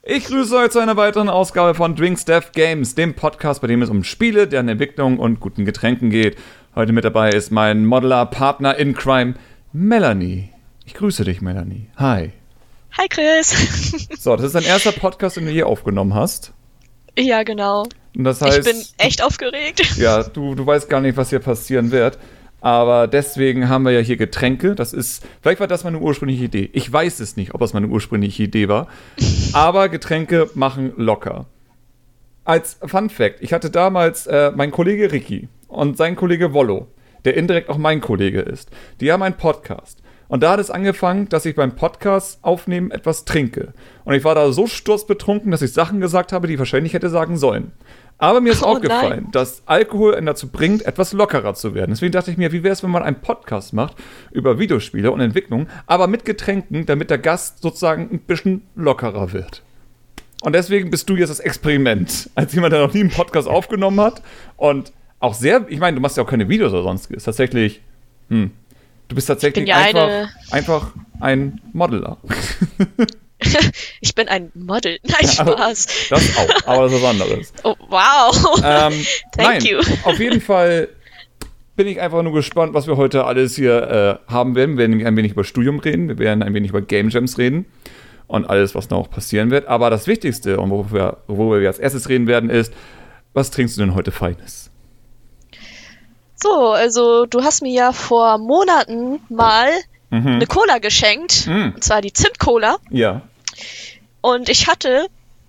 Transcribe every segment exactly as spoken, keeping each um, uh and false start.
Ich grüße euch zu einer weiteren Ausgabe von Drinks Dev Games, dem Podcast, bei dem es um Spiele, deren Entwicklung und guten Getränken geht. Heute mit dabei ist mein Modeler-Partner in Crime, Melanie. Ich grüße dich, Melanie. Hi. Hi, Chris. So, das ist dein erster Podcast, den du je aufgenommen hast. Ja, genau. Und das heißt, ich bin echt aufgeregt. Ja, du, du weißt gar nicht, was hier passieren wird. Aber deswegen haben wir ja hier Getränke. Das ist, vielleicht war das meine ursprüngliche Idee. Ich weiß es nicht, ob das meine ursprüngliche Idee war. Aber Getränke machen locker. Als Fun Fact, ich hatte damals äh, meinen Kollege Ricky und seinen Kollege Wollo, der indirekt auch mein Kollege ist. Die haben einen Podcast. Und da hat es angefangen, dass ich beim Podcast aufnehmen etwas trinke. Und ich war da so sturzbetrunken, dass ich Sachen gesagt habe, die ich wahrscheinlich hätte sagen sollen. Aber mir ist Oh aufgefallen, nein. dass Alkohol einen dazu bringt, etwas lockerer zu werden. Deswegen dachte ich mir, wie wäre es, wenn man einen Podcast macht über Videospiele und Entwicklung, aber mit Getränken, damit der Gast sozusagen ein bisschen lockerer wird. Und deswegen bist du jetzt das Experiment, als jemand, der noch nie einen Podcast aufgenommen hat und auch sehr, ich meine, du machst ja auch keine Videos oder sonstiges, tatsächlich, hm, du bist tatsächlich ja einfach, eine- einfach ein Modeler. Ich bin ein Model. Nein, Spaß. Das auch, aber das ist was anderes. Oh, wow. Ähm, Thank nein, you. auf jeden Fall bin ich einfach nur gespannt, was wir heute alles hier äh, haben werden. Wir werden nämlich ein wenig über Studium reden, wir werden ein wenig über Game Jams reden und alles, was noch passieren wird. Aber das Wichtigste, und worüber wir, worüber wir als erstes reden werden, ist, was trinkst du denn heute Feines? So, also du hast mir ja vor Monaten mal Mhm. eine Cola geschenkt. Mhm. Und zwar die Zimt-Cola. Ja. Und ich hatte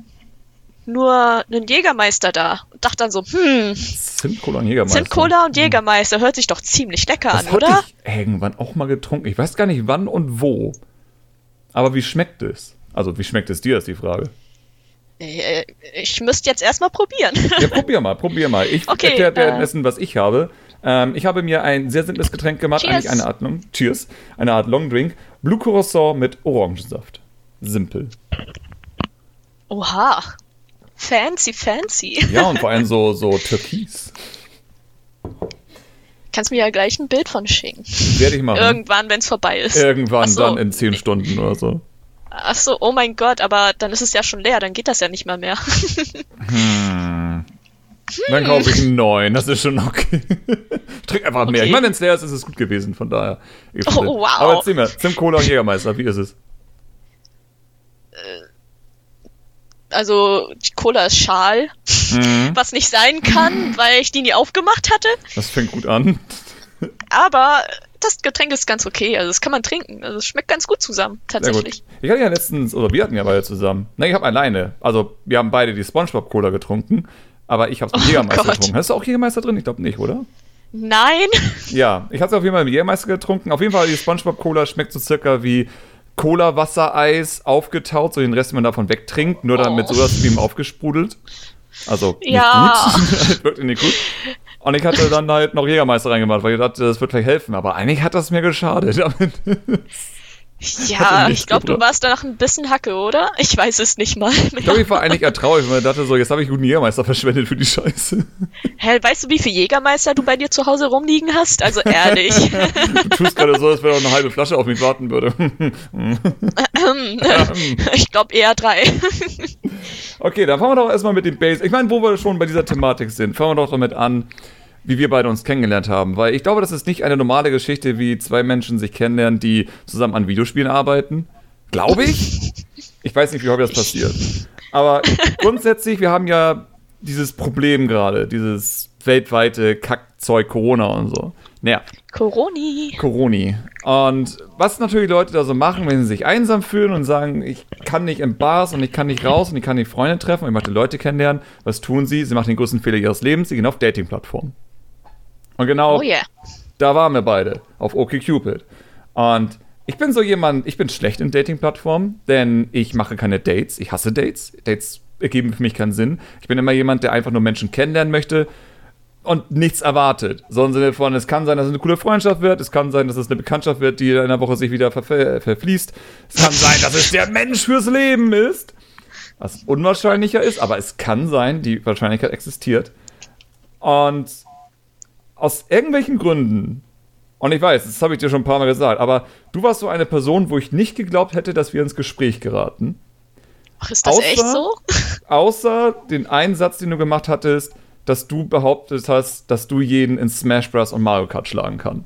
nur einen Jägermeister da. Und dachte dann so, hm, Zimt-Cola und Jägermeister. Zimt-Cola und Jägermeister hört sich doch ziemlich lecker Das an, hatte oder? ich irgendwann auch mal getrunken. Ich weiß gar nicht wann und wo. Aber wie schmeckt es? Also, wie schmeckt es dir, ist die Frage. Äh, Ich müsste jetzt erstmal probieren. Ja, probier mal, probier mal. Ich Okay, erkläre äh, währenddessen, was ich habe. Ähm, ich habe mir ein sehr simples Getränk gemacht, Cheers. eigentlich eine Art Long, Cheers, eine Art Long Drink. Blue Curacao mit Orangensaft. Simpel. Oha. Fancy, fancy. Ja, und vor allem so, so türkis. Kannst mir ja gleich ein Bild von schicken. Werde ich machen. Irgendwann, wenn es vorbei ist. Irgendwann Ach so. dann in zehn Stunden oder so. Ach so, oh mein Gott, aber dann ist es ja schon leer, dann geht das ja nicht mal mehr. Hm. Dann kaufe ich einen neuen, das ist schon okay. Ich trinke einfach mehr. Okay. Ich meine, wenn es leer ist, ist es gut gewesen, von daher. Oh, wow. Aber erzähl mir, Zimt, Cola und Jägermeister, wie ist es? Also, die Cola ist schal, Mhm. was nicht sein kann, weil ich die nie aufgemacht hatte. Das fängt gut an. Aber das Getränk ist ganz okay, also das kann man trinken. Also es schmeckt ganz gut zusammen, Sehr tatsächlich. gut. Ich hatte ja letztens, oder wir hatten ja beide zusammen. Nein, ich habe alleine. Also, wir haben beide die SpongeBob-Cola getrunken, aber ich habe es mit Oh Jägermeister Gott. getrunken. Hast du auch Jägermeister drin? Ich glaube nicht, oder? Nein, Ja, ich habe es auf jeden Fall mit Jägermeister getrunken. Auf jeden Fall, die SpongeBob-Cola schmeckt so circa wie Cola-Wassereis aufgetaut, so den Rest, den man davon wegtrinkt, nur dann mit Oh. sowas wie ihm aufgesprudelt. Also, nicht Ja. gut. Wirkt nicht gut. Und ich hatte dann halt noch Jägermeister reingemacht, weil ich dachte, das wird vielleicht helfen. Aber eigentlich hat das mir geschadet. Damit. ja, Hatte nichts ich glaube, du gebracht. warst danach ein bisschen Hacke, oder? Ich weiß es nicht mal Ich mehr. glaube, ich war eigentlich eher traurig, weil ich dachte so, jetzt habe ich guten Jägermeister verschwendet für die Scheiße. Hä, weißt du, wie viel Jägermeister du bei dir zu Hause rumliegen hast? Also ehrlich. Du tust gerade so, als wenn noch eine halbe Flasche auf mich warten würde. Ich glaube eher drei. Okay, dann fangen wir doch erstmal mit dem Base. Ich meine, wo wir schon bei dieser Thematik sind, fangen wir doch damit an, wie wir beide uns kennengelernt haben. Weil ich glaube, das ist nicht eine normale Geschichte, wie zwei Menschen sich kennenlernen, die zusammen an Videospielen arbeiten. Glaube ich. Ich weiß nicht, wie häufig das passiert. Aber grundsätzlich, wir haben ja dieses Problem gerade, dieses weltweite Kackzeug Corona und so. Naja, Coroni. Coroni. Und was natürlich Leute da so machen, wenn sie sich einsam fühlen und sagen, ich kann nicht in Bars und ich kann nicht raus und ich kann nicht Freunde treffen und ich möchte Leute kennenlernen, was tun sie? Sie machen den größten Fehler ihres Lebens, sie gehen auf Dating-Plattformen. Und genau Oh yeah. da waren wir beide, auf OkCupid. Und ich bin so jemand, ich bin schlecht in Dating-Plattformen, denn ich mache keine Dates, ich hasse Dates. Dates ergeben für mich keinen Sinn. Ich bin immer jemand, der einfach nur Menschen kennenlernen möchte und nichts erwartet. So im Sinne von, es kann sein, dass es eine coole Freundschaft wird, es kann sein, dass es eine Bekanntschaft wird, die in einer Woche sich wieder ver- verfließt. Es kann sein, dass es der Mensch fürs Leben ist, was unwahrscheinlicher ist, aber es kann sein, die Wahrscheinlichkeit existiert. Und aus irgendwelchen Gründen, und ich weiß, das habe ich dir schon ein paar Mal gesagt, aber du warst so eine Person, wo ich nicht geglaubt hätte, dass wir ins Gespräch geraten. Ach, ist das außer, echt so? Außer den einen Satz, den du gemacht hattest, dass du behauptet hast, dass du jeden in Smash Bros. Und Mario Kart schlagen kann.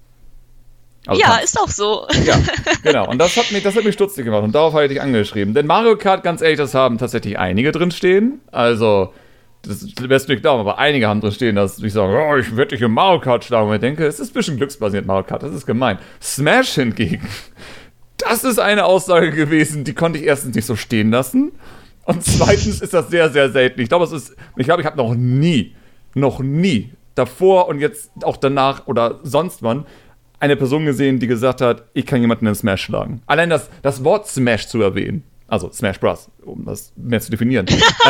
Also ja, kannst. ist auch so. Ja, genau. Und das hat mich, das hat mich stutzig gemacht. Und darauf habe ich dich angeschrieben. Denn Mario Kart, ganz ehrlich, das haben tatsächlich einige drin stehen. Also, das wirst du nicht glauben, aber einige haben drin stehen, dass ich sage, oh, ich werde dich in Mario Kart schlagen. Und ich denke, es ist ein bisschen glücksbasiert, Mario Kart. Das ist gemein. Smash hingegen, das ist eine Aussage gewesen, die konnte ich erstens nicht so stehen lassen. Und zweitens ist das sehr, sehr selten. Ich glaube, es ist, ich glaube, ich habe noch nie, noch nie davor und jetzt auch danach oder sonst wann eine Person gesehen, die gesagt hat, ich kann jemanden in Smash schlagen. Allein das, das Wort Smash zu erwähnen, also Smash Bros., um das mehr zu definieren,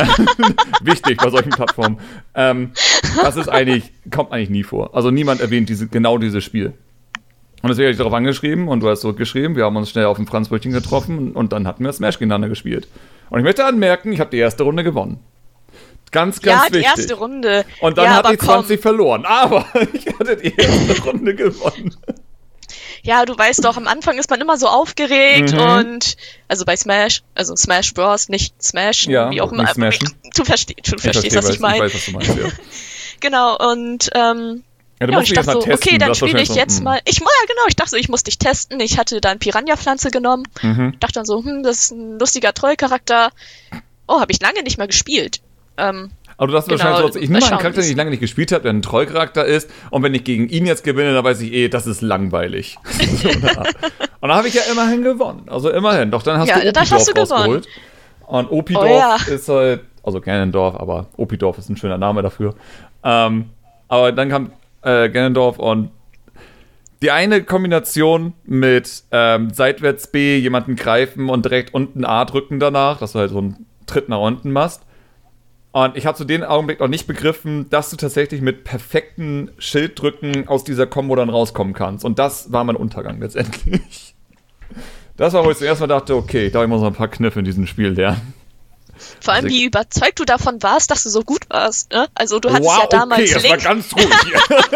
wichtig bei solchen Plattformen, ähm, das ist eigentlich, kommt eigentlich nie vor. Also niemand erwähnt diese, genau dieses Spiel. Und deswegen habe ich darauf angeschrieben und du hast zurückgeschrieben, wir haben uns schnell auf dem Franzbrötchen getroffen und dann hatten wir Smash gegeneinander gespielt. Und ich möchte anmerken, ich habe die erste Runde gewonnen. Ganz, ganz ja, wichtig. Ja, die erste Runde. Und dann ja, hatte ich zwanzig komm. verloren. Aber ich hatte die erste Runde gewonnen. Ja, du weißt doch, am Anfang ist man immer so aufgeregt mhm. und, also bei Smash, also Smash Bros., nicht Smash, ja, wie auch immer. Nicht smashen. Du, versteh, du ich verstehst, verstehe, was ich meine. Ich weiß, was du meinst, ja. Genau, und, ähm, ja, du ja, musst ich dich dachte erst so, mal testen, okay, dann das spiele ich so, jetzt mh. mal. Ich, ja, genau, ich dachte so, ich muss dich testen. Ich hatte dann Piranha-Pflanze genommen. Mhm. Dachte dann so, hm, das ist ein lustiger Trollcharakter. Oh, habe ich lange nicht mehr gespielt. Ähm, Aber du hast genau, wahrscheinlich so, ich nehme mal einen schauen, Charakter, den ich lange nicht gespielt habe, der ein Trollcharakter ist. Und wenn ich gegen ihn jetzt gewinne, dann weiß ich eh, das ist langweilig. So eine Art. Und dann habe ich ja immerhin gewonnen. Also immerhin. Doch dann hast Ja, du das hast du Opidorf gewonnen. rausgeholt. Und Opidorf Oh ja. ist halt, also Ganondorf, aber Opidorf ist ein schöner Name dafür. Ähm, aber dann kam äh, Ganondorf und die eine Kombination mit ähm, seitwärts B, jemanden greifen und direkt unten A drücken danach, dass du halt so einen Tritt nach unten machst. Und ich habe zu dem Augenblick noch nicht begriffen, dass du tatsächlich mit perfekten Schilddrücken aus dieser Kombo dann rauskommen kannst. Und das war mein Untergang letztendlich. Das war, wo ich zuerst mal dachte, okay, ich glaube, ich muss noch ein paar Kniffe in diesem Spiel lernen. Vor allem, Also, wie überzeugt du davon warst, dass du so gut warst. Ne? Also du hattest wow, ja damals okay, das Link. war ganz ruhig hier.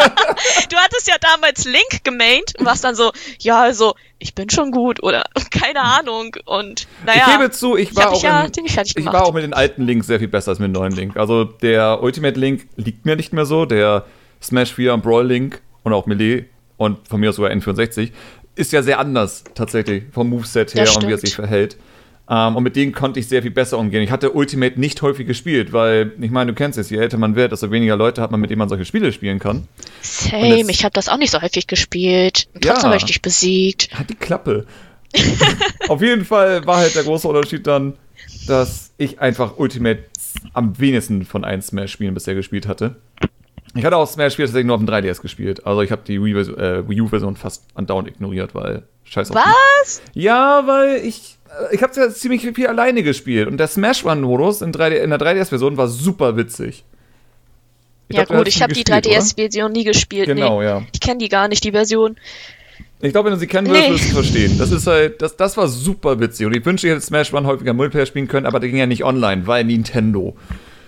Du hattest ja damals Link gemaint und warst dann so, ja, also ich bin schon gut oder keine Ahnung. Und naja, ich gebe zu, ich war, ich auch, ja in, ziemlich fertig ich gemacht. war auch mit den alten Links sehr viel besser als mit dem neuen Link. Also der Ultimate Link liegt mir nicht mehr so. Der Smash vier und Brawl Link und auch Melee und von mir aus sogar N vierundsechzig ist ja sehr anders tatsächlich vom Moveset her Das und wie er stimmt. sich verhält. Um, und mit denen konnte ich sehr viel besser umgehen. Ich hatte Ultimate nicht häufig gespielt, weil, ich meine, du kennst es, je älter man wird, desto weniger Leute hat man, mit denen man solche Spiele spielen kann. Same, jetzt- ich habe das auch nicht so häufig gespielt. Und Ja. trotzdem habe ich dich besiegt. Hat die Klappe. Auf jeden Fall war halt der große Unterschied dann, dass ich einfach Ultimate am wenigsten von allen Smash-Spielen bisher gespielt hatte. Ich hatte auch Smash-Spiele tatsächlich nur auf dem drei D S gespielt. Also ich habe die Wii- äh, Wii U-Version fast andauernd ignoriert, weil scheiß auf die. Was? Ja, weil ich ich habe ja ziemlich viel alleine gespielt und der Smash Run-Modus in, drei D in der drei D S-Version war super witzig. Ich Ja glaub, du gut, hast ich die habe die gespielt, drei D S-Version nie gespielt. Genau, nee. ja. Ich kenne die gar nicht, die Version. Ich glaube, wenn du sie kennen würdest, Nee. würdest du es verstehen. Das ist halt, das, das war super witzig. Und ich wünschte, ich hätte Smash Run häufiger Multiplayer spielen können, aber der ging ja nicht online, weil Nintendo.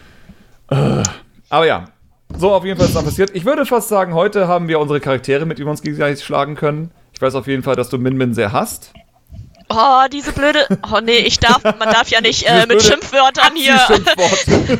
Äh. Aber ja, so auf jeden Fall ist dann passiert. Ich würde fast sagen, heute haben wir unsere Charaktere, mit denen wir uns gegenseitig schlagen können. Ich weiß auf jeden Fall, dass du Min Min sehr hasst. Oh, diese blöde. Oh nee, ich darf, man darf ja nicht äh, Dieses mit blöde Schimpfwörtern hier. Schimpfworte.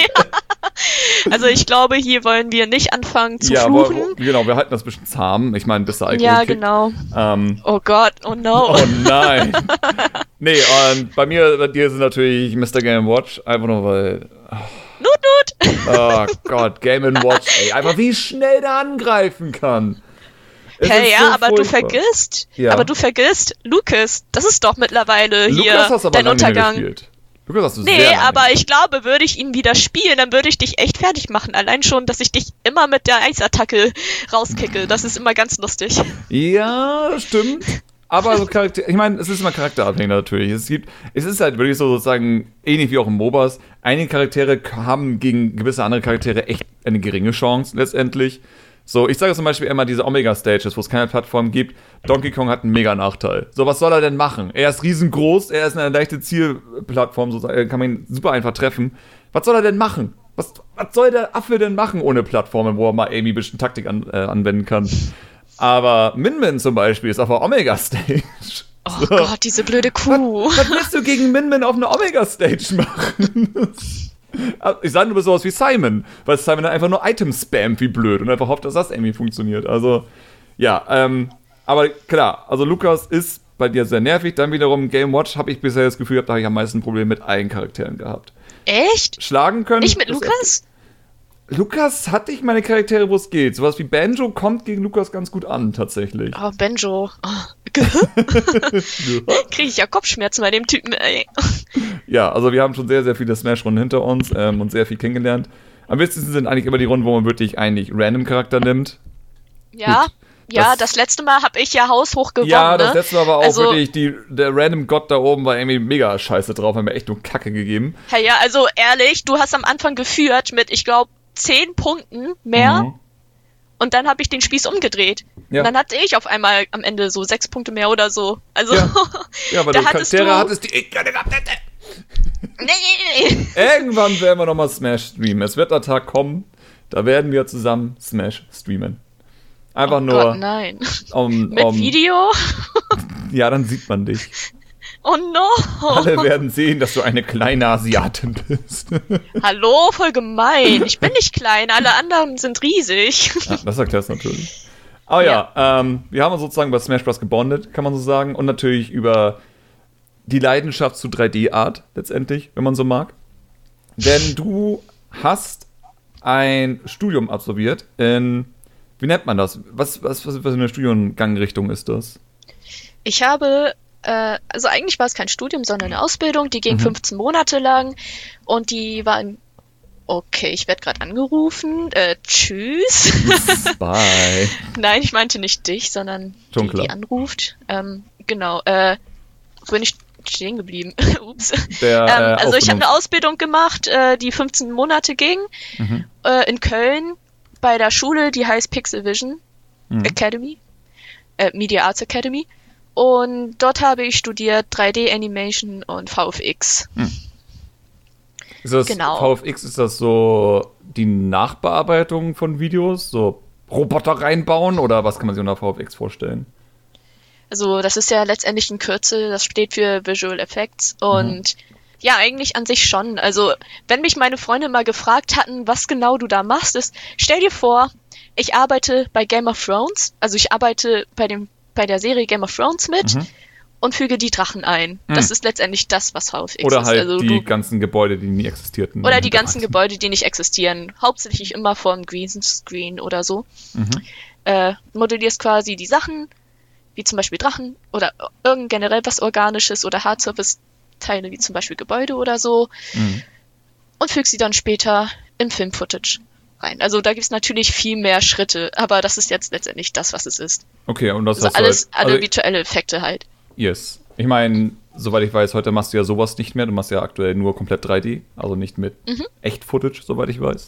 Ja. Also ich glaube, hier wollen wir nicht anfangen zu Ja, fluchen. aber, genau, wir halten das ein bisschen zahm. Ich meine, bis der Alkohol Ja, kickt. genau. Ähm, Oh Gott, oh no. oh nein. Nee, und bei mir, bei dir ist es natürlich Mister Game Watch. Einfach nur, weil... Nut, nut. Oh Gott, Game and Watch, ey. Einfach wie schnell der angreifen kann. Es Hey, ist ja, so aber du furchtbar. vergisst, Ja. aber du vergisst, Lucas, das ist doch mittlerweile hier Lukas hast du aber dein lange nicht mehr Untergang. gespielt. Lukas hast du Nee, sehr lange aber nicht ich glaube, würde ich ihn wieder spielen, dann würde ich dich echt fertig machen. Allein schon, dass ich dich immer mit der Eisattacke rauskicke. Das ist immer ganz lustig. Ja, stimmt. Aber so Charakter, ich meine, es ist immer charakterabhängig natürlich. Es gibt, es ist halt wirklich so sozusagen ähnlich wie auch im MOBAs. Einige Charaktere haben gegen gewisse andere Charaktere echt eine geringe Chance letztendlich. So, ich sage zum Beispiel immer diese Omega-Stages, wo es keine Plattform gibt. Donkey Kong hat einen mega Nachteil. So, was soll er denn machen? Er ist riesengroß, er ist eine leichte Zielplattform, sozusagen, kann man ihn super einfach treffen. Was soll er denn machen? Was, was soll der Affe denn machen ohne Plattformen, wo er mal irgendwie ein bisschen Taktik an, äh, anwenden kann? Aber Min Min zum Beispiel ist auf der Omega-Stage. Oh so. Gott, diese blöde Kuh. Was, was willst du gegen Min Min auf einer Omega-Stage machen? Ich sage nur sowas wie Simon, weil Simon dann einfach nur Items spammt wie blöd und einfach hofft, dass das irgendwie funktioniert. Also, ja, ähm, aber klar, also Lukas ist bei dir sehr nervig. Dann wiederum Game Watch habe ich bisher das Gefühl, da habe ich am meisten Probleme mit allen Charakteren gehabt. Echt? Schlagen können. Nicht mit Lukas? Lukas hatte ich meine Charaktere, wo es geht. Sowas wie Banjo kommt gegen Lukas ganz gut an, tatsächlich. Oh, Banjo. Oh. Kriege ich ja Kopfschmerzen bei dem Typen, ey. Ja, also wir haben schon sehr, sehr viele Smash-Runden hinter uns ähm, und sehr viel kennengelernt. Am wichtigsten sind eigentlich immer die Runden, wo man wirklich eigentlich random Charakter nimmt. Ja, gut, ja, das, das letzte Mal habe ich ja haushoch gewonnen. Ja, das letzte Mal war auch also, wirklich, die, der random Gott da oben war irgendwie mega scheiße drauf, hat mir echt nur Kacke gegeben. Ja, ja, also ehrlich, du hast am Anfang geführt mit, ich glaube, zehn Punkten mehr. Mhm. Und dann habe ich den Spieß umgedreht. Ja. Und dann hatte ich auf einmal am Ende so sechs Punkte mehr oder so. Also, ja, ja aber da du Charaktere du... hattest, die ich gerne gehabt hätte. Nee. Irgendwann werden wir nochmal Smash streamen. Es wird der Tag kommen, da werden wir zusammen Smash streamen. Einfach oh nur. Gott, nein. Um, Mit um, Video? Ja, dann sieht man dich. Oh no! Alle werden sehen, dass du eine kleine Asiatin bist. Hallo, voll gemein. Ich bin nicht klein, alle anderen sind riesig. Ja, das erklärt es natürlich. Aber ja, ja ähm, wir haben uns sozusagen bei Smash Bros. Gebondet, kann man so sagen. Und natürlich über die Leidenschaft zu drei D-Art, letztendlich, wenn man so mag. Denn du hast ein Studium absolviert in, wie nennt man das? Was, was, was für eine Studiengangrichtung ist das? Ich habe... Also eigentlich war es kein Studium, sondern eine Ausbildung, die ging mhm. fünfzehn Monate lang und die war in... Okay, ich werde gerade angerufen. Äh, tschüss. Bye. Nein, ich meinte nicht dich, sondern die, die anruft. Ähm, genau, äh, wo bin ich stehen geblieben? Ups. Der, ähm, äh, also ich habe eine Ausbildung gemacht, äh, die fünfzehn Monate ging, mhm. äh, in Köln bei der Schule, die heißt Pixel Vision mhm. Academy, äh, Media Arts Academy. Und dort habe ich studiert drei D Animation und V F X. Hm. Ist das genau. V F X, ist das so die Nachbearbeitung von Videos? So Roboter reinbauen oder was kann man sich unter V F X vorstellen? Also das ist ja letztendlich ein Kürzel, das steht für Visual Effects und mhm. ja, eigentlich an sich schon. Also wenn mich meine Freunde mal gefragt hatten, was genau du da machst, ist, stell dir vor, ich arbeite bei Game of Thrones, also ich arbeite bei dem bei der Serie Game of Thrones mit mhm. und füge die Drachen ein. Mhm. Das ist letztendlich das, was V F X oder ist. Oder halt also die du, ganzen Gebäude, die nie existierten. Oder die ganzen Gebäude, die nicht existieren. Hauptsächlich immer vom Greenscreen oder so. Mhm. Äh, modellierst quasi die Sachen, wie zum Beispiel Drachen oder irgend generell was Organisches oder Hard-Surface-Teile, wie zum Beispiel Gebäude oder so. Mhm. Und fügst sie dann später in Film-Footage rein. Also da gibt es natürlich viel mehr Schritte, aber das ist jetzt letztendlich das, was es ist. Okay, und das also ist alles, halt, alle also, virtuelle Effekte halt. Yes. Ich meine, soweit ich weiß, heute machst du ja sowas nicht mehr. Du machst ja aktuell nur komplett drei D, also nicht mit mhm. Echt-Footage, soweit ich weiß.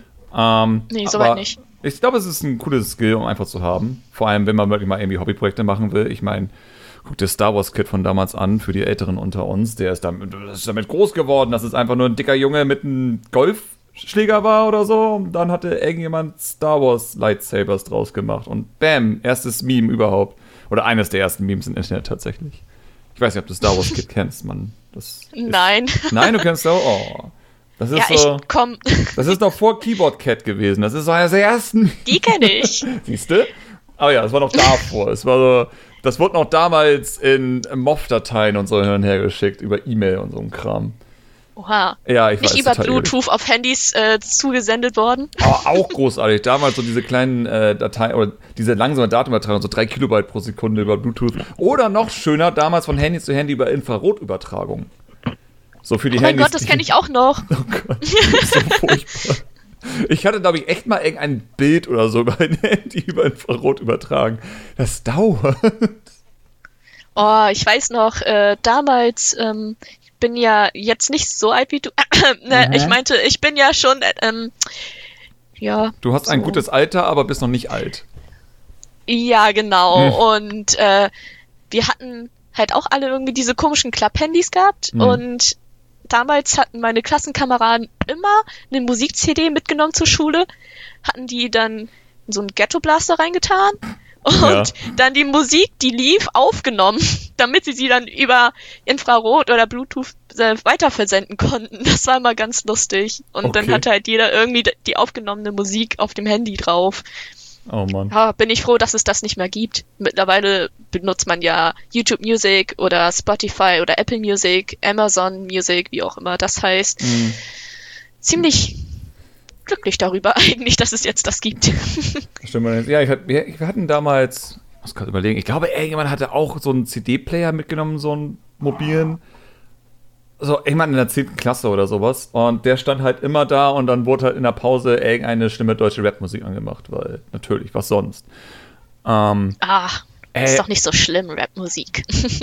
Ähm, nee, soweit nicht. Ich glaube, es ist ein cooles Skill, um einfach zu haben. Vor allem, wenn man wirklich mal irgendwie Hobbyprojekte machen will. Ich meine, guck dir Star Wars Kid von damals an, für die Älteren unter uns. Der ist damit, ist damit groß geworden. Das ist einfach nur ein dicker Junge mit einem Golfschläger war oder so. Und dann hatte irgendjemand Star Wars Lightsabers draus gemacht. Und bam, erstes Meme überhaupt. Oder eines der ersten Memes im Internet tatsächlich. Ich weiß nicht, ob du Star Wars Kid kennst, Mann. Das Nein. Ist, nein, du kennst auch. Oh. Das ist ja, so, ich komm. Das ist doch vor Keyboard Cat gewesen. Das ist so einer der ersten. Die kenne ich. Siehst du? Aber ja, das war noch davor. Es war so, das wurde noch damals in M O F-Dateien und so hin und her geschickt, über E-Mail und so ein Kram. Oha. Ja, ich Nicht weiß, über Bluetooth ehrlich. Auf Handys äh, zugesendet worden. Aber auch großartig. Damals so diese kleinen äh, Dateien, oder diese langsame Datenübertragung, so drei Kilobyte pro Sekunde über Bluetooth. Oder noch schöner, damals von Handy zu Handy über Infrarotübertragung. So für die oh mein Handys. Gott, das kenne ich auch noch. Oh Gott, das ist so furchtbar. Ich hatte, glaube ich, echt mal irgendein Bild oder so über ein Handy über Infrarot übertragen. Das dauert. Oh, ich weiß noch, äh, damals, ähm, ich bin ja jetzt nicht so alt wie du. ne, mhm. Ich meinte, ich bin ja schon, ähm, ja. Du hast so. Ein gutes Alter, aber bist noch nicht alt. Ja, genau. Hm. Und äh, wir hatten halt auch alle irgendwie diese komischen Klapp-Handys gehabt. Hm. Und damals hatten meine Klassenkameraden immer eine Musik-C D mitgenommen zur Schule, hatten die dann in so einen Ghetto-Blaster reingetan und ja. dann die Musik, die lief, aufgenommen damit sie sie dann über Infrarot oder Bluetooth äh, weiterversenden konnten. Das war immer ganz lustig. Und Okay. dann hatte halt jeder irgendwie d- die aufgenommene Musik auf dem Handy drauf. Oh Mann. Ja, bin ich froh, dass es das nicht mehr gibt. Mittlerweile benutzt man ja YouTube Music oder Spotify oder Apple Music, Amazon Music, wie auch immer das heißt. Mhm. Ziemlich glücklich darüber eigentlich, dass es jetzt das gibt. Stimmt. Ja, ich, hat- wir wir hatten damals, ich muss gerade überlegen, ich glaube, irgendjemand hatte auch so einen C D-Player mitgenommen, so einen mobilen. So, irgendwann in der zehnten Klasse oder sowas. Und der stand halt immer da und dann wurde halt in der Pause irgendeine schlimme deutsche Rapmusik angemacht, weil natürlich, was sonst. Ähm, Ah, Äh, ist doch nicht so schlimm, Rapmusik.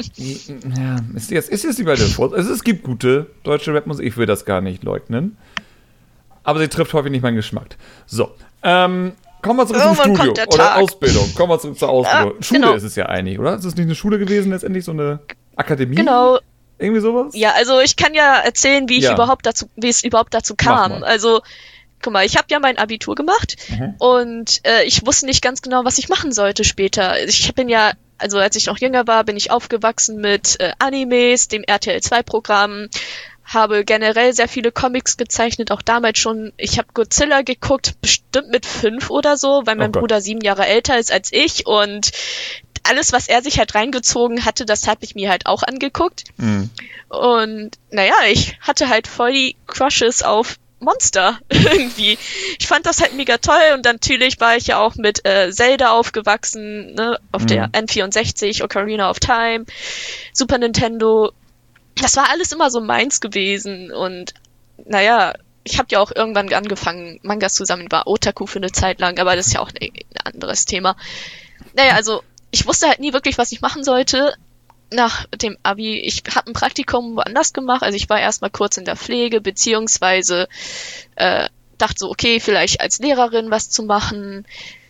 ja, ist jetzt, ist jetzt über den Vor- also es gibt gute deutsche Rapmusik, ich will das gar nicht leugnen. Aber sie trifft häufig nicht meinen Geschmack. So, ähm, kommen wir zurück zum Irgendwann Studio kommt der oder Tag. Ausbildung. Kommen wir zurück zur Ausbildung. Ja, Schule genau. ist es ja eigentlich, oder? Ist es nicht eine Schule gewesen letztendlich, so eine Akademie? Genau. Irgendwie sowas? Ja, also ich kann ja erzählen, wie ich Ja. überhaupt dazu, wie es überhaupt dazu Mach kam. mal. Also, guck mal, ich habe ja mein Abitur gemacht Mhm. und äh, ich wusste nicht ganz genau, was ich machen sollte später. Ich bin ja, also als ich noch jünger war, bin ich aufgewachsen mit äh, Animes, dem R T L zwei Programm, habe generell sehr viele Comics gezeichnet, auch damals schon. Ich habe Godzilla geguckt, bestimmt mit fünf oder so, weil mein Oh Gott. Bruder sieben Jahre älter ist als ich und alles, was er sich halt reingezogen hatte, das habe ich mir halt auch angeguckt. Mhm. Und naja, ich hatte halt voll die Crushes auf Monster irgendwie. Ich fand das halt mega toll und natürlich war ich ja auch mit äh, Zelda aufgewachsen, ne, auf Mhm. der N vierundsechzig, Ocarina of Time, Super Nintendo. Das war alles immer so meins gewesen und naja, ich habe ja auch irgendwann angefangen, Mangas zu sammeln, war Otaku für eine Zeit lang, aber das ist ja auch ein, ein anderes Thema. Naja, also ich wusste halt nie wirklich, was ich machen sollte. Nach dem Abi, ich habe ein Praktikum woanders gemacht, also ich war erstmal kurz in der Pflege, beziehungsweise äh, dachte so, okay, vielleicht als Lehrerin was zu machen.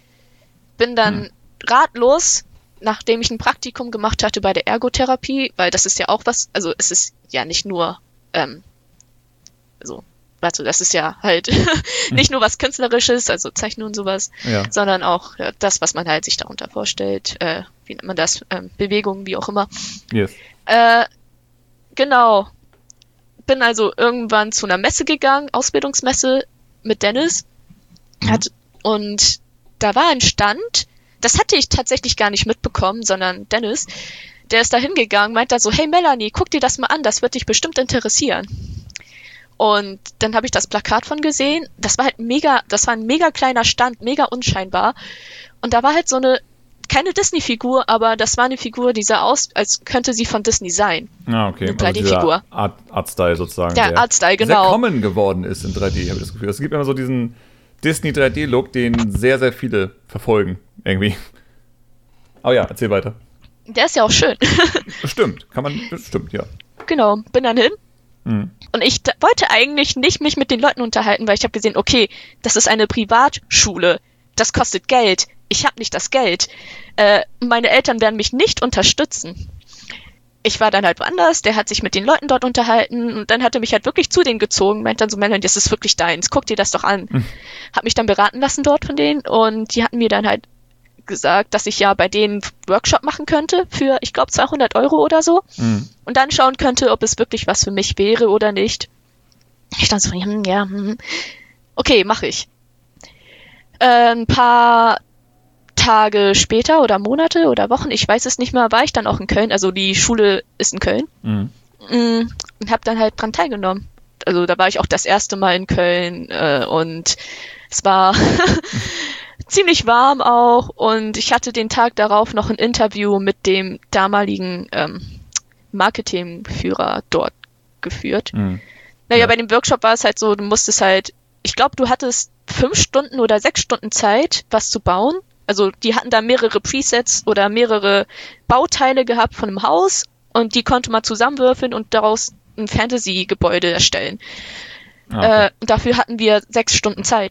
Bin dann Hm. ratlos, nachdem ich ein Praktikum gemacht hatte bei der Ergotherapie, weil das ist ja auch was, also es ist ja nicht nur, ähm, so, also das ist ja halt nicht nur was Künstlerisches, also Zeichnen und sowas, Ja. sondern auch ja, das, was man halt sich darunter vorstellt, äh, wie nennt man das, ähm, Bewegungen, wie auch immer. Yes. Äh, genau. Bin also irgendwann zu einer Messe gegangen, Ausbildungsmesse mit Dennis. Mhm. Hat, und da war ein Stand, das hatte ich tatsächlich gar nicht mitbekommen, sondern Dennis, der ist da hingegangen, meint da so, hey Melanie, guck dir das mal an, das wird dich bestimmt interessieren. Und dann habe ich das Plakat von gesehen. Das war halt mega, das war ein mega kleiner Stand, mega unscheinbar. Und da war halt so eine, keine Disney-Figur, aber das war eine Figur, die sah aus, als könnte sie von Disney sein. Ah, okay. Eine drei D-Figur. dieser Art, Artstyle sozusagen. Der Artstyle, Sehr genau. common geworden ist in drei D, habe ich das Gefühl. Es gibt immer so diesen Disney drei D-Look, den sehr, sehr viele verfolgen, irgendwie. Aber ja, erzähl weiter. Der ist ja auch schön. Bestimmt, kann man, bestimmt, ja. Genau, bin dann hin. Mhm. Und ich d- wollte eigentlich nicht mich mit den Leuten unterhalten, weil ich habe gesehen, okay, das ist eine Privatschule. Das kostet Geld. Ich habe nicht das Geld. Äh, meine Eltern werden mich nicht unterstützen. Ich war dann halt woanders, der hat sich mit den Leuten dort unterhalten und dann hat er mich halt wirklich zu denen gezogen, meint dann so, Melanie, das ist wirklich deins, guck dir das doch an. Mhm. Hab mich dann beraten lassen dort von denen und die hatten mir dann halt gesagt, dass ich ja bei denen Workshop machen könnte für, ich glaube, zweihundert Euro oder so. Mhm. Und dann schauen könnte, ob es wirklich was für mich wäre oder nicht. Ich dann so, hm, ja, hm. Okay, mache ich. Äh, ein paar Tage später oder Monate oder Wochen, ich weiß es nicht mehr, war ich dann auch in Köln. Also die Schule ist in Köln. Mhm. Mm, Und habe dann halt dran teilgenommen. Also da war ich auch das erste Mal in Köln äh, und es war ziemlich warm auch und ich hatte den Tag darauf noch ein Interview mit dem damaligen ähm, Marketingführer dort geführt. Mhm. Naja, Ja. bei dem Workshop war es halt so, du musstest halt, ich glaube, du hattest fünf Stunden oder sechs Stunden Zeit, was zu bauen. Also die hatten da mehrere Presets oder mehrere Bauteile gehabt von einem Haus und die konnte man zusammenwürfeln und daraus ein Fantasy-Gebäude erstellen. Ah, okay. Äh, und dafür hatten wir sechs Stunden Zeit.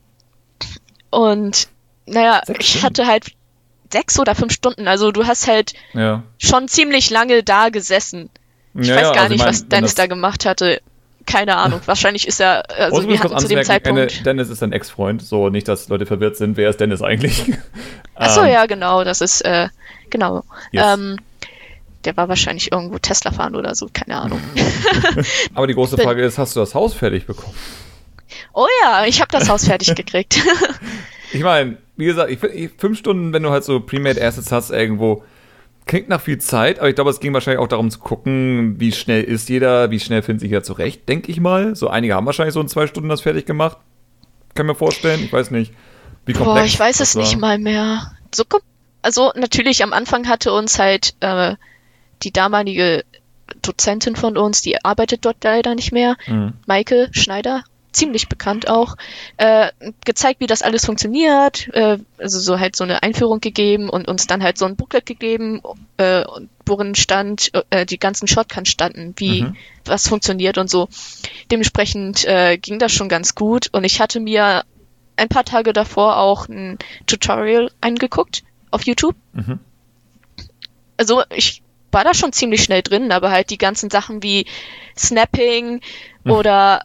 Und naja, Sechs ich Stunden? hatte halt sechs oder fünf Stunden. Also du hast halt ja. schon ziemlich lange da gesessen. Ich ja, weiß ja, gar also nicht, ich mein, was wenn Dennis das- da gemacht hatte. Keine Ahnung. Wahrscheinlich ist er, also Muss wir ich kurz hatten zu dem anmerken, Zeitpunkt... Dennis- Dennis ist ein Ex-Freund, so nicht, dass Leute verwirrt sind, wer ist Dennis eigentlich? Achso, Ähm, ja, genau, das ist, äh, genau. Yes. Ähm, der war wahrscheinlich irgendwo Tesla fahren oder so, keine Ahnung. Aber die große Frage ist, hast du das Haus fertig bekommen? Oh ja, ich habe das Haus fertig gekriegt. Ich meine, wie gesagt, ich, ich, fünf Stunden, wenn du halt so Pre-Made Assets hast irgendwo, klingt nach viel Zeit, aber ich glaube, es ging wahrscheinlich auch darum zu gucken, wie schnell ist jeder, wie schnell findet sich jeder zurecht, denke ich mal. So einige haben wahrscheinlich so in zwei Stunden das fertig gemacht. Kann mir vorstellen, ich weiß nicht, wie komplex. Boah, ich weiß es war. nicht mal mehr. So kom- also natürlich, am Anfang hatte uns halt äh, die damalige Dozentin von uns, die arbeitet dort leider nicht mehr, Mhm. Maike Schneider, ziemlich bekannt auch, äh, gezeigt, wie das alles funktioniert, äh, also so halt so eine Einführung gegeben und uns dann halt so ein Booklet gegeben, äh, worin stand, äh, die ganzen Shotguns standen, wie Mhm. was funktioniert und so. Dementsprechend äh, ging das schon ganz gut und ich hatte mir ein paar Tage davor auch ein Tutorial angeguckt auf YouTube. Mhm. Also ich war da schon ziemlich schnell drin, aber halt die ganzen Sachen wie Snapping Mhm. oder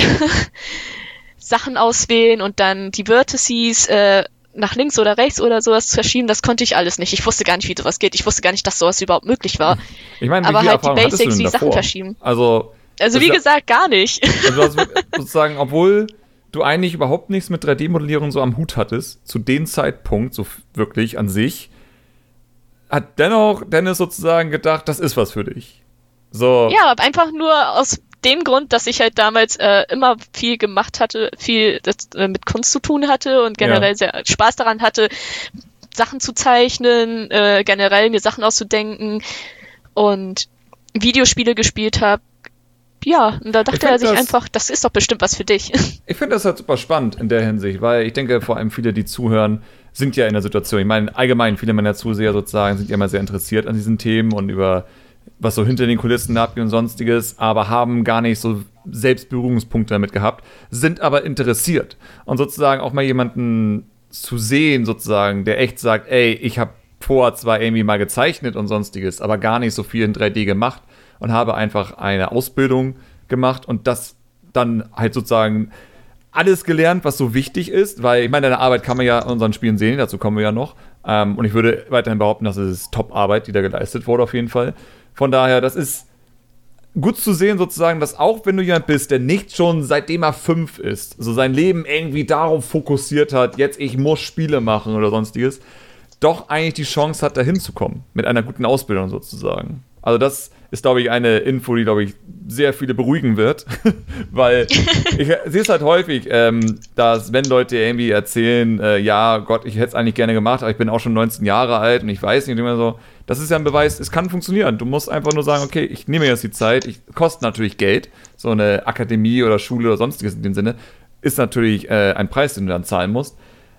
Sachen auswählen und dann die Vertices äh, nach links oder rechts oder sowas zu verschieben, das konnte ich alles nicht. Ich wusste gar nicht, wie sowas geht. Ich wusste gar nicht, dass sowas überhaupt möglich war. Ich meine, wie Aber viel halt die Erfahrung hattest du Basics, denn wie Sachen davor? verschieben. Also, Also Das wie ist ja- gesagt, gar nicht. also du hast wirklich- sozusagen, obwohl du eigentlich überhaupt nichts mit drei D-Modellierung so am Hut hattest, zu dem Zeitpunkt, so f- wirklich an sich, hat dennoch Dennis sozusagen gedacht, das ist was für dich. So. Ja, einfach nur aus dem Grund, dass ich halt damals äh, immer viel gemacht hatte, viel das, äh, mit Kunst zu tun hatte und generell Ja. sehr Spaß daran hatte, Sachen zu zeichnen, äh, generell mir Sachen auszudenken und Videospiele gespielt habe. Ja, und da dachte find er sich das- einfach, das ist doch bestimmt was für dich. Ich finde das halt super spannend in der Hinsicht, weil ich denke, vor allem viele, die zuhören, sind ja in der Situation. Ich meine, allgemein, viele meiner Zuseher sozusagen sind ja immer sehr interessiert an diesen Themen und über was so hinter den Kulissen abgeht und sonstiges, aber haben gar nicht so selbst Berührungspunkte damit gehabt, sind aber interessiert. Und sozusagen auch mal jemanden zu sehen, sozusagen, der echt sagt, ey, ich habe vorher zwar irgendwie mal gezeichnet und sonstiges, aber gar nicht so viel in drei D gemacht und habe einfach eine Ausbildung gemacht und das dann halt sozusagen alles gelernt, was so wichtig ist, weil ich meine, deine Arbeit kann man ja in unseren Spielen sehen, dazu kommen wir ja noch. Ähm, und ich würde weiterhin behaupten, das ist Top-Arbeit, die da geleistet wurde auf jeden Fall. Von daher, das ist gut zu sehen sozusagen, dass auch wenn du jemand bist, der nicht schon seitdem er fünf ist, so sein Leben irgendwie darauf fokussiert hat, jetzt ich muss Spiele machen oder sonstiges, doch eigentlich die Chance hat, da hinzukommen. Mit einer guten Ausbildung sozusagen. Also das ist, glaube ich, eine Info, die, glaube ich, sehr viele beruhigen wird. Weil ich sehe es halt häufig, ähm, dass wenn Leute irgendwie erzählen, äh, ja, Gott, ich hätte es eigentlich gerne gemacht, aber ich bin auch schon neunzehn Jahre alt und ich weiß nicht, immer so, das ist ja ein Beweis, es kann funktionieren. Du musst einfach nur sagen, okay, ich nehme jetzt die Zeit, ich kostet natürlich Geld, so eine Akademie oder Schule oder sonstiges in dem Sinne, ist natürlich äh, ein Preis, den du dann zahlen musst.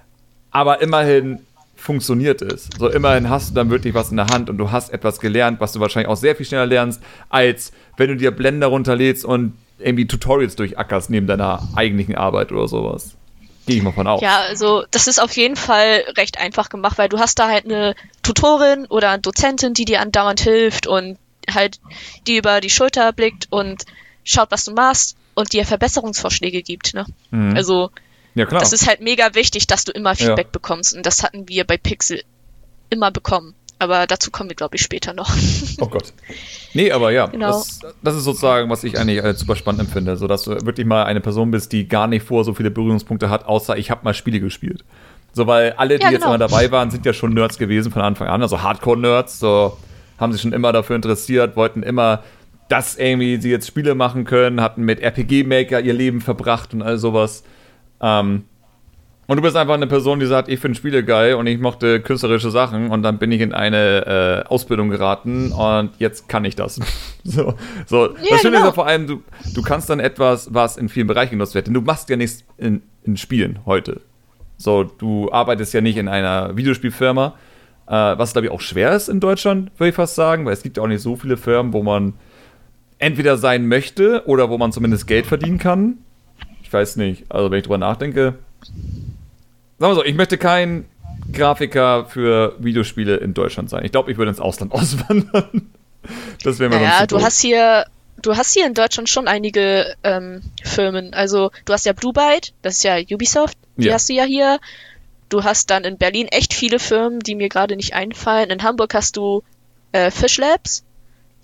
Aber immerhin funktioniert es. So, immerhin hast du dann wirklich was in der Hand und du hast etwas gelernt, was du wahrscheinlich auch sehr viel schneller lernst, als wenn du dir Blender runterlädst und irgendwie Tutorials durchackerst neben deiner eigentlichen Arbeit oder sowas. Gehe ich mal von aus. Ja, also das ist auf jeden Fall recht einfach gemacht, weil du hast da halt eine Tutorin oder eine Dozentin, die dir andauernd hilft und halt die über die Schulter blickt und schaut, was du machst und dir Verbesserungsvorschläge gibt. Ne? Mhm. Also Ja, klar. das ist halt mega wichtig, dass du immer Feedback Ja. bekommst und das hatten wir bei Pixel immer bekommen. Aber dazu kommen wir, glaube ich, später noch. Oh Gott. Nee, aber ja, Genau. das, das ist sozusagen, was ich eigentlich als super spannend empfinde, so dass du wirklich mal eine Person bist, die gar nicht vor so viele Berührungspunkte hat, außer ich habe mal Spiele gespielt. So, weil alle, die Ja, jetzt genau. immer dabei waren, sind ja schon Nerds gewesen von Anfang an, also Hardcore-Nerds, so haben sich schon immer dafür interessiert, wollten immer, dass irgendwie sie jetzt Spiele machen können, hatten mit R P G-Maker ihr Leben verbracht und all sowas. Ähm, Und du bist einfach eine Person, die sagt, ich finde Spiele geil und ich mochte künstlerische Sachen und dann bin ich in eine äh, Ausbildung geraten und jetzt kann ich das. so, so. Das Ja, Schöne genau. ist ja vor allem, du, du kannst dann etwas, was in vielen Bereichen genutzt wird, denn du machst ja nichts in, in Spielen heute. So, du arbeitest ja nicht in einer Videospielfirma, äh, was glaube ich auch schwer ist in Deutschland, würde ich fast sagen, weil es gibt ja auch nicht so viele Firmen, wo man entweder sein möchte oder wo man zumindest Geld verdienen kann. Ich weiß nicht, also wenn ich drüber nachdenke, sagen wir so, ich möchte kein Grafiker für Videospiele in Deutschland sein. Ich glaube, ich würde ins Ausland auswandern. Das wäre mir Naja, sonst zu du doof. hast hier, du hast hier in Deutschland schon einige ähm, Firmen. Also du hast ja Blue Byte, das ist ja Ubisoft, die Ja. hast du ja hier. Du hast dann in Berlin echt viele Firmen, die mir gerade nicht einfallen. In Hamburg hast du äh, Fish Labs,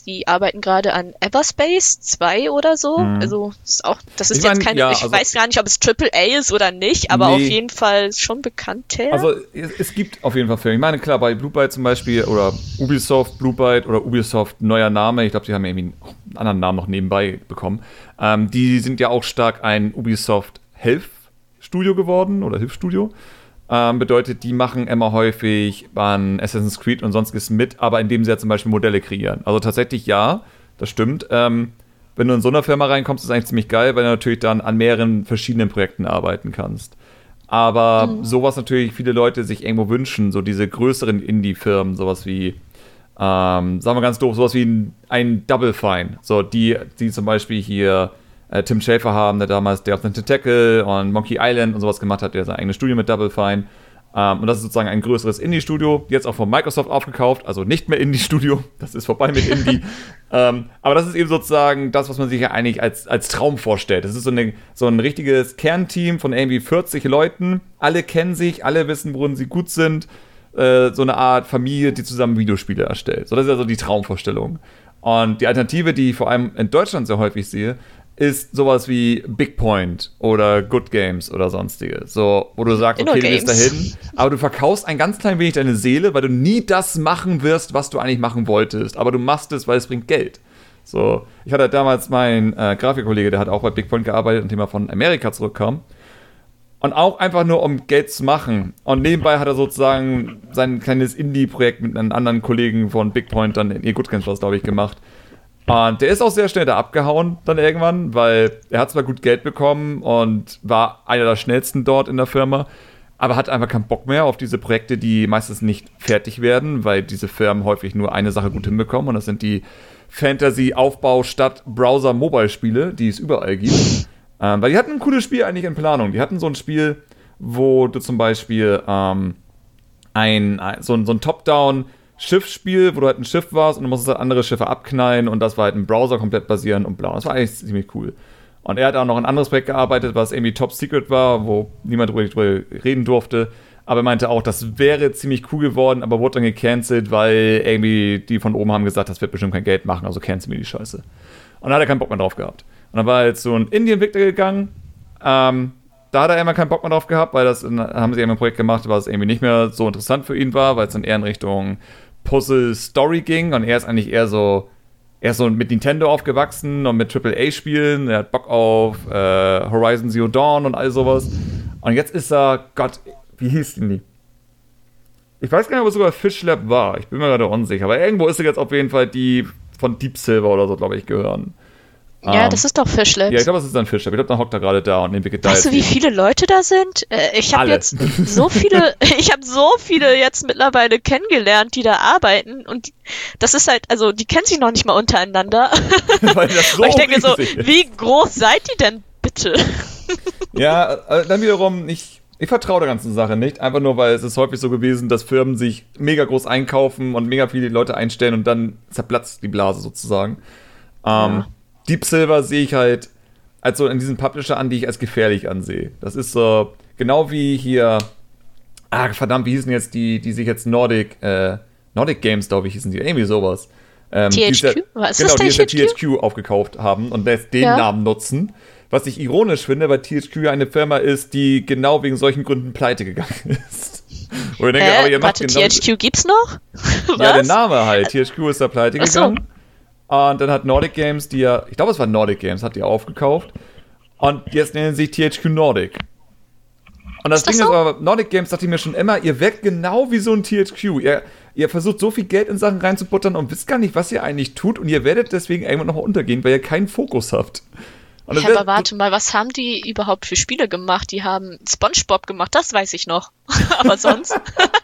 die arbeiten gerade an Everspace zwei oder so. Mhm. Also ist auch, das ist ich jetzt mein, keine, ja, ich also, weiß gar nicht, ob es Triple A ist oder nicht, aber nee. auf jeden Fall schon bekannt her. Also es, es gibt auf jeden Fall Filme. Ich meine, klar, bei Blue Byte zum Beispiel oder Ubisoft Blue Byte oder Ubisoft neuer Name, ich glaube, die haben irgendwie einen anderen Namen noch nebenbei bekommen. Ähm, die sind ja auch stark ein Ubisoft Hilfstudio geworden oder Hilfsstudio. Ähm, bedeutet, die machen immer häufig an Assassin's Creed und sonstiges mit, aber indem sie ja zum Beispiel Modelle kreieren. Also tatsächlich ja, das stimmt. Ähm, wenn du in so einer Firma reinkommst, ist das eigentlich ziemlich geil, weil du natürlich dann an mehreren verschiedenen Projekten arbeiten kannst. Aber mhm. sowas natürlich viele Leute sich irgendwo wünschen, so diese größeren Indie-Firmen, sowas wie, ähm, sagen wir ganz doof, sowas wie ein, ein Double Fine. So, die, die zum Beispiel hier Äh, Tim Schafer haben, der damals Day of the Tentacle und Monkey Island und sowas gemacht hat, der sein eigenes Studio mit Double Fine. Ähm, und das ist sozusagen ein größeres Indie-Studio, jetzt auch von Microsoft aufgekauft, also nicht mehr Indie-Studio, das ist vorbei mit Indie. ähm, aber das ist eben sozusagen das, was man sich ja eigentlich als, als Traum vorstellt. Das ist so, eine, so ein richtiges Kernteam von irgendwie vierzig Leuten. Alle kennen sich, alle wissen, worin sie gut sind. Äh, so eine Art Familie, die zusammen Videospiele erstellt. So, das ist also die Traumvorstellung. Und die Alternative, die ich vor allem in Deutschland sehr häufig sehe, ist sowas wie Big Point oder Good Games oder sonstiges. So, wo du sagst, okay, du gehst da hin, aber du verkaufst ein ganz klein wenig deine Seele, weil du nie das machen wirst, was du eigentlich machen wolltest. Aber du machst es, weil es bringt Geld. So, ich hatte damals meinen äh, Grafikkollege, der hat auch bei Big Point gearbeitet und der von Amerika zurückkam. Und auch einfach nur, um Geld zu machen. Und nebenbei hat er sozusagen sein kleines Indie-Projekt mit einem anderen Kollegen von Big Point dann in ihr Good Games, glaube ich, gemacht. Und der ist auch sehr schnell da abgehauen dann irgendwann, weil er hat zwar gut Geld bekommen und war einer der schnellsten dort in der Firma, aber hat einfach keinen Bock mehr auf diese Projekte, die meistens nicht fertig werden, weil diese Firmen häufig nur eine Sache gut hinbekommen und das sind die Fantasy-Aufbau-Stadt-Browser-Mobile-Spiele, die es überall gibt. Ähm, weil die hatten ein cooles Spiel eigentlich in Planung. Die hatten so ein Spiel, wo du zum Beispiel ähm, ein, ein, so, ein, so ein Top-Down- Schiffsspiel, wo du halt ein Schiff warst und du musstest halt andere Schiffe abknallen und das war halt ein Browser komplett basierend und blau. Das war eigentlich ziemlich cool. Und er hat auch noch ein anderes Projekt gearbeitet, was irgendwie Top Secret war, wo niemand drüber reden durfte. Aber er meinte auch, das wäre ziemlich cool geworden, aber wurde dann gecancelt, weil irgendwie die von oben haben gesagt, das wird bestimmt kein Geld machen, also cancel mir die Scheiße. Und da hat er keinen Bock mehr drauf gehabt. Und dann war er jetzt so ein Indie-Entwickler gegangen, ähm, da hat er immer keinen Bock mehr drauf gehabt, weil das haben sie ein Projekt gemacht, was irgendwie nicht mehr so interessant für ihn war, weil es dann eher in Richtung Puzzle-Story ging und er ist eigentlich eher so, er ist so mit Nintendo aufgewachsen und mit Triple A-Spielen, er hat Bock auf äh, Horizon Zero Dawn und all sowas. Und jetzt ist er, Gott, wie hieß denn die? Ich weiß gar nicht, ob es sogar Fish Lab war, ich bin mir gerade unsicher, aber irgendwo ist er jetzt auf jeden Fall die von Deep Silver oder so, glaube ich, gehören. Ja, um, das ist doch Fish Labs. Ja, ich glaube, das ist dann Fish Lab. Ich glaube, dann hockt er gerade da und entwickelt da. Weißt du, wie viele Leute da sind? Äh, ich habe jetzt so viele, ich habe so viele jetzt mittlerweile kennengelernt, die da arbeiten und die, das ist halt, also die kennen sich noch nicht mal untereinander. Weil das so und ich denke so, ist. Wie groß seid ihr denn bitte? Ja, äh, dann wiederum, ich, ich vertraue der ganzen Sache nicht, einfach nur, weil es ist häufig so gewesen, dass Firmen sich mega groß einkaufen und mega viele Leute einstellen und dann zerplatzt die Blase sozusagen. Ähm, ja. Deep Silver sehe ich halt als so in diesen Publisher an, die ich als gefährlich ansehe. Das ist so, genau wie hier, ah, verdammt, wie hießen jetzt die, die sich jetzt Nordic, äh, Nordic Games, glaube ich, hießen die, irgendwie sowas. Ähm, T H Q? Die ja, Was genau, ist die das jetzt T H Q aufgekauft haben und jetzt den ja. Namen nutzen. Was ich ironisch finde, weil T H Q ja eine Firma ist, die genau wegen solchen Gründen pleite gegangen ist. Wo ich denke, Hä? aber ihr macht Warte, genau, T H Q gibt's noch? Ja, der Name halt. T H Q ist da pleite Ach so. gegangen. Und dann hat Nordic Games, die ja, ich glaube, es war Nordic Games, hat die aufgekauft. Und jetzt nennen sie sich T H Q Nordic. Und das, das Ding so? ist aber, Nordic Games dachte ich mir schon immer, ihr wirkt genau wie so ein T H Q. Ihr, ihr versucht so viel Geld in Sachen reinzubuttern und wisst gar nicht, was ihr eigentlich tut. Und ihr werdet deswegen irgendwann nochmal untergehen, weil ihr keinen Fokus habt. Und ja, aber warte mal, was haben die überhaupt für Spiele gemacht? Die haben SpongeBob gemacht, das weiß ich noch. Aber sonst...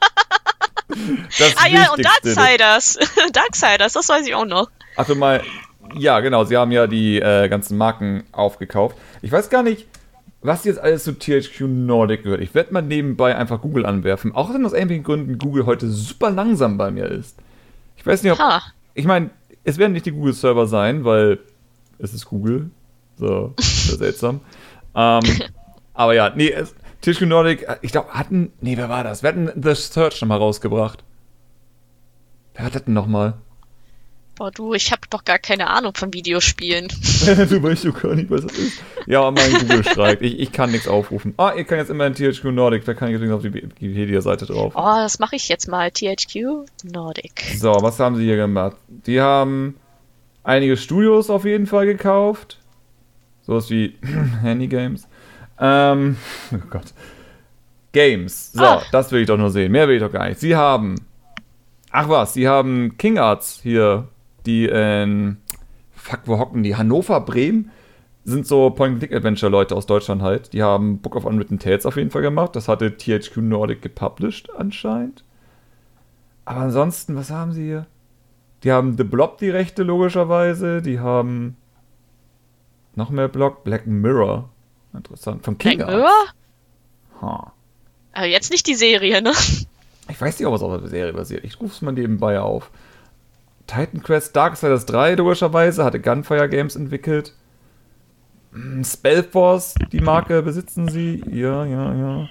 ah ja, und Darksiders. Darksiders, das weiß ich auch noch. Ach du mal, ja genau, sie haben ja die äh, ganzen Marken aufgekauft. Ich weiß gar nicht, was jetzt alles zu T H Q Nordic gehört. Ich werde mal nebenbei einfach Google anwerfen. Auch wenn aus irgendwelchen Gründen Google heute super langsam bei mir ist. Ich weiß nicht, ob... Ha. Ich meine, es werden nicht die Google-Server sein, weil es ist Google. So, sehr seltsam. ähm, aber ja, nee, es, T H Q Nordic, ich glaube, hatten... Nee, wer war das? Wir hatten The Search nochmal rausgebracht. Wer hat das denn nochmal? Boah, du, ich habe doch gar keine Ahnung von Videospielen. Du weißt doch gar nicht, was das ist. Ja, mein Google streikt. Ich, ich kann nichts aufrufen. Ah, ich kann jetzt immer in T H Q Nordic. Da kann ich übrigens auf die Wikipedia-Seite drauf. Oh, das mache ich jetzt mal. T H Q Nordic. So, was haben sie hier gemacht? Die haben einige Studios auf jeden Fall gekauft. Sowas wie Handy-Games. Ähm, oh Gott. Games. So, ah. Das will ich doch nur sehen. Mehr will ich doch gar nicht. Sie haben... Ach was, sie haben King Arts hier, die in... Fuck, wo hocken die? Hannover, Bremen? Sind so Point-and-Click-Adventure-Leute aus Deutschland halt. Die haben Book of Unwritten Tales auf jeden Fall gemacht. Das hatte T H Q Nordic gepublished anscheinend. Aber ansonsten, was haben sie hier? Die haben The Blob die Rechte, logischerweise. Die haben noch mehr Blog. Black Mirror. Interessant. Von King Black Arts. Mirror? Huh. Aber jetzt nicht die Serie, ne? Ich weiß nicht, ob es auf der Serie basiert. Ich rufe es mal nebenbei auf. Titan Quest Darksiders drei, logischerweise, hatte Gunfire Games entwickelt. Spellforce, die Marke besitzen sie. Ja, ja, ja.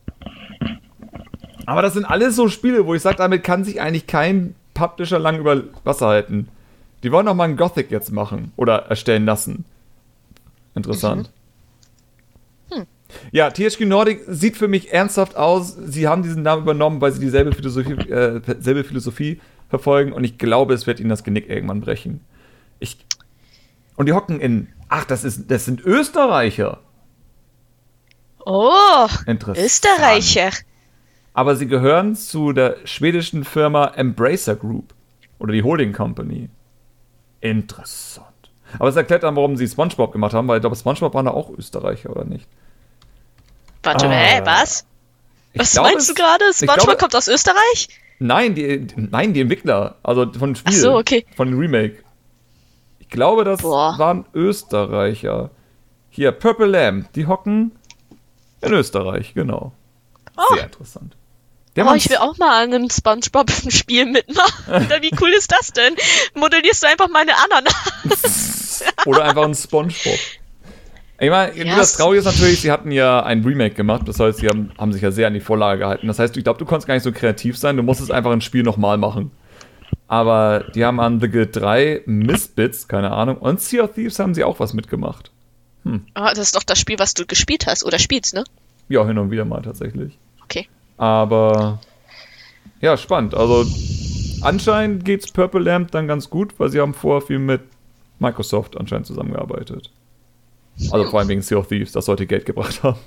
Aber das sind alles so Spiele, wo ich sage, damit kann sich eigentlich kein Publisher lang über Wasser halten. Die wollen noch mal ein Gothic jetzt machen. Oder erstellen lassen. Interessant. Mhm. Hm. Ja, T H Q Nordic sieht für mich ernsthaft aus. Sie haben diesen Namen übernommen, weil sie dieselbe Philosophie, äh, selbe Philosophie verfolgen. Und ich glaube, es wird ihnen das Genick irgendwann brechen. Ich... Und die hocken in... Ach, das, ist, das sind Österreicher. Oh, Interessant. Österreicher. Aber sie gehören zu der schwedischen Firma Embracer Group. Oder die Holding Company. Interessant. Aber es erklärt dann, warum sie SpongeBob gemacht haben, weil ich glaube, SpongeBob waren da auch Österreicher, oder nicht? Warte, ah, hä, was? Was glaube, meinst du gerade? SpongeBob glaube, kommt aus Österreich? Nein, die, nein, die Entwickler. Also von Spiel. Ach so, okay. Von dem Remake. Ich glaube, das Boah. waren Österreicher. Hier, Purple Lamb. Die hocken in Österreich, genau. Oh. Sehr interessant. Oh, ich will auch mal an einem SpongeBob-Spiel mitmachen. Wie cool ist das denn? Modellierst du einfach meine Ananas? Oder einfach ein SpongeBob. Ich meine, yes. Das Traurige ist natürlich, sie hatten ja ein Remake gemacht, das heißt, sie haben, haben sich ja sehr an die Vorlage gehalten. Das heißt, ich glaube, du konntest gar nicht so kreativ sein, du musstest einfach ein Spiel nochmal machen. Aber die haben an The Guild drei, Misfits, keine Ahnung, und Sea of Thieves haben sie auch was mitgemacht. Hm. Ah, das ist doch das Spiel, was du gespielt hast oder spielst, ne? Ja, hin und wieder mal tatsächlich. Okay. Aber ja, spannend. Also anscheinend geht's Purple Lamp dann ganz gut, weil sie haben vorher viel mit Microsoft anscheinend zusammengearbeitet. Also vor allem wegen Sea of Thieves, das sollte Geld gebracht haben.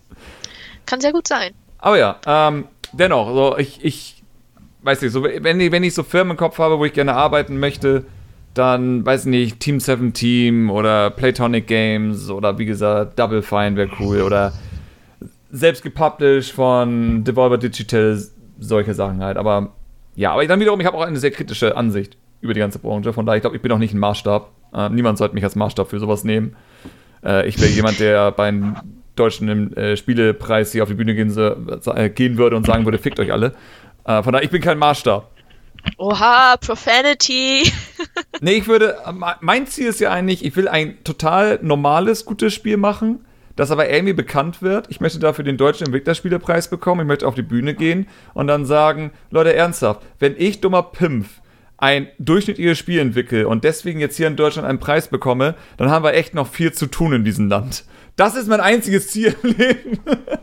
Kann sehr gut sein. Aber ja, ähm, dennoch, so ich, ich weiß nicht, so, wenn, ich, wenn ich so Firmen im Kopf habe, wo ich gerne arbeiten möchte, dann, weiß nicht, Team siebzehn oder Playtonic Games oder wie gesagt, Double Fine wäre cool oder selbst gepublished von Devolver Digital, solche Sachen halt. Aber ja, aber dann wiederum, ich habe auch eine sehr kritische Ansicht über die ganze Branche. Von daher, ich glaube, ich bin auch nicht ein Maßstab. Äh, niemand sollte mich als Maßstab für sowas nehmen. Äh, ich wäre jemand, der beim deutschen äh, Spielepreis hier auf die Bühne gehen, so, äh, gehen würde und sagen würde, fickt euch alle. Äh, von daher, ich bin kein Maßstab. Oha, Profanity. Nee, ich würde, mein Ziel ist ja eigentlich, ich will ein total normales, gutes Spiel machen, das aber irgendwie bekannt wird. Ich möchte dafür den Deutschen Entwicklerspielepreis bekommen. Ich möchte auf die Bühne gehen und dann sagen, Leute, ernsthaft, wenn ich, dummer Pimpf, ein durchschnittliches Spiel entwickle und deswegen jetzt hier in Deutschland einen Preis bekomme, dann haben wir echt noch viel zu tun in diesem Land. Das ist mein einziges Ziel im Leben.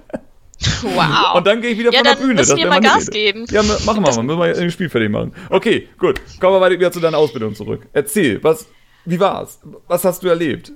Wow. Und dann gehe ich wieder ja, von der Bühne. Ja, dann müssen wir mal Gas Rede. geben. Ja, machen wir mal. Müssen wir ein Spiel fertig machen. Okay, gut. Kommen wir weiter wieder zu deiner Ausbildung zurück. Erzähl, was, wie war's? Was hast du erlebt?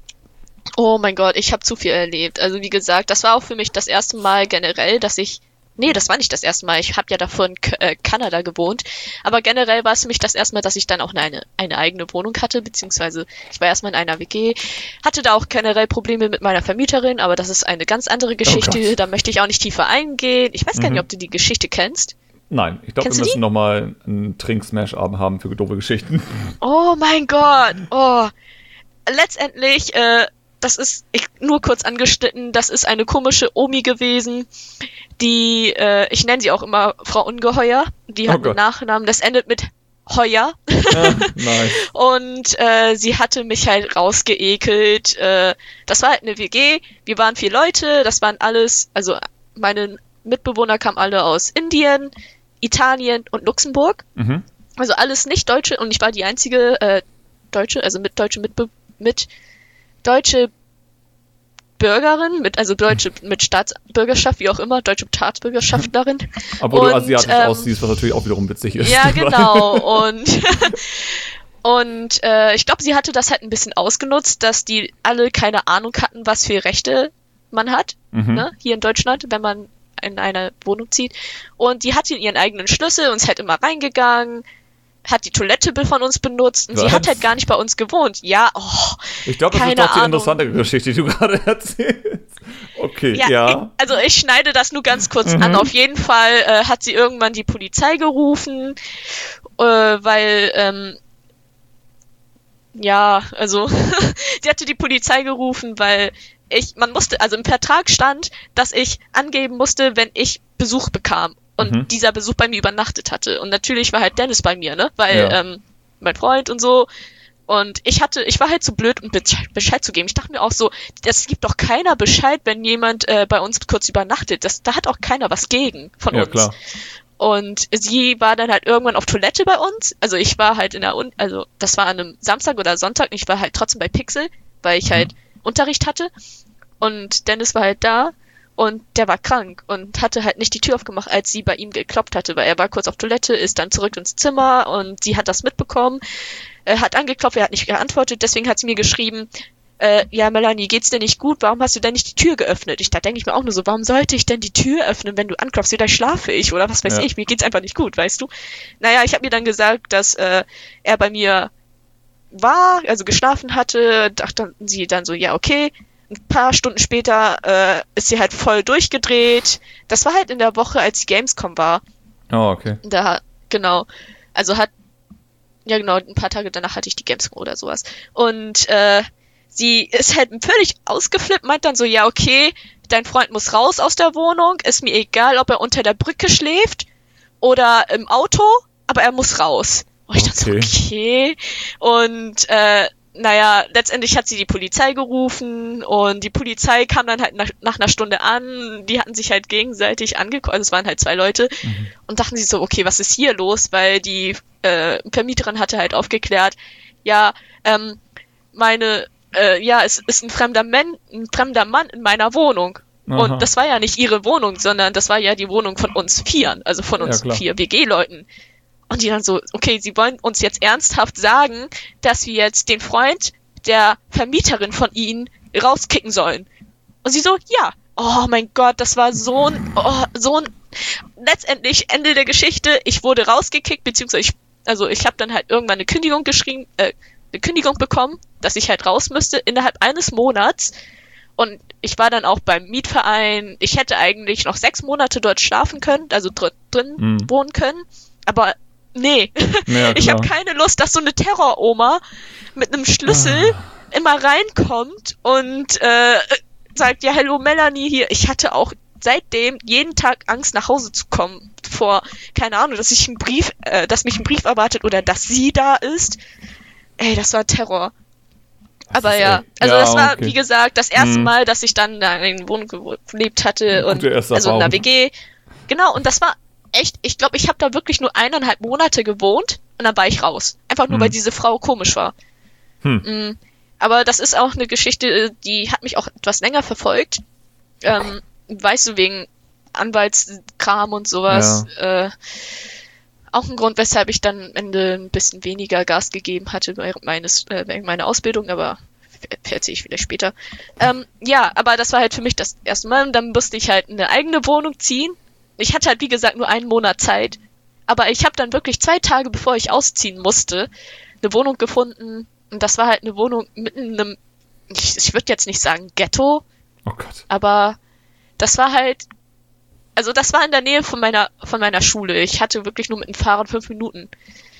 Oh mein Gott, ich habe zu viel erlebt. Also wie gesagt, das war auch für mich das erste Mal generell, dass ich... Nee, das war nicht das erste Mal. Ich habe ja davor in K- äh, Kanada gewohnt. Aber generell war es für mich das erste Mal, dass ich dann auch eine, eine eigene Wohnung hatte, beziehungsweise ich war erstmal in einer W G. Hatte da auch generell Probleme mit meiner Vermieterin, aber das ist eine ganz andere Geschichte. Oh da möchte ich auch nicht tiefer eingehen. Ich weiß mhm. gar nicht, ob du die Geschichte kennst. Nein, ich glaube, wir müssen nochmal einen Trink-Smash-Abend haben für doofe Geschichten. Oh mein Gott. Oh. Letztendlich, äh, das ist, ich, nur kurz angeschnitten, das ist eine komische Omi gewesen, die, äh, ich nenne sie auch immer Frau Ungeheuer, die hat oh einen Nachnamen, das endet mit Heuer. Ah, nice. Und äh, sie hatte mich halt rausgeekelt. Äh, das war halt eine W G, wir waren vier Leute, das waren alles, also meine Mitbewohner kamen alle aus Indien, Italien und Luxemburg. Mhm. Also alles nicht Deutsche und ich war die einzige äh, Deutsche, also mit deutsche mit, mit deutsche Bürgerin, mit, also Deutsche mit Staatsbürgerschaft, wie auch immer, deutsche Staatsbürgerschaftlerin. Obwohl und, du asiatisch ähm, aussiehst, was natürlich auch wiederum witzig ist. Ja, genau. Und, und äh, ich glaube, sie hatte das halt ein bisschen ausgenutzt, dass die alle keine Ahnung hatten, was für Rechte man hat, Mhm. ne, hier in Deutschland, wenn man in eine Wohnung zieht. Und die hatte ihren eigenen Schlüssel und ist halt immer reingegangen, hat die Toilette von uns benutzt und Was? sie hat halt gar nicht bei uns gewohnt. Ja, oh, Ich glaube, das keine ist doch die Ahnung. interessante Geschichte, die du gerade erzählst. Okay, ja. Ja, Ich, also ich schneide das nur ganz kurz Mhm. an. Auf jeden Fall äh, hat sie irgendwann die Polizei gerufen, äh, weil, ähm, ja, also sie hatte die Polizei gerufen, weil ich, man musste, also im Vertrag stand, dass ich angeben musste, wenn ich Besuch bekam und Mhm. dieser Besuch bei mir übernachtet hatte. Und natürlich war halt Dennis bei mir, ne, weil Ja. ähm, mein Freund und so. Und ich hatte, ich war halt so blöd, um Bescheid, Bescheid zu geben. Ich dachte mir auch so, das gibt doch keiner Bescheid, wenn jemand äh, bei uns kurz übernachtet. Das, da hat auch keiner was gegen von Ja, uns. klar. Und sie war dann halt irgendwann auf Toilette bei uns. Also ich war halt in der Uni, also das war an einem Samstag oder Sonntag. Und ich war halt trotzdem bei Pixel, weil ich Mhm. halt Unterricht hatte. Und Dennis war halt da und der war krank und hatte halt nicht die Tür aufgemacht, als sie bei ihm geklopft hatte, weil er war kurz auf Toilette, ist dann zurück ins Zimmer und sie hat das mitbekommen. Er hat angeklopft, er hat nicht geantwortet, deswegen hat sie mir geschrieben, äh, ja, Melanie, geht's dir nicht gut? Warum hast du denn nicht die Tür geöffnet? Ich, da denke ich mir auch nur so, warum sollte ich denn die Tür öffnen, wenn du anklopfst? Vielleicht schlafe ich oder was weiß Ja. ich, mir geht's einfach nicht gut, weißt du? Naja, ich habe mir dann gesagt, dass äh, er bei mir war, also geschlafen hatte, dachten sie dann so, ja, okay. Ein paar Stunden später äh, ist sie halt voll durchgedreht. Das war halt in der Woche, als die Gamescom war. Oh, okay. Da, genau. Also hat, ja genau, ein paar Tage danach hatte ich die Gamescom oder sowas. Und äh, sie ist halt völlig ausgeflippt, meint dann so, ja, okay, dein Freund muss raus aus der Wohnung, ist mir egal, ob er unter der Brücke schläft oder im Auto, aber er muss raus. Und ich dachte so, Okay. okay. Und äh, naja, letztendlich hat sie die Polizei gerufen und die Polizei kam dann halt nach, nach einer Stunde an. Die hatten sich halt gegenseitig angeguckt, also es waren halt zwei Leute Mhm. und dachten sich so, okay, was ist hier los? Weil die äh, Vermieterin hatte halt aufgeklärt, ja, ähm, meine, äh, ja, es ist ein fremder Mann, ein fremder Mann in meiner Wohnung. Aha. Und das war ja nicht ihre Wohnung, sondern das war ja die Wohnung von uns Vieren, also von Ja, uns klar. vier W G-Leuten. Und die dann so, okay, sie wollen uns jetzt ernsthaft sagen, dass wir jetzt den Freund der Vermieterin von ihnen rauskicken sollen. Und sie so, ja. Oh mein Gott, das war so ein, oh, so ein, letztendlich Ende der Geschichte. Ich wurde rausgekickt, beziehungsweise ich, also ich habe dann halt irgendwann eine Kündigung geschrieben, äh, eine Kündigung bekommen, dass ich halt raus müsste innerhalb eines Monats. Und ich war dann auch beim Mietverein. Ich hätte eigentlich noch sechs Monate dort schlafen können, also dr drin Mhm. wohnen können. Aber nee, Ja, ich habe klar. keine Lust, dass so eine Terroroma mit einem Schlüssel Ah. immer reinkommt und äh, sagt, ja, hallo Melanie hier. Ich hatte auch seitdem jeden Tag Angst, nach Hause zu kommen. Vor, keine Ahnung, dass ich einen Brief, äh, dass mich ein Brief erwartet oder dass sie da ist. Ey, das war Terror. Das Aber ist ja, echt- also ja, das war, okay. wie gesagt, das erste Mhm. Mal, dass ich dann da in einer Wohnung gewo- gelebt hatte und Gute erste also in einer Erfahrung. W G. Genau, und das war echt, ich glaube, ich habe da wirklich nur eineinhalb Monate gewohnt und dann war ich raus. Einfach nur, Mhm. weil diese Frau komisch war. Hm. Mm, aber das ist auch eine Geschichte, die hat mich auch etwas länger verfolgt. Ähm, weißt du, wegen Anwaltskram und sowas. Äh, auch ein Grund, weshalb ich dann am Ende ein bisschen weniger Gas gegeben hatte während meines, äh, während meiner Ausbildung, aber erzähle ich vielleicht später. Ähm, ja, aber das war halt für mich das erste Mal und dann musste ich halt eine eigene Wohnung ziehen. Ich hatte halt, wie gesagt, nur einen Monat Zeit, aber ich habe dann wirklich zwei Tage, bevor ich ausziehen musste, eine Wohnung gefunden und das war halt eine Wohnung mitten in einem, ich, ich würde jetzt nicht sagen Ghetto, Oh Gott. aber das war halt, also das war in der Nähe von meiner, von meiner Schule. Ich hatte wirklich nur mit dem Fahrrad fünf Minuten.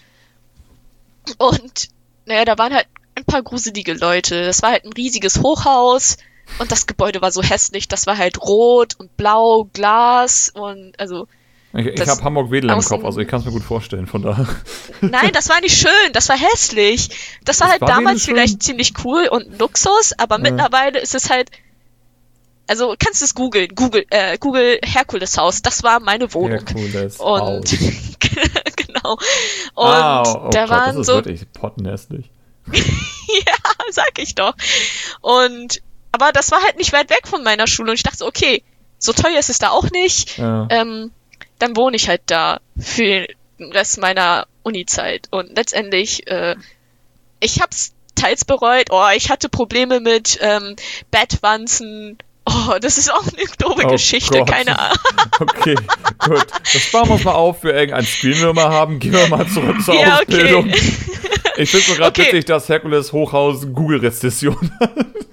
Und, naja, da waren halt ein paar gruselige Leute. Das war halt ein riesiges Hochhaus und das Gebäude war so hässlich. Das war halt rot und blau, Glas und, also, Ich, ich Das habe Hamburg-Wedel im außen- Kopf, also ich kann es mir gut vorstellen, von daher. nein, das war nicht schön, das war hässlich. Das war Das halt war damals wenigstens schön. vielleicht ziemlich cool und Luxus, aber Ja. mittlerweile ist es halt, also kannst du es googeln, Google, äh, Google Herkules Haus, das war meine Wohnung. Herkules Und Haus. genau. genau. Und ah, oh da Gott, waren das ist so... wirklich pottenhässlich. ja, sag ich doch. Und, aber das war halt nicht weit weg von meiner Schule und ich dachte, okay, so teuer ist es da auch nicht. Ja. Ähm, dann wohne ich halt da für den Rest meiner Uni-Zeit. Und letztendlich, äh, ich hab's teils bereut. Oh, ich hatte Probleme mit ähm, Bettwanzen. Oh, das ist auch eine doofe Oh Geschichte, Gott. keine Ahnung. Okay, gut. Das sparen wir uns mal auf für irgendein Screen, wenn wir mal haben. Gehen wir mal zurück zur Ja, Ausbildung. okay. Ich finde es gerade Okay. witzig, dass Herkules Hochhaus Google-Rezession hat.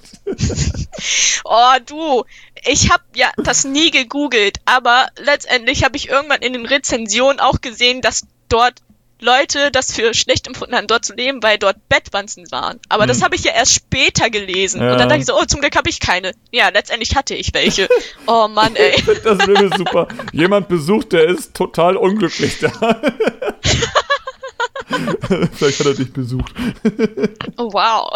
Oh, du, ich habe ja das nie gegoogelt, aber letztendlich habe ich irgendwann in den Rezensionen auch gesehen, dass dort Leute das für schlecht empfunden haben, dort zu leben, weil dort Bettwanzen waren. Aber Hm. das habe ich ja erst später gelesen. Ja. Und dann dachte ich so, oh, zum Glück habe ich keine. Ja, letztendlich hatte ich welche. Oh Mann, ey. Das Film ist super. Jemand besucht, der ist total unglücklich da. Vielleicht hat er dich besucht. Oh, wow.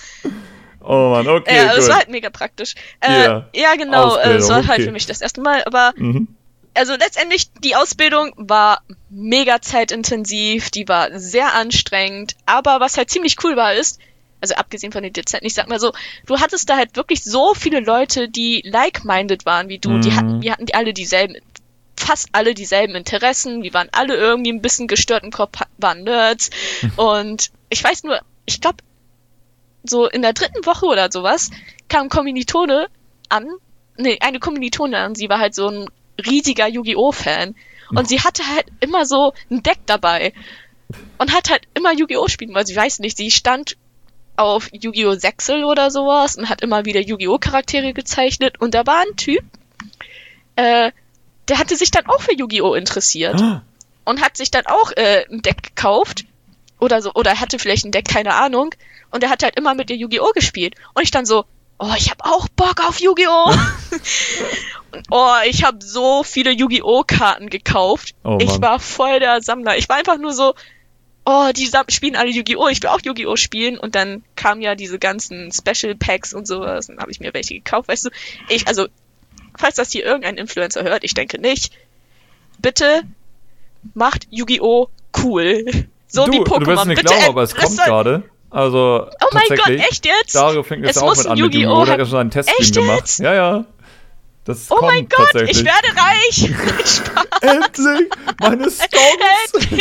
Oh Mann, okay, Ja, das gut. war halt mega praktisch. Äh, Ja. ja, genau, äh, das war Ausbildung, halt okay. für mich das erste Mal, aber Mhm. also letztendlich, die Ausbildung war mega zeitintensiv, die war sehr anstrengend, aber was halt ziemlich cool war ist, also abgesehen von den Dozenten, ich sag mal so, du hattest da halt wirklich so viele Leute, die like-minded waren wie du, die Mhm. hatten, wir hatten die alle dieselben, fast alle dieselben Interessen, wir waren alle irgendwie ein bisschen gestört im Kopf, waren Nerds und ich weiß nur, ich glaube, so in der dritten Woche oder sowas kam Kommilitone an, nee, eine Kommilitone an, sie war halt so ein riesiger Yu-Gi-Oh! Fan und sie hatte halt immer so ein Deck dabei und hat halt immer Yu-Gi-Oh! Spielen, weil sie weiß nicht, sie stand auf Yu-Gi-Oh! Sechsel oder sowas und hat immer wieder Yu-Gi-Oh! Charaktere gezeichnet und da war ein Typ, äh, der hatte sich dann auch für Yu-Gi-Oh! Interessiert und hat sich dann auch äh, ein Deck gekauft oder so, oder hatte vielleicht ein Deck, keine Ahnung, und er hat halt immer mit ihr Yu-Gi-Oh! Gespielt und ich dann so, oh, ich hab auch Bock auf Yu-Gi-Oh! Und, oh, ich habe so viele Yu-Gi-Oh! Karten gekauft. Oh, ich Mann. war voll der Sammler. Ich war einfach nur so, oh, die sam- spielen alle Yu-Gi-Oh! Ich will auch Yu-Gi-Oh! spielen. Und dann kamen ja diese ganzen Special Packs und sowas. Und dann habe ich mir welche gekauft. Weißt du, ich, also, falls das hier irgendein Influencer hört, ich denke nicht, bitte macht Yu-Gi-Oh! cool. So du, wie Pokémon. du wirst es nicht bitte glauben, ent- aber es das kommt soll- gerade. Also, Oh mein Gott, tatsächlich. echt jetzt? Dario fängt jetzt Es auch muss mit ein an mit Yu-Gi-Oh! Yu-Gi-Oh! Der hat haben- ja schon einen Teststream Echt gemacht. jetzt? Ja, ja. Das Oh kommt mein Gott, tatsächlich. ich werde reich! Spaß. Endlich! Meine Stonks!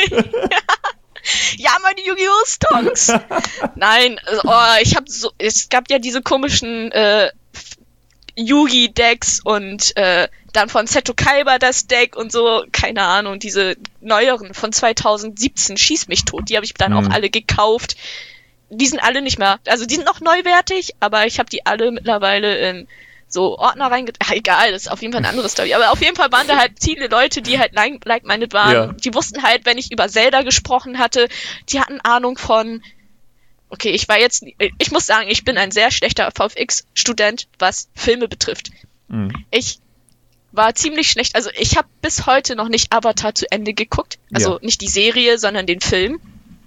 Ja, meine Yu-Gi-Oh! Stonks! Nein, also, oh, ich hab so, es gab ja diese komischen, äh, Yugi-Decks und, äh, dann von Seto Kaiba das Deck und so, keine Ahnung, diese neueren von zweitausendsiebzehn, schieß mich tot, die habe ich dann Hm. auch alle gekauft. Die sind alle nicht mehr, also die sind noch neuwertig, aber ich habe die alle mittlerweile in so Ordner reingetan. Ja, egal, das ist auf jeden Fall eine andere Story. Aber auf jeden Fall waren da halt viele Leute, die halt like- like-minded waren. Ja. Die wussten halt, wenn ich über Zelda gesprochen hatte, die hatten Ahnung von, okay, ich war jetzt, ich muss sagen, ich bin ein sehr schlechter V F X-Student, was Filme betrifft. Mhm. Ich war ziemlich schlecht, also ich habe bis heute noch nicht Avatar zu Ende geguckt. Also Ja. nicht die Serie, sondern den Film.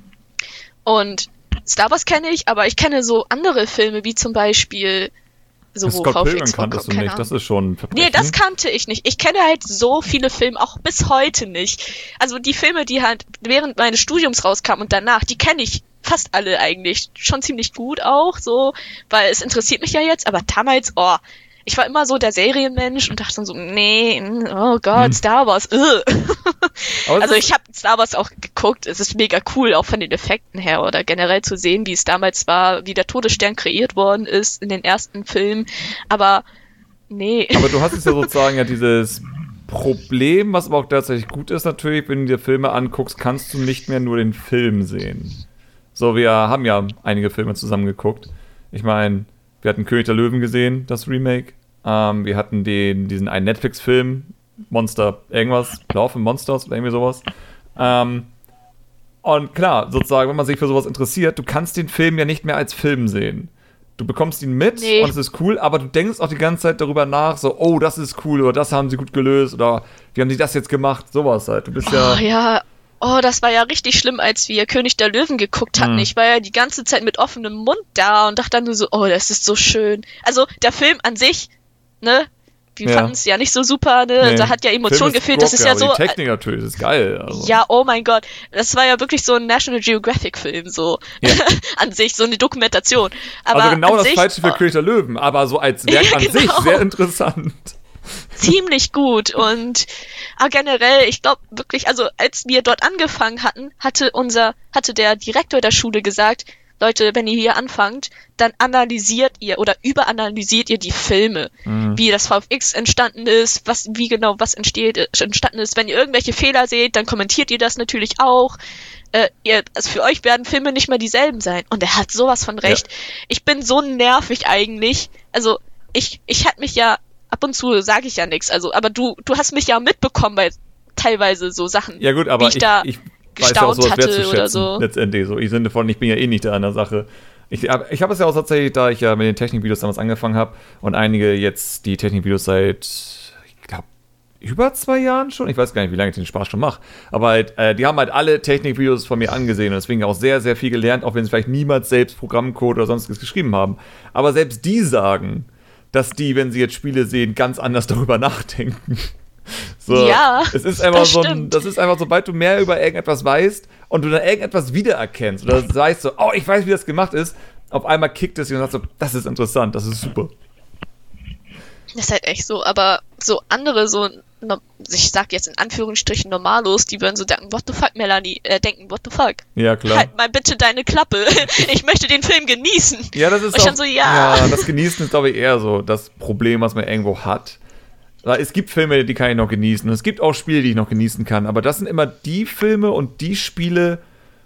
Und Star Wars kenne ich, aber ich kenne so andere Filme, wie zum Beispiel so, wo Scott V F Pilgrim X kanntest vorkommt, du keine nicht. Ahnung. Das ist schon ein Verbrechen. Nee, das kannte ich nicht. Ich kenne halt so viele Filme, auch bis heute nicht. Also die Filme, die halt während meines Studiums rauskamen und danach, die kenne ich fast alle eigentlich schon ziemlich gut auch, so, weil es interessiert mich ja jetzt, aber damals, oh, ich war immer so der Serienmensch und dachte dann so, nee, oh Gott, Hm. Star Wars, ugh. Aber es Also ist- ich habe Star Wars auch geguckt, es ist mega cool, auch von den Effekten her oder generell zu sehen, wie es damals war, wie der Todesstern kreiert worden ist in den ersten Filmen, aber nee. Aber du hast jetzt ja sozusagen ja dieses Problem, was aber auch tatsächlich gut ist natürlich, wenn du dir Filme anguckst, kannst du nicht mehr nur den Film sehen. So, wir haben ja einige Filme zusammen geguckt. Ich meine, wir hatten König der Löwen gesehen, das Remake. Ähm, wir hatten den, diesen einen Netflix-Film, Monster irgendwas, Love and Monsters oder irgendwie sowas. Ähm, und klar, sozusagen, wenn man sich für sowas interessiert, du kannst den Film ja nicht mehr als Film sehen. Du bekommst ihn mit Nee. und es ist cool, aber du denkst auch die ganze Zeit darüber nach, so, oh, das ist cool oder das haben sie gut gelöst oder wie haben sie das jetzt gemacht, sowas halt. Du bist ja... Oh ja, oh, das war ja richtig schlimm, als wir König der Löwen geguckt hatten. Mhm. Ich war ja die ganze Zeit mit offenem Mund da und dachte dann nur so, oh, das ist so schön. Also der Film an sich, ne, wir Ja. fanden es ja nicht so super, ne? Nee. Da hat ja Emotion Film ist gefehlt. Das ist Rocker, ja aber so. Die Technik natürlich, das ist geil. Also. Ja, oh mein Gott. Das war ja wirklich so ein National Geographic-Film, so. Ja. An sich, so eine Dokumentation. Aber also genau an das sich, Falsche für oh, König der Löwen, aber so als Werk Ja, an genau. sich sehr interessant. ziemlich gut. Und aber generell, ich glaube wirklich, also als wir dort angefangen hatten, hatte unser, hatte der Direktor der Schule gesagt, Leute, wenn ihr hier anfangt, dann analysiert ihr oder überanalysiert ihr die Filme, Mhm. wie das V F X entstanden ist, was, wie genau was entsteht, äh, entstanden ist. Wenn ihr irgendwelche Fehler seht, dann kommentiert ihr das natürlich auch. Äh, ihr, also für euch werden Filme nicht mehr dieselben sein. Und er hat sowas von recht. Ja. Ich bin so nervig eigentlich. Also ich, ich hatte mich ja, ab und zu sage ich ja nichts, also, aber du, du hast mich ja mitbekommen bei teilweise so Sachen, Ja gut, aber wie ich, da ich weiß ja auch gestaunt sowas hatte wertzuschätzen, oder so. letztendlich so. Ich sinne von, ich bin ja eh nicht da an der Sache. Ich, aber ich habe es ja auch tatsächlich, da ich ja mit den Technikvideos damals angefangen habe und einige jetzt die Technikvideos seit, ich glaube, über zwei Jahren schon, ich weiß gar nicht, wie lange ich den Spaß schon mache, aber halt, äh, die haben halt alle Technikvideos von mir angesehen und deswegen auch sehr, sehr viel gelernt, auch wenn sie vielleicht niemals selbst Programmcode oder sonstiges geschrieben haben. Aber selbst die sagen, dass die, wenn sie jetzt Spiele sehen, ganz anders darüber nachdenken. So, Ja, es ist einfach das so ein, stimmt. das ist einfach, sobald du mehr über irgendetwas weißt und du dann irgendetwas wiedererkennst oder sagst so, oh, ich weiß, wie das gemacht ist, auf einmal kickt es dich und sagst so, das ist interessant, das ist super. Das ist halt echt so, aber so andere, so, no, ich sag jetzt in Anführungsstrichen Normalos, die würden so denken, what the fuck, Melanie, äh, denken, what the fuck. Ja, klar. Halt mal bitte deine Klappe. Ich möchte den Film genießen. Ja, das ist Und ich auch, dann so, ja. ja, das Genießen ist, glaube ich, eher so das Problem, was man irgendwo hat. Weil es gibt Filme, die kann ich noch genießen. Und es gibt auch Spiele, die ich noch genießen kann. Aber das sind immer die Filme und die Spiele,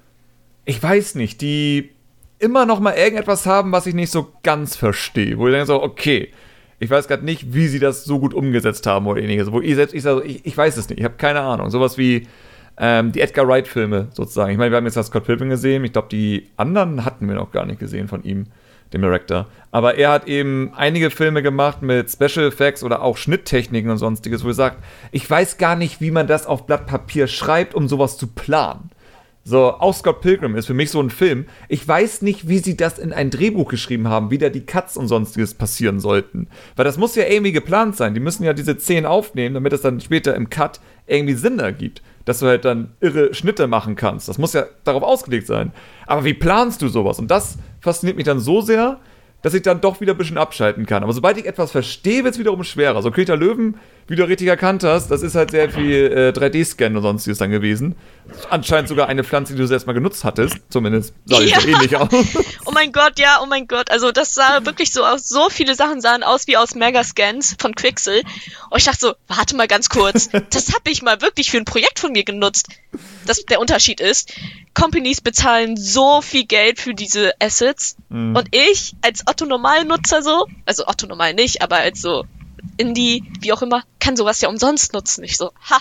ich weiß nicht, die immer noch mal irgendetwas haben, was ich nicht so ganz verstehe. Wo ich denke so, okay, ich weiß gerade nicht, wie sie das so gut umgesetzt haben oder ähnliches. Wo ich selbst, ich sage, ich, ich weiß es nicht, ich habe keine Ahnung. Sowas wie ähm, die Edgar Wright-Filme sozusagen. Ich meine, wir haben jetzt das Scott Pilgrim gesehen. Ich glaube, die anderen hatten wir noch gar nicht gesehen von ihm, dem Director. Aber er hat eben einige Filme gemacht mit Special Effects oder auch Schnitttechniken und sonstiges, wo er sagt, ich weiß gar nicht, wie man das auf Blatt Papier schreibt, um sowas zu planen. So, auch Scott Pilgrim ist für mich so ein Film. Ich weiß nicht, wie sie das in ein Drehbuch geschrieben haben, wie da die Cuts und sonstiges passieren sollten. Weil das muss ja irgendwie geplant sein. Die müssen ja diese Szenen aufnehmen, damit es dann später im Cut irgendwie Sinn ergibt. Dass du halt dann irre Schnitte machen kannst. Das muss ja darauf ausgelegt sein. Aber wie planst du sowas? Und das fasziniert mich dann so sehr, dass ich dann doch wieder ein bisschen abschalten kann. Aber sobald ich etwas verstehe, wird es wiederum schwerer. So König der Löwen, wie du richtig erkannt hast, das ist halt sehr viel äh, drei D-Scan und sonstiges dann gewesen. Anscheinend sogar eine Pflanze, die du selbst mal genutzt hattest. Zumindest sah die Ja. so ähnlich aus. Oh mein Gott, ja, oh mein Gott. Also das sah wirklich so aus, so viele Sachen sahen aus wie aus Megascans von Quixel. Und ich dachte so, warte mal ganz kurz, das habe ich mal wirklich für ein Projekt von mir genutzt. Das, der Unterschied ist, Companies bezahlen so viel Geld für diese Assets Mhm. und ich als Otto-Normal-Nutzer so, also Otto-Normal nicht, aber als so Indie, wie auch immer, kann sowas ja umsonst nutzen. Ich so, ha,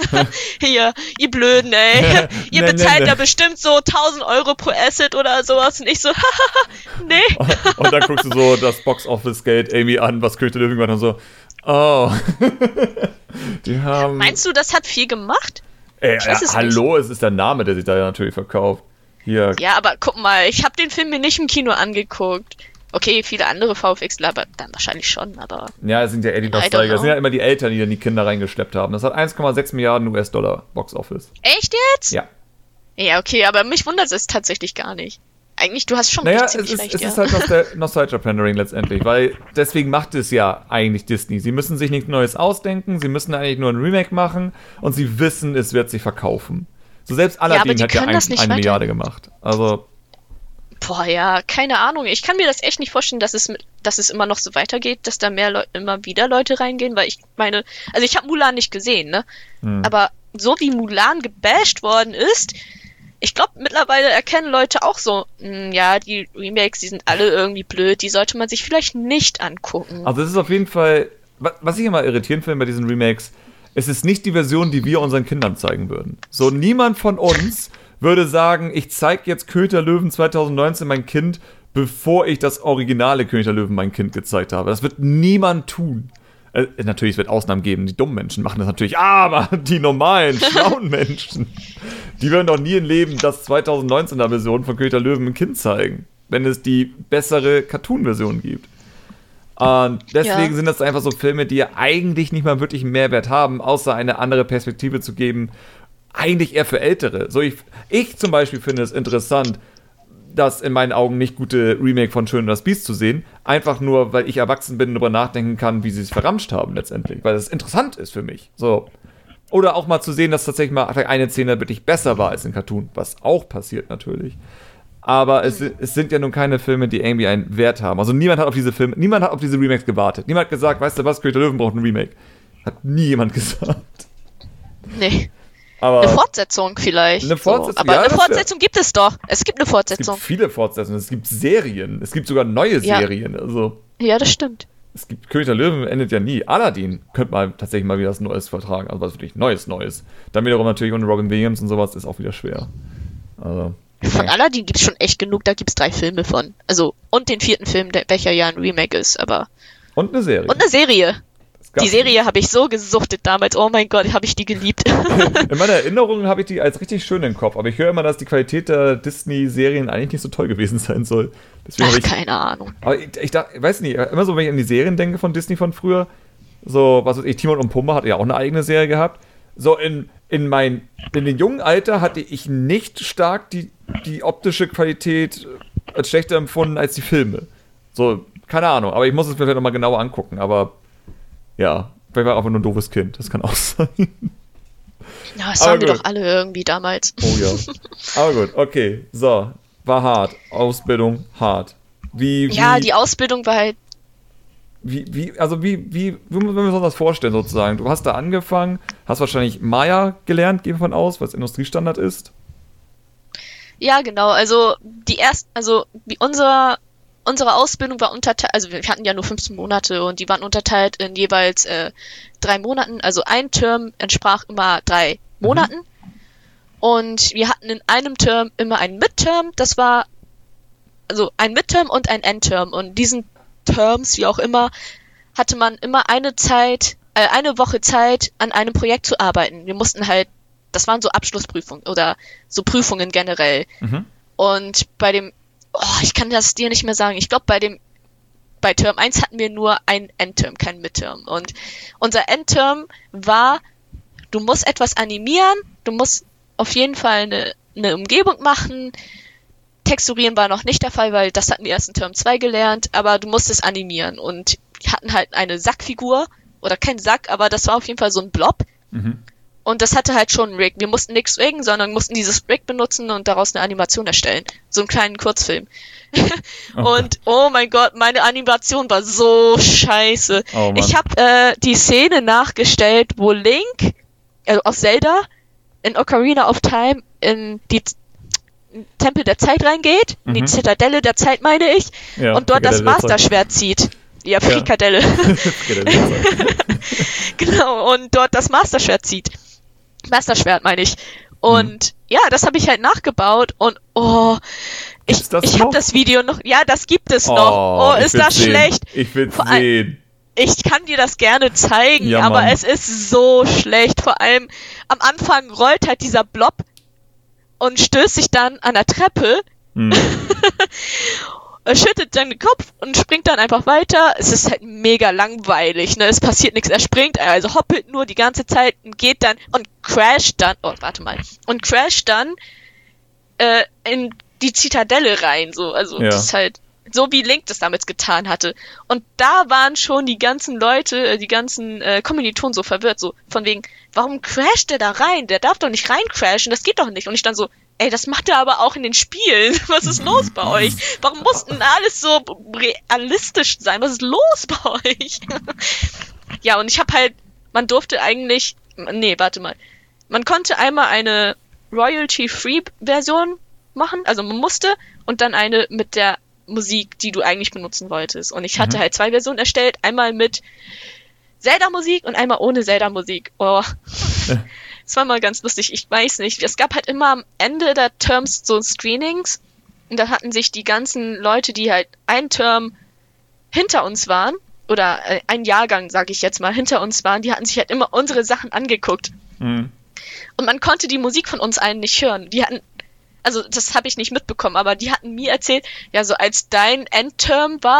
hier, ihr Blöden, ey. Ihr Nee, bezahlt nee, nee. ja bestimmt so tausend Euro pro Asset oder sowas. Und ich so, hahaha, nee. Und dann guckst du so das Box-Office-Geld irgendwie an, was König der Löwen gemacht hat und so, oh. Die haben... Meinst du, das hat viel gemacht? Ey, Ich ja, weiß es hallo, es ist der Name, der sich da ja natürlich verkauft. Hier, Ja, aber guck mal, ich habe den Film mir nicht im Kino angeguckt. Okay, viele andere V F Xler, aber dann wahrscheinlich schon, aber ja, es sind ja eher die I don't Nostalgiker. know. Es sind ja immer die Eltern, die dann die Kinder reingeschleppt haben. Das hat eins Komma sechs Milliarden U S-Dollar Box-Office. echt jetzt? Ja. Ja, okay, aber mich wundert es tatsächlich gar nicht. Eigentlich, du hast schon Naja, es ziemlich ist, recht, es ja. ist halt Nostal- Nostalgia-Pandering letztendlich, weil deswegen macht es ja eigentlich Disney. Sie müssen sich nichts Neues ausdenken, sie müssen eigentlich nur ein Remake machen und sie wissen, es wird sich verkaufen. So selbst aber Aladdin die hat ja können ein, das nicht eine weiter- Milliarde gemacht. Also, Boah, ja, keine Ahnung. Ich kann mir das echt nicht vorstellen, dass es, mit- dass es immer noch so weitergeht, dass da mehr Leute, immer wieder Leute reingehen, weil ich meine, also ich habe Mulan nicht gesehen, ne? hm. Aber so wie Mulan gebasht worden ist, ich glaube, mittlerweile erkennen Leute auch so, mh, ja, die Remakes, die sind alle irgendwie blöd, die sollte man sich vielleicht nicht angucken. Also es ist auf jeden Fall, wa- was ich immer irritierend finde bei diesen Remakes, es ist nicht die Version, die wir unseren Kindern zeigen würden. So, niemand von uns würde sagen, ich zeige jetzt König der Löwen zwanzig neunzehn mein Kind, bevor ich das originale König der Löwen mein Kind gezeigt habe. Das wird niemand tun. Äh, natürlich, es wird Ausnahmen geben, die dummen Menschen machen das natürlich, aber die normalen, schlauen Menschen, die würden doch nie im Leben das zwanzig neunzehner Version von König der Löwen ein Kind zeigen, wenn es die bessere Cartoon-Version gibt. Und deswegen Ja. sind das einfach so Filme, die ja eigentlich nicht mal wirklich einen Mehrwert haben, außer eine andere Perspektive zu geben. Eigentlich eher für Ältere. So ich, ich zum Beispiel finde es interessant, das in meinen Augen nicht gute Remake von Schön und das Biest zu sehen. Einfach nur, weil ich erwachsen bin und darüber nachdenken kann, wie sie es verramscht haben letztendlich. Weil das interessant ist für mich. So. Oder auch mal zu sehen, dass tatsächlich mal eine Szene wirklich besser war als ein Cartoon. Was auch passiert natürlich. Aber es, es sind ja nun keine Filme, die irgendwie einen Wert haben. Also niemand hat auf diese Filme, niemand hat auf diese Remakes gewartet. Niemand hat gesagt, weißt du was, König der Löwen braucht ein Remake. Hat nie jemand gesagt. Nee. Aber Eine Fortsetzung vielleicht. Eine Fortsetzung, so. Aber ja, eine das wär- Fortsetzung gibt es doch. Es gibt eine es Fortsetzung. gibt viele Fortsetzungen, es gibt Serien, es gibt sogar neue Ja. Serien. Also Ja, das stimmt. es gibt König der Löwen endet ja nie. Aladdin könnte mal tatsächlich mal wieder was Neues vertragen, also was wirklich Neues Neues. Dann wiederum natürlich ohne Robin Williams und sowas ist auch wieder schwer. Also Von Aladdin gibt es schon echt genug, da gibt es drei Filme von. Also, und den vierten Film, der, welcher ja ein Remake ist, aber. und eine Serie. Und eine Serie. Es gab- Die Serie habe ich so gesuchtet damals. Oh mein Gott, habe ich die geliebt. In meiner Erinnerung habe ich die als richtig schön im Kopf, aber ich höre immer, dass die Qualität der Disney-Serien eigentlich nicht so toll gewesen sein soll. Deswegen Ach, habe ich keine Ahnung. Aber ich, ich, dacht- ich weiß nicht, immer so, wenn ich an die Serien denke von Disney von früher, so, was weiß ich, Timon und Pumba hatte ja auch eine eigene Serie gehabt. So, in, in mein, in den jungen Alter hatte ich nicht stark die, die optische Qualität als schlechter empfunden als die Filme. So, keine Ahnung, aber ich muss es mir vielleicht nochmal genauer angucken, aber ja, vielleicht war ich einfach nur ein doofes Kind, das kann auch sein. Ja, das Aber waren wir gut. doch alle irgendwie damals. Oh ja. Aber gut, okay, so, war hart, Ausbildung hart. Wie, wie, Ja, die Ausbildung war halt. Wie, wie, also wie, wie, wie müssen wir uns das vorstellen sozusagen? Du hast da angefangen, hast wahrscheinlich Maya gelernt, gehen wir von aus, weil es Industriestandard ist. Ja, genau. Also die erst, also wie unser, unsere Ausbildung war unterteilt, also wir hatten ja nur fünfzehn Monate und die waren unterteilt in jeweils äh, drei Monaten. Also ein Term entsprach immer drei Monaten. Und wir hatten in einem Term immer einen Midterm, das war also ein Midterm und ein Endterm. Und diesen Terms, wie auch immer, hatte man immer eine Zeit, äh, eine Woche Zeit, an einem Projekt zu arbeiten. Wir mussten halt, das waren so Abschlussprüfungen oder so Prüfungen generell. Mhm. Und bei dem, oh, ich kann das dir nicht mehr sagen, ich glaube bei dem, bei Term eins hatten wir nur ein Endterm, kein Midterm. Und unser Endterm war, du musst etwas animieren, du musst auf jeden Fall eine, eine Umgebung machen. Texturieren war noch nicht der Fall, weil das hatten wir erst in Term zwei gelernt, aber du musst es animieren. Und wir hatten halt eine Sackfigur, oder kein Sack, aber das war auf jeden Fall so ein Blob. Mhm. Und das hatte halt schon einen Rig. Wir mussten nichts riggen, sondern mussten dieses Rig benutzen und daraus eine Animation erstellen. So einen kleinen Kurzfilm. Oh und oh mein Gott, meine Animation war so scheiße. Oh Mann. Ich habe äh, die Szene nachgestellt, wo Link, also aus Zelda, in Ocarina of Time in die Z- Tempel der Zeit reingeht, in die Mhm. Zitadelle der Zeit, meine ich, Ja, und dort das Frikadelle der Zeit. Master-Schwert zieht. Ja, Frikadelle. Frikadelle der Zeit. Genau, und dort das Master-Schwert zieht. Master-Schwert, meine ich. Und ja, das habe ich halt nachgebaut und oh, ich, Gibt's das ich habe noch? das Video noch, ja, das gibt es noch. Oh, ich ist will's das sehen. schlecht? Ich will's Vor allem- sehen. Ich kann dir das gerne zeigen, Ja, aber Mann. es ist so schlecht. Vor allem am Anfang rollt halt dieser Blob und stößt sich dann an der Treppe, Hm. er schüttet dann den Kopf und springt dann einfach weiter. Es ist halt mega langweilig, ne? Es passiert nichts. Er springt, also hoppelt nur die ganze Zeit und geht dann und crasht dann, oh, warte mal, und crasht dann äh, in die Zitadelle rein, so. Also, Ja. das ist halt so, wie Link das damals getan hatte. Und da waren schon die ganzen Leute, äh, die ganzen äh, Kommilitonen so verwirrt, so von wegen, warum crasht der da rein? Der darf doch nicht rein crashen, das geht doch nicht. Und ich dann so, ey, das macht er aber auch in den Spielen. Was ist los bei euch? Warum muss denn alles so realistisch sein? Was ist los bei euch? Ja, und ich habe halt, man durfte eigentlich, nee, warte mal. Man konnte einmal eine Royalty-Free-Version machen, also man musste, und dann eine mit der Musik, die du eigentlich benutzen wolltest. Und ich hatte Mhm. halt zwei Versionen erstellt, einmal mit Zelda-Musik und einmal ohne Zelda-Musik. Oh. Das war mal ganz lustig, ich weiß nicht. Es gab halt immer am Ende der Terms so Screenings und da hatten sich die ganzen Leute, die halt ein Term hinter uns waren, oder äh, ein Jahrgang, sag ich jetzt mal, hinter uns waren, die hatten sich halt immer unsere Sachen angeguckt. Hm. Und man konnte die Musik von uns allen nicht hören. Die hatten, also das habe ich nicht mitbekommen, aber die hatten mir erzählt, ja, so als dein Endterm war,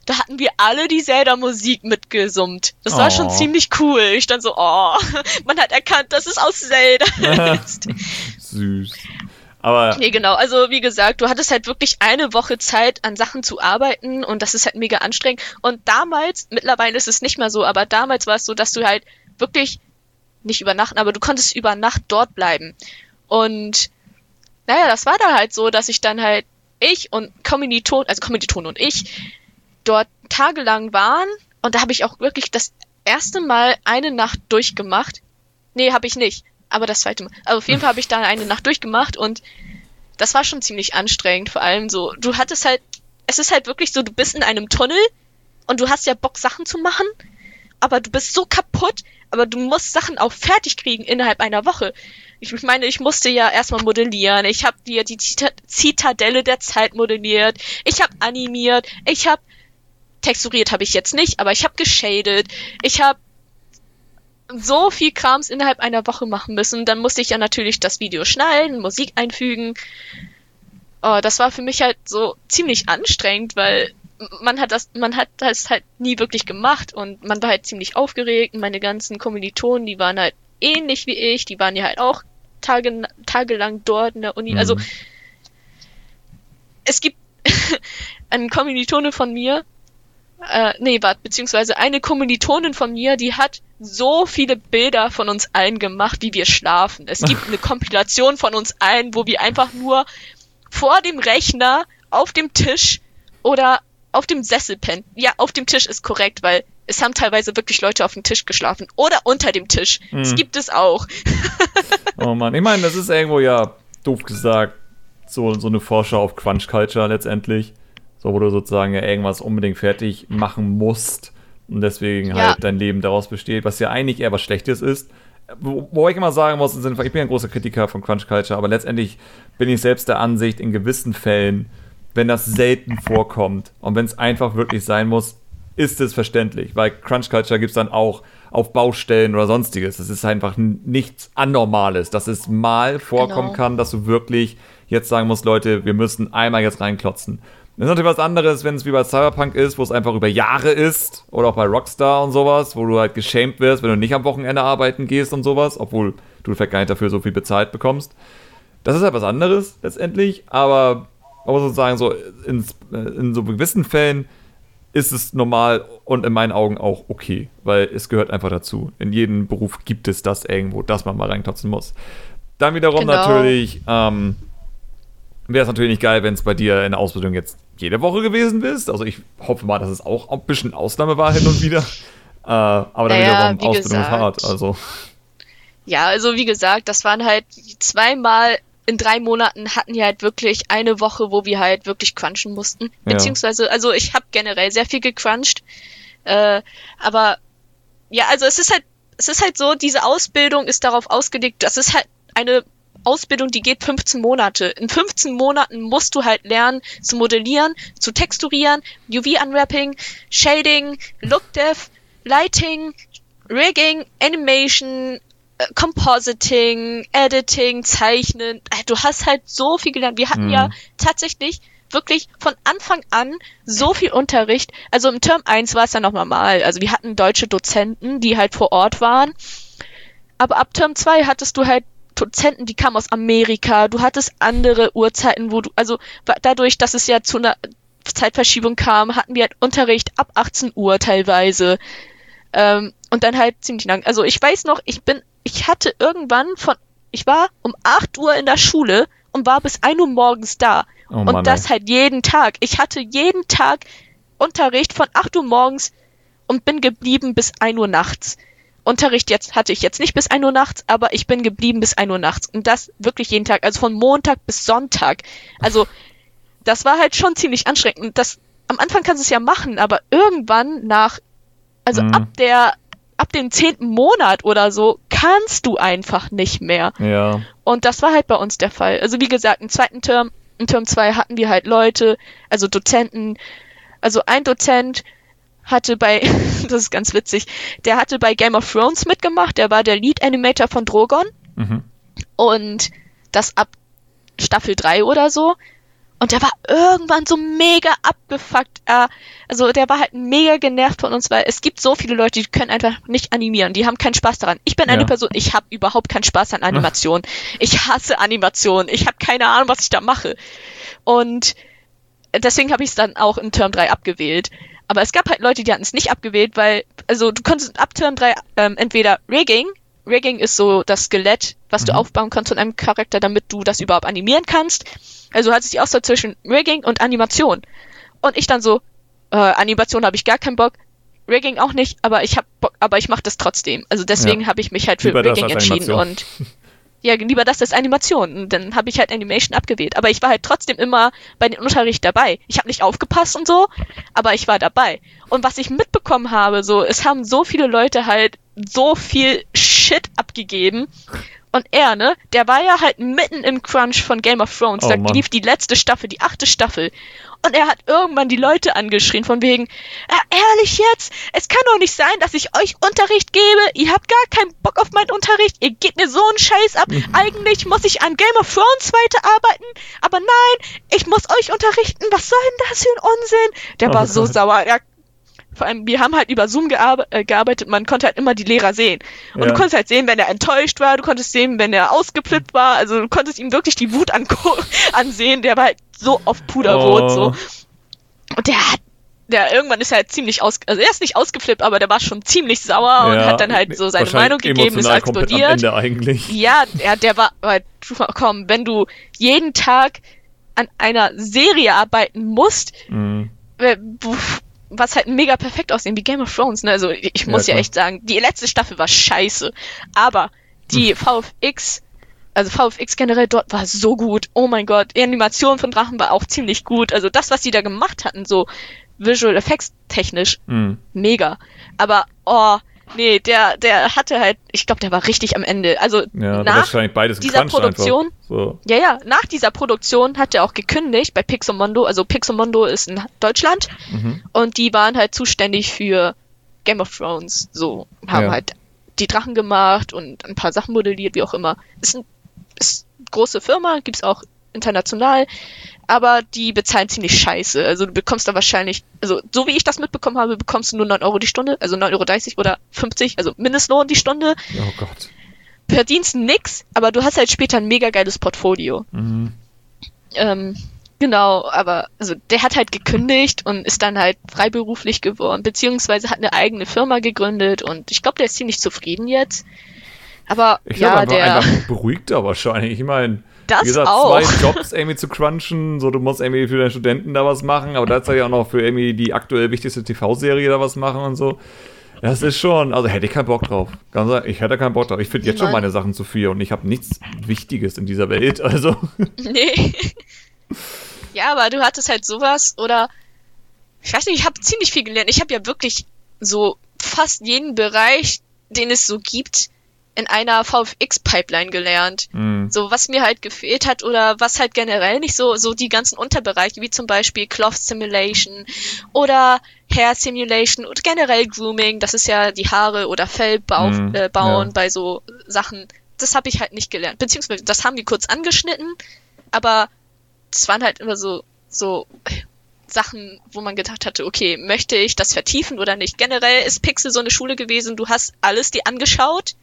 da hatten wir alle die Zelda-Musik mitgesummt. Das war Oh. schon ziemlich cool. Ich stand so, oh, man hat erkannt, dass es aus Zelda ist. Süß. Aber Nee, genau. Also, wie gesagt, du hattest halt wirklich eine Woche Zeit, an Sachen zu arbeiten und das ist halt mega anstrengend. Und damals, mittlerweile ist es nicht mehr so, aber damals war es so, dass du halt wirklich nicht übernachten, aber du konntest über Nacht dort bleiben. Und naja, das war dann halt so, dass ich dann halt, ich und Kommilitonen, also Kommilitonen und ich, dort tagelang waren und da habe ich auch wirklich das erste Mal eine Nacht durchgemacht. Nee, habe ich nicht, aber das zweite Mal. Also auf jeden Fall habe ich da eine Nacht durchgemacht und das war schon ziemlich anstrengend, vor allem so, du hattest halt, es ist halt wirklich so, du bist in einem Tunnel und du hast ja Bock, Sachen zu machen, aber du bist so kaputt, aber du musst Sachen auch fertig kriegen innerhalb einer Woche. Ich meine, ich musste ja erstmal modellieren, ich habe dir die Zita- Zitadelle der Zeit modelliert, ich habe animiert, ich habe texturiert habe ich jetzt nicht, aber ich habe geshadet, ich habe so viel Krams innerhalb einer Woche machen müssen. Dann musste ich ja natürlich das Video schneiden, Musik einfügen. Oh, das war für mich halt so ziemlich anstrengend, weil man hat das, man hat das halt nie wirklich gemacht und man war halt ziemlich aufgeregt und meine ganzen Kommilitonen, die waren halt ähnlich wie ich, die waren ja halt auch Tage, tagelang dort in der Uni. Mhm. Also es gibt eine Kommilitone von mir, äh, nee, warte, beziehungsweise eine Kommilitonin von mir, die hat so viele Bilder von uns allen gemacht, wie wir schlafen. Es gibt eine Kompilation von uns allen, wo wir einfach nur vor dem Rechner, auf dem Tisch oder auf dem Sessel pennen. Ja, auf dem Tisch ist korrekt, weil es haben teilweise wirklich Leute auf dem Tisch geschlafen. Oder unter dem Tisch. Mhm. Das gibt es auch. Oh Mann, ich meine, das ist irgendwo ja, doof gesagt, so, so eine Vorschau auf Crunch Culture letztendlich. So, wo du sozusagen ja irgendwas unbedingt fertig machen musst und deswegen Ja. halt dein Leben daraus besteht, was ja eigentlich eher was Schlechtes ist. Wo, wo ich immer sagen muss, im Sinne von, ich bin ein großer Kritiker von Crunch Culture, aber letztendlich bin ich selbst der Ansicht, in gewissen Fällen, wenn das selten vorkommt und wenn es einfach wirklich sein muss, ist es verständlich, weil Crunch Culture gibt es dann auch auf Baustellen oder sonstiges. Das ist einfach n- nichts Anormales, dass es mal vorkommen Genau. kann, dass du wirklich jetzt sagen musst, Leute, wir müssen einmal jetzt reinklotzen. Das ist natürlich was anderes, wenn es wie bei Cyberpunk ist, wo es einfach über Jahre ist, oder auch bei Rockstar und sowas, wo du halt geschämt wirst, wenn du nicht am Wochenende arbeiten gehst und sowas, obwohl du vielleicht gar nicht dafür so viel bezahlt bekommst. Das ist halt was anderes letztendlich, aber man muss sozusagen so in, in so gewissen Fällen ist es normal und in meinen Augen auch okay, weil es gehört einfach dazu. In jedem Beruf gibt es das irgendwo, dass man mal reinklotzen muss. Dann wiederum Genau. natürlich ähm, wäre es natürlich nicht geil, wenn es bei dir in der Ausbildung jetzt jede Woche gewesen bist. Also ich hoffe mal, dass es auch ein bisschen Ausnahme war hin und wieder. Äh, aber dann Naja, wiederum, wie Ausbildung ist gesagt. hart. Also Ja, also wie gesagt, das waren halt zweimal in drei Monaten hatten wir halt wirklich eine Woche, wo wir halt wirklich crunchen mussten. Ja. Beziehungsweise, also ich habe generell sehr viel gecrunched. Äh, aber ja, also es ist halt, es ist halt so, diese Ausbildung ist darauf ausgelegt, das ist halt eine Ausbildung, die geht fünfzehn Monate. In fünfzehn Monaten musst du halt lernen zu modellieren, zu texturieren, U V-Unwrapping, Shading, Look-Dev, Lighting, Rigging, Animation, äh, Compositing, Editing, Zeichnen. Äh, Du hast halt so viel gelernt. Wir hatten Mhm. ja tatsächlich wirklich von Anfang an so viel Unterricht. Also im Term eins war es ja noch normal. Also wir hatten deutsche Dozenten, die halt vor Ort waren. Aber ab Term zwei hattest du halt Dozenten, die kamen aus Amerika. Du hattest andere Uhrzeiten, wo du, also wa- dadurch, dass es ja zu einer Zeitverschiebung kam, hatten wir halt Unterricht ab achtzehn Uhr teilweise. Ähm, und dann halt ziemlich lang. Also ich weiß noch, ich bin, ich hatte irgendwann von, ich war um acht Uhr in der Schule und war bis ein Uhr morgens da. Oh und Mann, das ey. halt jeden Tag. Ich hatte jeden Tag Unterricht von acht Uhr morgens und bin geblieben bis ein Uhr nachts. Unterricht jetzt hatte ich jetzt nicht bis ein Uhr nachts, aber ich bin geblieben bis ein Uhr nachts. Und das wirklich jeden Tag, also von Montag bis Sonntag. Also das war halt schon ziemlich anstrengend. Und das, am Anfang kannst du es ja machen, aber irgendwann nach, also Mhm. ab der, ab dem zehnten Monat oder so, kannst du einfach nicht mehr. Ja. Und das war halt bei uns der Fall. Also wie gesagt, im zweiten Term, in Term zwei hatten wir halt Leute, also Dozenten, also ein Dozent hatte bei, das ist ganz witzig, der hatte bei Game of Thrones mitgemacht, der war der Lead Animator von Drogon Mhm. und das ab Staffel drei oder so. Und der war irgendwann so mega abgefuckt. Äh, also der war halt mega genervt von uns, weil es gibt so viele Leute, die können einfach nicht animieren. Die haben keinen Spaß daran. Ich bin eine Ja. Person, ich habe überhaupt keinen Spaß an Animation. Ich hasse Animation. Ich habe keine Ahnung, was ich da mache. Und deswegen habe ich es dann auch in Term drei abgewählt. Aber es gab halt Leute, die hatten es nicht abgewählt, weil, also du konntest ab Term drei ähm, entweder Rigging, Rigging ist so das Skelett, was mhm. du aufbauen kannst von einem Charakter, damit du das überhaupt animieren kannst. Also hatte ich die Auswahl zwischen Rigging und Animation. Und ich dann so, äh, Animation habe ich gar keinen Bock, Rigging auch nicht, aber ich hab Bock, aber ich mache das trotzdem. Also deswegen ja. habe ich mich halt für Lieber Rigging entschieden und ja, lieber das als Animation. Und dann habe ich halt Animation abgewählt. Aber ich war halt trotzdem immer bei dem Unterricht dabei. Ich habe nicht aufgepasst und so, aber ich war dabei. Und was ich mitbekommen habe, so, es haben so viele Leute halt so viel Shit abgegeben. Und er, ne, der war ja halt mitten im Crunch von Game of Thrones. Oh, da Mann. lief die letzte Staffel, die achte Staffel. Und er hat irgendwann die Leute angeschrien von wegen, äh, ehrlich jetzt, es kann doch nicht sein, dass ich euch Unterricht gebe. Ihr habt gar keinen Bock auf meinen Unterricht. Ihr gebt mir so einen Scheiß ab. Eigentlich muss ich an Game of Thrones weiterarbeiten. Aber nein, ich muss euch unterrichten. Was soll denn das für ein Unsinn? Der Oh war Gott. so sauer. Er Vor allem, wir haben halt über Zoom gearbe- äh, gearbeitet, man konnte halt immer die Lehrer sehen. Und Ja. du konntest halt sehen, wenn er enttäuscht war, du konntest sehen, wenn er ausgeflippt war, also du konntest ihm wirklich die Wut anko- ansehen, der war halt so auf Puderrot, Oh. so. Und der hat, der irgendwann ist er halt ziemlich aus, also er ist nicht ausgeflippt, aber der war schon ziemlich sauer und Ja, hat dann halt so seine Meinung gegeben, ist emotional komplett am explodiert. Ende eigentlich. Ja, der, der war, aber komm, wenn du jeden Tag an einer Serie arbeiten musst, Mhm. äh, wuff, was halt mega perfekt aussehen, wie Game of Thrones, ne? Also ich, ich muss Ja, ja, klar. echt sagen, die letzte Staffel war scheiße. Aber die V F X, also V F X generell dort war so gut. Oh mein Gott, die Animation von Drachen war auch ziemlich gut. Also das, was die da gemacht hatten, so Visual Effects technisch, Mhm. mega. Aber, oh, nee, der, der hatte halt, ich glaube, der war richtig am Ende. Also Ja, nach wahrscheinlich beides dieser gecrunched Produktion, einfach. So. ja, ja, nach dieser Produktion hat er auch gekündigt bei Pixomondo. Also Pixomondo ist in Deutschland Mhm. und die waren halt zuständig für Game of Thrones. So, haben Ja. halt die Drachen gemacht und ein paar Sachen modelliert, wie auch immer. Ist eine ist eine große Firma, gibt's auch international, aber die bezahlen ziemlich scheiße. Also du bekommst da wahrscheinlich, also so wie ich das mitbekommen habe, bekommst du nur neun Euro die Stunde, also neun Euro dreißig oder fünfzig, also Mindestlohn die Stunde. Oh Gott. Verdienst nix, aber du hast halt später ein mega geiles Portfolio. Mhm. Ähm, genau, aber also der hat halt gekündigt und ist dann halt freiberuflich geworden, beziehungsweise hat eine eigene Firma gegründet und ich glaube, der ist ziemlich zufrieden jetzt. Aber Ich glaube, ja, einfach, der einfach beruhigter wahrscheinlich. Ich meine, das wie gesagt, auch. zwei Jobs irgendwie zu crunchen, so du musst irgendwie für deine Studenten da was machen, aber tatsächlich auch noch für irgendwie die aktuell wichtigste T V-Serie da was machen und so. Das ist schon, also hätte ich keinen Bock drauf. Ganz ehrlich, ich hätte keinen Bock drauf. Ich finde jetzt schon Nein. meine Sachen zu viel und ich habe nichts Wichtiges in dieser Welt, also. Nee. Ja, aber du hattest halt sowas oder ich weiß nicht, ich habe ziemlich viel gelernt. Ich habe ja wirklich so fast jeden Bereich, den es so gibt, in einer V F X-Pipeline gelernt. Mhm. So, was mir halt gefehlt hat oder was halt generell nicht so, so die ganzen Unterbereiche, wie zum Beispiel Cloth Simulation oder Hair Simulation oder generell Grooming, das ist ja die Haare oder Fell bau, Mhm, äh, bauen ja. bei so Sachen. Das habe ich halt nicht gelernt. Beziehungsweise, das haben die kurz angeschnitten, aber es waren halt immer so, so Sachen, wo man gedacht hatte, okay, möchte ich das vertiefen oder nicht? Generell ist Pixel so eine Schule gewesen, du hast alles dir angeschaut,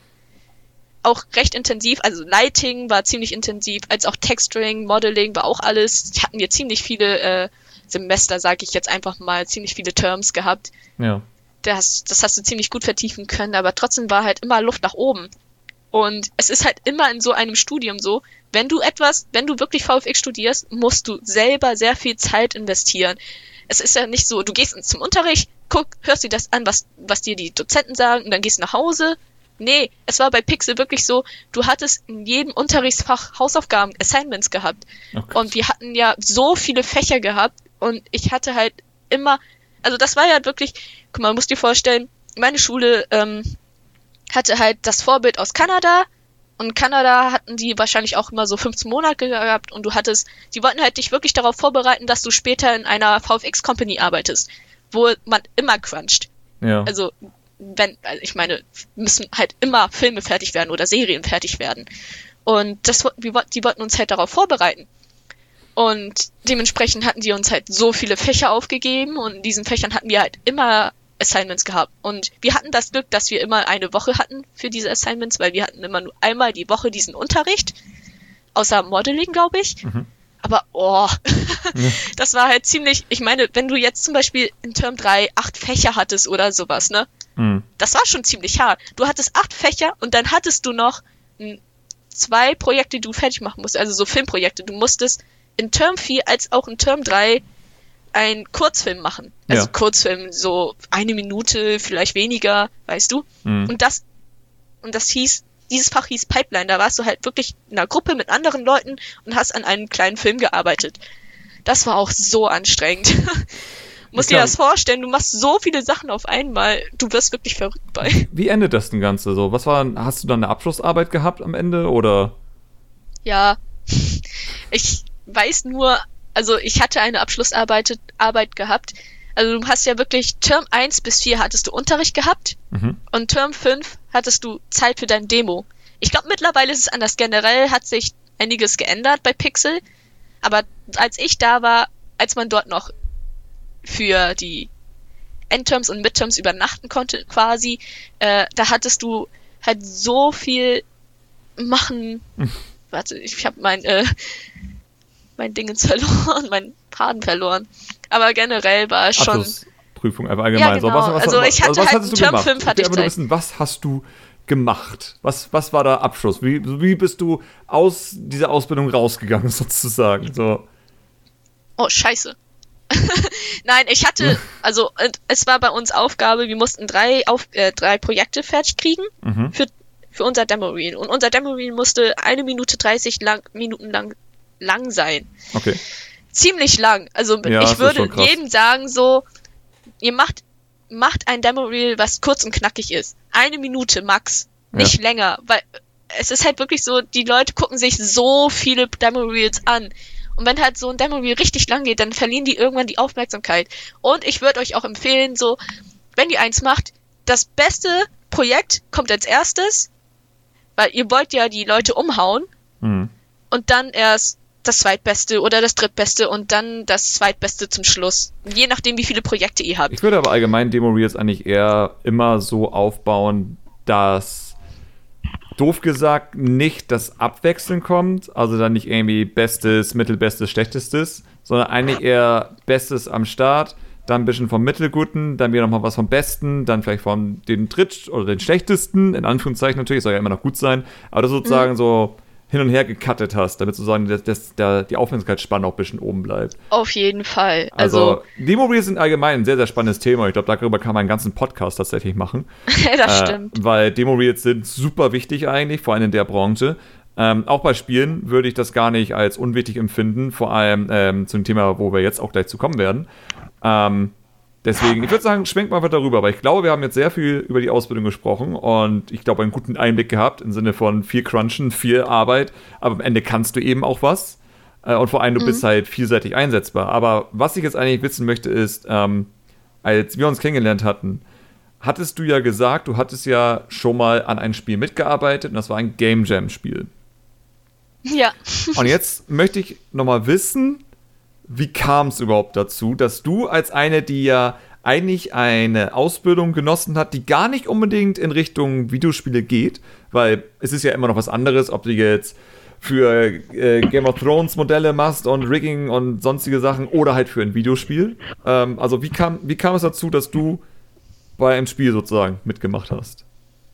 auch recht intensiv, also Lighting war ziemlich intensiv, als auch Texturing, Modeling war auch alles, hatten wir ziemlich viele äh, Semester, sage ich jetzt einfach mal, ziemlich viele Terms gehabt. Ja. Das, das hast du ziemlich gut vertiefen können, aber trotzdem war halt immer Luft nach oben. Und es ist halt immer in so einem Studium so, wenn du etwas, wenn du wirklich V F X studierst, musst du selber sehr viel Zeit investieren. Es ist ja nicht so, du gehst zum Unterricht, guck, hörst dir das an, was, was dir die Dozenten sagen, und dann gehst du nach Hause. Nee, es war bei Pixel wirklich so, du hattest in jedem Unterrichtsfach Hausaufgaben, Assignments gehabt. Okay. Und wir hatten ja so viele Fächer gehabt und ich hatte halt immer, also das war ja wirklich, guck mal, man muss dir vorstellen, meine Schule ähm, hatte halt das Vorbild aus Kanada und in Kanada hatten die wahrscheinlich auch immer so fünfzehn Monate gehabt und du hattest, die wollten halt dich wirklich darauf vorbereiten, dass du später in einer V F X-Company arbeitest, wo man immer cruncht. Ja. Also wenn, also ich meine, müssen halt immer Filme fertig werden oder Serien fertig werden. Und das, wir, die wollten uns halt darauf vorbereiten. Und dementsprechend hatten die uns halt so viele Fächer aufgegeben und in diesen Fächern hatten wir halt immer Assignments gehabt. Und wir hatten das Glück, dass wir immer eine Woche hatten für diese Assignments, weil wir hatten immer nur einmal die Woche diesen Unterricht. Außer Modeling, glaube ich. Mhm. Aber, oh, ja. Das war halt ziemlich, ich meine, wenn du jetzt zum Beispiel in Term drei acht Fächer hattest oder sowas, ne? Mhm. Das war schon ziemlich hart. Du hattest acht Fächer und dann hattest du noch m, zwei Projekte, die du fertig machen musst, also so Filmprojekte. Du musstest in Term vier als auch in Term drei einen Kurzfilm machen. Also ja. Kurzfilm, so eine Minute, vielleicht weniger, weißt du? Mhm. Und das, und das hieß, dieses Fach hieß Pipeline, da warst du halt wirklich in einer Gruppe mit anderen Leuten und hast an einem kleinen Film gearbeitet. Das war auch so anstrengend. Musst dir das vorstellen, du machst so viele Sachen auf einmal, du wirst wirklich verrückt bei. Wie endet das denn Ganze so? Was war, hast du dann eine Abschlussarbeit gehabt am Ende, oder? Ja, ich weiß nur, also ich hatte eine Abschlussarbeit Arbeit gehabt. Also du hast ja wirklich Term eins bis vier hattest du Unterricht gehabt mhm. und Term fünf hattest du Zeit für dein Demo. Ich glaube, mittlerweile ist es anders. Generell hat sich einiges geändert bei Pixel, aber als ich da war, als man dort noch für die Endterms und Midterms übernachten konnte quasi, äh, da hattest du halt so viel machen. Mhm. Warte, ich habe mein äh, mein Dingens verloren, mein Faden verloren. Aber generell war es schon... Abschlussprüfung, einfach allgemein. Ja, genau. So, was, was, also was, ich hatte was halt Term fünf hatte ich Zeit. Wissen, was hast du gemacht? Was, was war der Abschluss? Wie, wie bist du aus dieser Ausbildung rausgegangen, sozusagen? So. Oh, scheiße. Nein, ich hatte, also es war bei uns Aufgabe, wir mussten drei, auf, äh, drei Projekte fertig kriegen mhm. für, für unser Demo-Reel. Und unser Demo-Reel musste eine Minute dreißig lang, Minuten lang lang sein. Okay. Ziemlich lang. Also ja, ich würde jedem sagen, so, ihr macht, macht ein Demo-Reel, was kurz und knackig ist. Eine Minute max. Nicht ja. länger. Weil es ist halt wirklich so, die Leute gucken sich so viele Demo-Reels an. Und wenn halt so ein Demo-Reel richtig lang geht, dann verlieren die irgendwann die Aufmerksamkeit. Und ich würde euch auch empfehlen, so, wenn ihr eins macht, das beste Projekt kommt als erstes, weil ihr wollt ja die Leute umhauen. Mhm. Und dann erst das zweitbeste oder das drittbeste und dann das zweitbeste zum Schluss. Je nachdem, wie viele Projekte ihr habt. Ich würde aber allgemein Demo-Reels eigentlich eher immer so aufbauen, dass, doof gesagt, nicht das Abwechseln kommt, also dann nicht irgendwie Bestes, Mittelbestes, Schlechtestes, sondern eigentlich eher Bestes am Start, dann ein bisschen vom Mittelguten, dann wieder nochmal was vom Besten, dann vielleicht vom den Dritt- oder den Schlechtesten, in Anführungszeichen natürlich, soll ja immer noch gut sein, aber das sozusagen mhm. so hin und her gecuttet hast, damit sozusagen dass, dass der, die Aufmerksamkeitsspanne auch ein bisschen oben bleibt. Auf jeden Fall. Also, also Demo-Reels sind allgemein ein sehr, sehr spannendes Thema. Ich glaube, darüber kann man einen ganzen Podcast tatsächlich machen. Das äh, stimmt. Weil Demo-Reels sind super wichtig eigentlich, vor allem in der Branche. Ähm, auch bei Spielen würde ich das gar nicht als unwichtig empfinden, vor allem ähm, zu dem Thema, wo wir jetzt auch gleich zu kommen werden. Ähm, Deswegen, ich würde sagen, schwenkt mal weiter darüber, aber ich glaube, wir haben jetzt sehr viel über die Ausbildung gesprochen und ich glaube, einen guten Einblick gehabt im Sinne von viel Crunchen, viel Arbeit, aber am Ende kannst du eben auch was äh, und vor allem, du mhm. bist halt vielseitig einsetzbar. Aber was ich jetzt eigentlich wissen möchte ist, ähm, als wir uns kennengelernt hatten, hattest du ja gesagt, du hattest ja schon mal an einem Spiel mitgearbeitet und das war ein Game Jam-Spiel. Ja. Und jetzt möchte ich nochmal wissen, wie kam es überhaupt dazu, dass du als eine, die ja eigentlich eine Ausbildung genossen hat, die gar nicht unbedingt in Richtung Videospiele geht, weil es ist ja immer noch was anderes, ob du jetzt für äh, Game of Thrones Modelle machst und Rigging und sonstige Sachen oder halt für ein Videospiel. Ähm, also wie kam, wie kam es dazu, dass du bei einem Spiel sozusagen mitgemacht hast?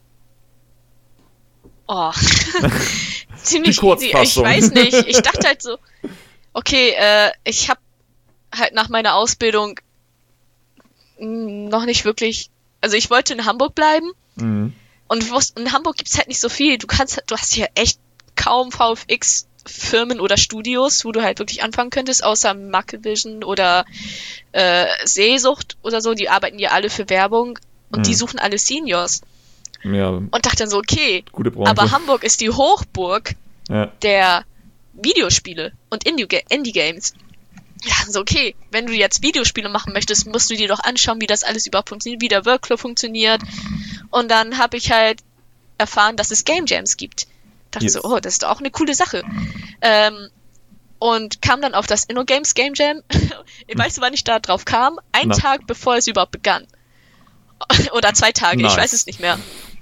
Oh, ziemlich easy. Ich weiß nicht, ich dachte halt so, okay, äh, ich habe halt nach meiner Ausbildung mh, noch nicht wirklich, also ich wollte in Hamburg bleiben mhm. und wusste, in Hamburg gibt's halt nicht so viel. Du kannst, du hast hier echt kaum V F X-Firmen oder Studios, wo du halt wirklich anfangen könntest, außer Mackevision oder äh, Seesucht oder so. Die arbeiten ja alle für Werbung und mhm. die suchen alle Seniors. Ja. Und dachte dann so, okay, gute Branche. Aber Hamburg ist die Hochburg ja. der Videospiele und Indie-Games. Ja, so okay, wenn du jetzt Videospiele machen möchtest, musst du dir doch anschauen, wie das alles überhaupt funktioniert, wie der Workflow funktioniert. Und dann habe ich halt erfahren, dass es Game Jams gibt. Dachte yes. so, oh, das ist doch auch eine coole Sache. Ähm, und kam dann auf das InnoGames Game Jam. Weißt du, wann ich da drauf kam? Ein Na. Tag, bevor es überhaupt begann. Oder zwei Tage, Nice. ich weiß es nicht mehr.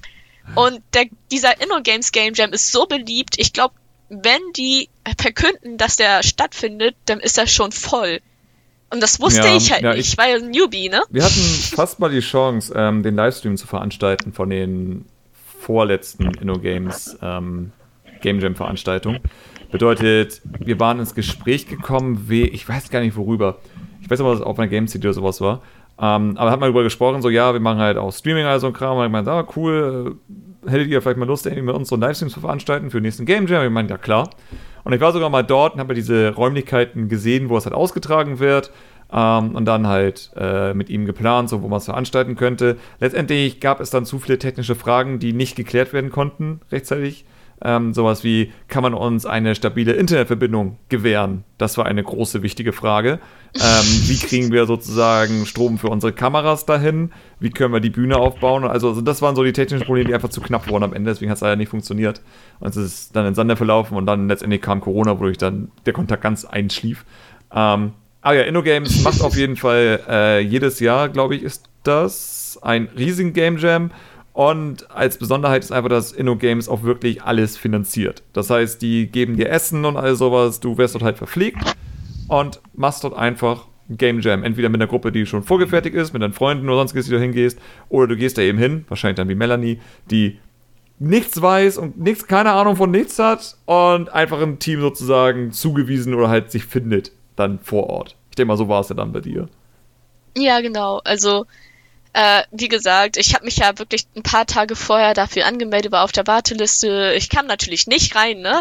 Und der, dieser InnoGames Game Jam ist so beliebt, ich glaube, wenn die verkünden, dass der stattfindet, dann ist er schon voll. Und das wusste Ja, ich halt ja, nicht. ich- Ich war ja ein Newbie, ne? Wir hatten fast mal die Chance, ähm, den Livestream zu veranstalten von den vorletzten InnoGames ähm, Game Jam Veranstaltungen. Bedeutet, wir waren ins Gespräch gekommen, wie, ich weiß gar nicht worüber. Ich weiß nicht, ob es auf einer Game City oder sowas war. Ähm, aber hat mal darüber gesprochen, so, ja, wir machen halt auch Streaming, also ein Kram. Und ich meinte, ah, cool, äh, hättet ihr vielleicht mal Lust, irgendwie mit uns so einen Livestream zu veranstalten für den nächsten Game Jam? Und ich meinte, ja, klar. Und ich war sogar mal dort und habe diese Räumlichkeiten gesehen, wo es halt ausgetragen wird. Ähm, und dann halt äh, mit ihm geplant, so wo man es veranstalten könnte. Letztendlich gab es dann zu viele technische Fragen, die nicht geklärt werden konnten rechtzeitig. Ähm, sowas wie, kann man uns eine stabile Internetverbindung gewähren? Das war eine große, wichtige Frage. Ähm, wie kriegen wir sozusagen Strom für unsere Kameras dahin? Wie können wir die Bühne aufbauen? Also, also das waren so die technischen Probleme, die einfach zu knapp wurden am Ende. Deswegen hat es leider nicht funktioniert. Und es ist dann in den Sande verlaufen und dann letztendlich kam Corona, wodurch dann der Kontakt ganz einschlief. Ähm, aber ja, InnoGames macht auf jeden Fall äh, jedes Jahr, glaube ich, ist das ein riesigen Game Jam. Und als Besonderheit ist einfach, dass InnoGames auch wirklich alles finanziert. Das heißt, die geben dir Essen und all sowas, du wirst dort halt verpflegt und machst dort einfach ein Game Jam. Entweder mit einer Gruppe, die schon vorgefertigt ist, mit deinen Freunden oder sonstiges, die du hingehst, oder du gehst da eben hin, wahrscheinlich dann wie Melanie, die nichts weiß und nichts, keine Ahnung von nichts hat und einfach im Team sozusagen zugewiesen oder halt sich findet dann vor Ort. Ich denke mal, so war es ja dann bei dir. Ja, genau. Also, äh, wie gesagt, ich habe mich ja wirklich ein paar Tage vorher dafür angemeldet, war auf der Warteliste. Ich kam natürlich nicht rein, ne?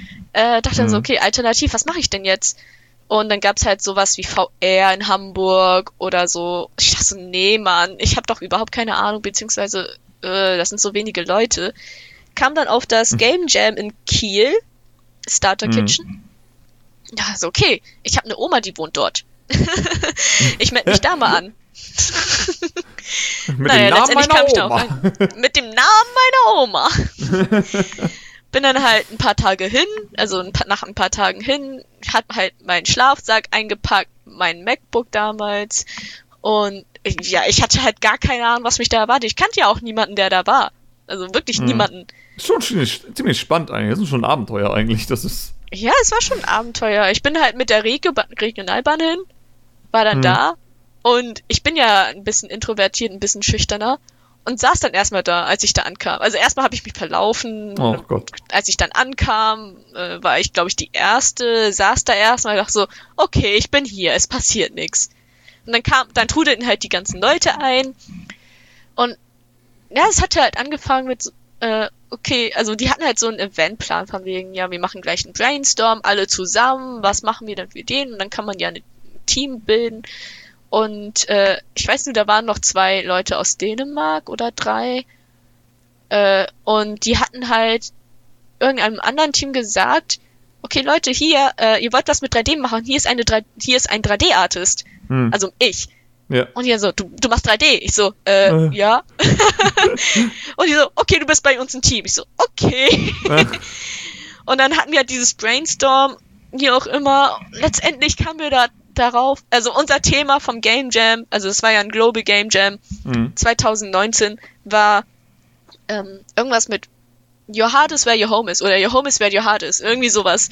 Äh, dachte dann so, Mhm. okay, alternativ, was mache ich denn jetzt? Und dann gab's halt sowas wie V R in Hamburg oder so. Ich dachte so, nee, Mann, ich habe doch überhaupt keine Ahnung, beziehungsweise, äh, das sind so wenige Leute. Kam dann auf das Game Jam in Kiel, Starter Mhm. Kitchen. Ja, so, okay, ich habe eine Oma, die wohnt dort. Ich melde mich da mal an. Mit Naja, dem Namen letztendlich kam ich da meiner auch Oma. rein. Mit dem Namen meiner Oma. Bin dann halt ein paar Tage hin, also ein paar, nach ein paar Tagen hin, hab halt meinen Schlafsack eingepackt, mein MacBook damals und ja, ich hatte halt gar keine Ahnung, was mich da erwartet. Ich kannte ja auch niemanden, der da war. Also wirklich Mhm. niemanden. Schon ziemlich, ziemlich spannend eigentlich. Das ist schon ein Abenteuer eigentlich. Das ist. Ja, es war schon ein Abenteuer. Ich bin halt mit der Reg- Regionalbahn hin, war dann Mhm. da und ich bin ja ein bisschen introvertiert, ein bisschen schüchterner und saß dann erstmal da, als ich da ankam. Also erstmal habe ich mich verlaufen. Oh Gott. Als ich dann ankam, äh, war ich, glaube ich, die Erste, saß da erstmal, dachte so, okay, ich bin hier, es passiert nichts. Und dann kam, dann trudelten halt die ganzen Leute ein und ja, es hatte halt angefangen mit, so, äh, okay, also die hatten halt so einen Eventplan von wegen, ja, wir machen gleich einen Brainstorm, alle zusammen, was machen wir denn für den? Und dann kann man ja ein Team bilden. Und äh, ich weiß nicht, da waren noch zwei Leute aus Dänemark oder drei. Äh, und die hatten halt irgendeinem anderen Team gesagt, okay, Leute, hier, äh, ihr wollt was mit drei D machen, hier ist eine drei, hier ist ein drei D-Artist. Hm. Also ich. Ja. Und die so, du, du machst drei D. Ich so, äh, Äh. ja. Und die so, okay, du bist bei uns im Team. Ich so, okay. Äh. Und dann hatten wir halt dieses Brainstorm, wie auch immer. Letztendlich kamen wir da darauf, also unser Thema vom Game Jam, also es war ja ein Global Game Jam Hm. zwanzig neunzehn, war ähm, irgendwas mit Your heart is where your home is oder Your home is where your heart is, irgendwie sowas.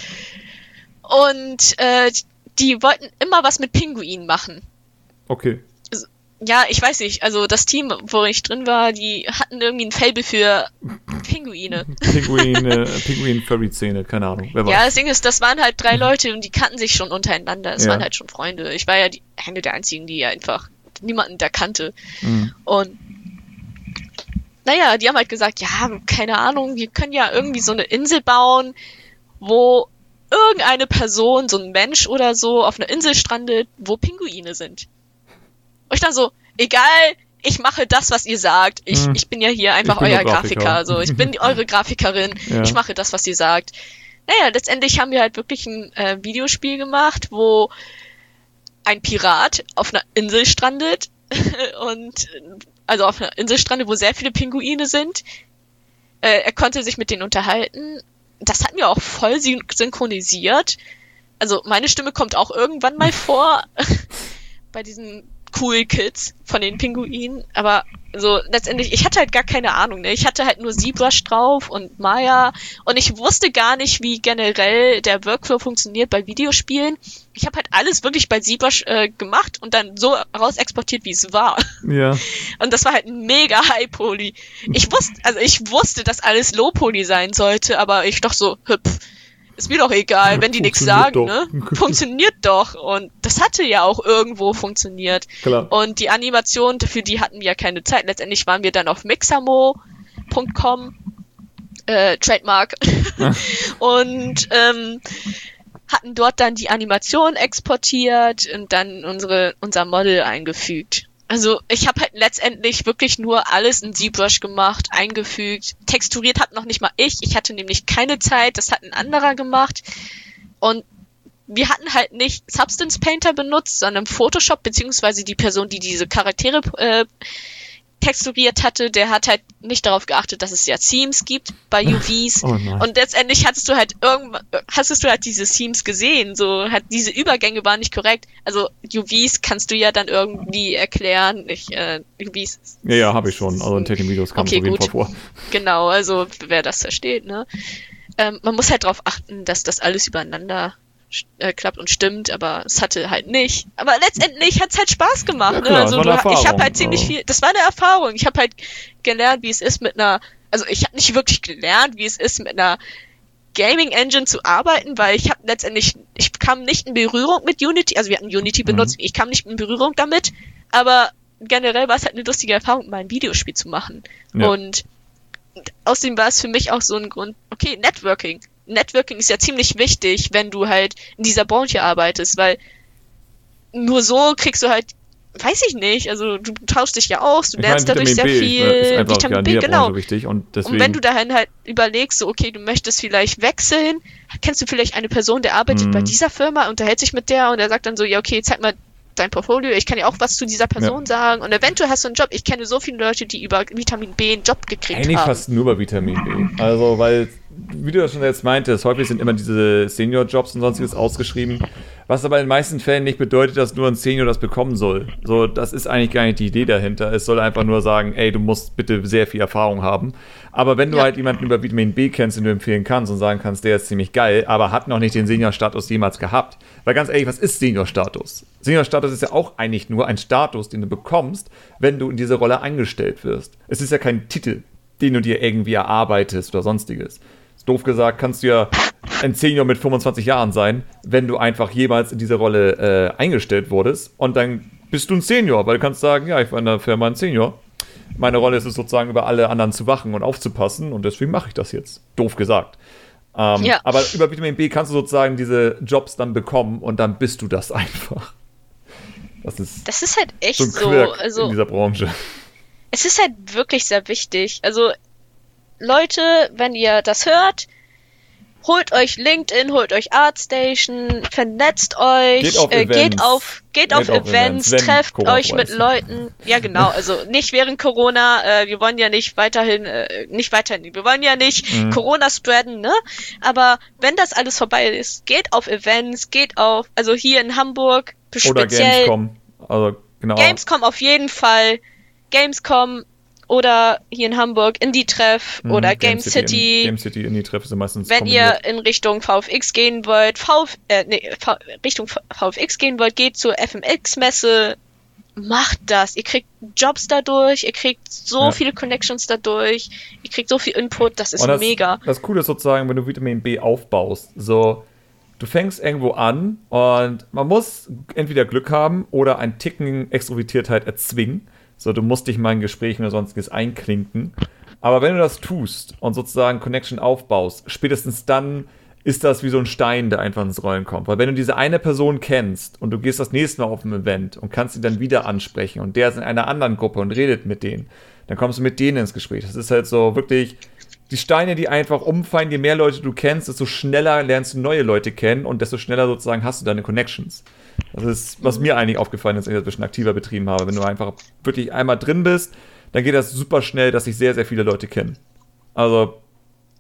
Und äh, die wollten immer was mit Pinguinen machen. Okay. Ja, ich weiß nicht, also das Team, wo ich drin war, die hatten irgendwie ein Faible für Pinguine. Pinguin, äh, Pinguin-Furry-Szene, keine Ahnung. Wer Ja, weiß. das Ding ist, das waren halt drei Leute und die kannten sich schon untereinander. Es Ja. waren halt schon Freunde. Ich war ja die, eine der einzigen, die einfach niemanden da kannte. Mhm. Und naja, die haben halt gesagt, ja, keine Ahnung, wir können ja irgendwie so eine Insel bauen, wo irgendeine Person, so ein Mensch oder so, auf einer Insel strandet, wo Pinguine sind. Und ich dann so, egal, ich mache das, was ihr sagt. Ich, Hm. ich bin ja hier einfach Ich bin euer nur Grafiker. Grafiker. Also ich bin eure Grafikerin. Ja. Ich mache das, was ihr sagt. Naja, letztendlich haben wir halt wirklich ein äh, Videospiel gemacht, wo ein Pirat auf einer Insel strandet und also auf einer Insel strandet, wo sehr viele Pinguine sind. Äh, er konnte sich mit denen unterhalten. Das hatten wir auch voll syn- synchronisiert. also meine Stimme kommt auch irgendwann mal vor bei diesen Cool Kids von den Pinguinen, aber so letztendlich, ich hatte halt gar keine Ahnung, ne? Ich hatte halt nur ZBrush drauf und Maya und ich wusste gar nicht, wie generell der Workflow funktioniert bei Videospielen. Ich habe halt alles wirklich bei ZBrush äh, gemacht und dann so raus exportiert, wie es war. Ja. Und das war halt ein mega High Poly. Ich wusste, also ich wusste, dass alles Low Poly sein sollte, aber ich doch so, hüpf. Ist mir doch egal, ja, wenn die nichts sagen, doch. ne? Funktioniert doch. Und das hatte ja auch irgendwo funktioniert. Klar. Und die Animation, für die hatten wir ja keine Zeit. Letztendlich waren wir dann auf mixamo punkt com, äh, Trademark, und ähm, hatten dort dann die Animation exportiert und dann unsere unser Model eingefügt. Also ich habe halt letztendlich wirklich nur alles in ZBrush gemacht, eingefügt. Texturiert hat noch nicht mal ich. Ich hatte nämlich keine Zeit. Das hat ein anderer gemacht. Und wir hatten halt nicht Substance Painter benutzt, sondern Photoshop, beziehungsweise die Person, die diese Charaktere äh, texturiert hatte, der hat halt nicht darauf geachtet, dass es ja Themes gibt bei U Vs. Oh und letztendlich hattest du halt irgendwann, hast du halt diese Themes gesehen, so halt diese Übergänge waren nicht korrekt. Also U Vs kannst du ja dann irgendwie erklären. Ich, äh, U Vs. Ja, ja, habe ich schon. Also in Technik-Videos kam es okay, auf jeden gut. Fall vor. Genau, also wer das versteht, ne? Ähm, man muss halt darauf achten, dass das alles übereinander Äh, klappt und stimmt, aber es hatte halt nicht. Aber letztendlich hat's halt Spaß gemacht. Ja, klar, ne? Also das war du, ich habe halt ja. ziemlich viel. Das war eine Erfahrung. Ich habe halt gelernt, wie es ist mit einer. Also ich habe nicht wirklich gelernt, wie es ist mit einer Gaming Engine zu arbeiten, weil ich habe letztendlich, ich kam nicht in Berührung mit Unity. Also wir hatten Unity benutzt. Mhm. Ich kam nicht in Berührung damit. Aber generell war es halt eine lustige Erfahrung, mal ein Videospiel zu machen. Ja. Und außerdem war es für mich auch so ein Grund. Okay, Networking. Networking ist ja ziemlich wichtig, wenn du halt in dieser Branche arbeitest, weil nur so kriegst du halt, weiß ich nicht, also du tauschst dich ja aus, du ich lernst meine, dadurch sehr B viel. ist einfach Vitamin B, genau. Wichtig und, deswegen... und wenn du dahin halt überlegst, so okay, du möchtest vielleicht wechseln, kennst du vielleicht eine Person, der arbeitet mm. bei dieser Firma, unterhält sich mit der und der sagt dann so, ja okay, zeig mal dein Portfolio, ich kann ja auch was zu dieser Person ja. sagen und eventuell hast du einen Job. Ich kenne so viele Leute, die über Vitamin B einen Job gekriegt Eigentlich haben. Eigentlich fast nur über Vitamin B. Also, weil, wie du das schon jetzt meintest, häufig sind immer diese Senior-Jobs und sonstiges ausgeschrieben, was aber in den meisten Fällen nicht bedeutet, dass nur ein Senior das bekommen soll. So, das ist eigentlich gar nicht die Idee dahinter. Es soll einfach nur sagen, ey, du musst bitte sehr viel Erfahrung haben. Aber wenn du ja. halt jemanden über Vitamin B kennst, den du empfehlen kannst und sagen kannst, der ist ziemlich geil, aber hat noch nicht den Senior-Status jemals gehabt. Weil ganz ehrlich, was ist Senior-Status? Senior-Status ist ja auch eigentlich nur ein Status, den du bekommst, wenn du in diese Rolle eingestellt wirst. Es ist ja kein Titel, den du dir irgendwie erarbeitest oder sonstiges. Doof gesagt, kannst du ja ein Senior mit fünfundzwanzig Jahren sein, wenn du einfach jemals in diese Rolle äh, eingestellt wurdest und dann bist du ein Senior, weil du kannst sagen, ja, ich war in der Firma ein Senior. Meine Rolle ist es sozusagen, über alle anderen zu wachen und aufzupassen und deswegen mache ich das jetzt. Doof gesagt. Ähm, ja. Aber über Vitamin B kannst du sozusagen diese Jobs dann bekommen und dann bist du das einfach. Das ist, das ist halt echt so ein Quirk so. Also, in dieser Branche. Es ist halt wirklich sehr wichtig. Also Leute, wenn ihr das hört, holt euch LinkedIn, holt euch ArtStation, vernetzt euch, geht auf äh, Events, geht auf, geht geht auf, auf Events, Events trefft Corona euch mit Leuten. Ja, genau, also nicht während Corona, äh, wir wollen ja nicht weiterhin, äh, nicht weiterhin, wir wollen ja nicht mhm. Corona spreaden, ne? Aber wenn das alles vorbei ist, geht auf Events, geht auf, also hier in Hamburg, oder speziell Gamescom, also genau. Gamescom auf jeden Fall, Gamescom oder hier in Hamburg Indie-Treff mhm, oder Game, Game City. City. Game City, Indie-Treff sind meistens Wenn ihr in Richtung V F X gehen wollt, VF, äh, nee, v, Richtung V F X gehen wollt, geht zur F M X-Messe, macht das. Ihr kriegt Jobs dadurch, ihr kriegt so ja. viele Connections dadurch, ihr kriegt so viel Input, das ist das, mega. Das Coole ist sozusagen, wenn du Vitamin B aufbaust, so, du fängst irgendwo an und man muss entweder Glück haben oder ein Ticken Extrovertiertheit erzwingen. So, du musst dich mal in Gesprächen oder sonstiges einklinken. Aber wenn du das tust und sozusagen Connection aufbaust, spätestens dann ist das wie so ein Stein, der einfach ins Rollen kommt. Weil wenn du diese eine Person kennst und du gehst das nächste Mal auf ein Event und kannst ihn dann wieder ansprechen und der ist in einer anderen Gruppe und redet mit denen, dann kommst du mit denen ins Gespräch. Das ist halt so wirklich die Steine, die einfach umfallen. Je mehr Leute du kennst, desto schneller lernst du neue Leute kennen und desto schneller sozusagen hast du deine Connections. Das ist, was mir eigentlich aufgefallen ist, als ich das ein bisschen aktiver betrieben habe. Wenn du einfach wirklich einmal drin bist, dann geht das super schnell, dass sich sehr, sehr viele Leute kennen. Also,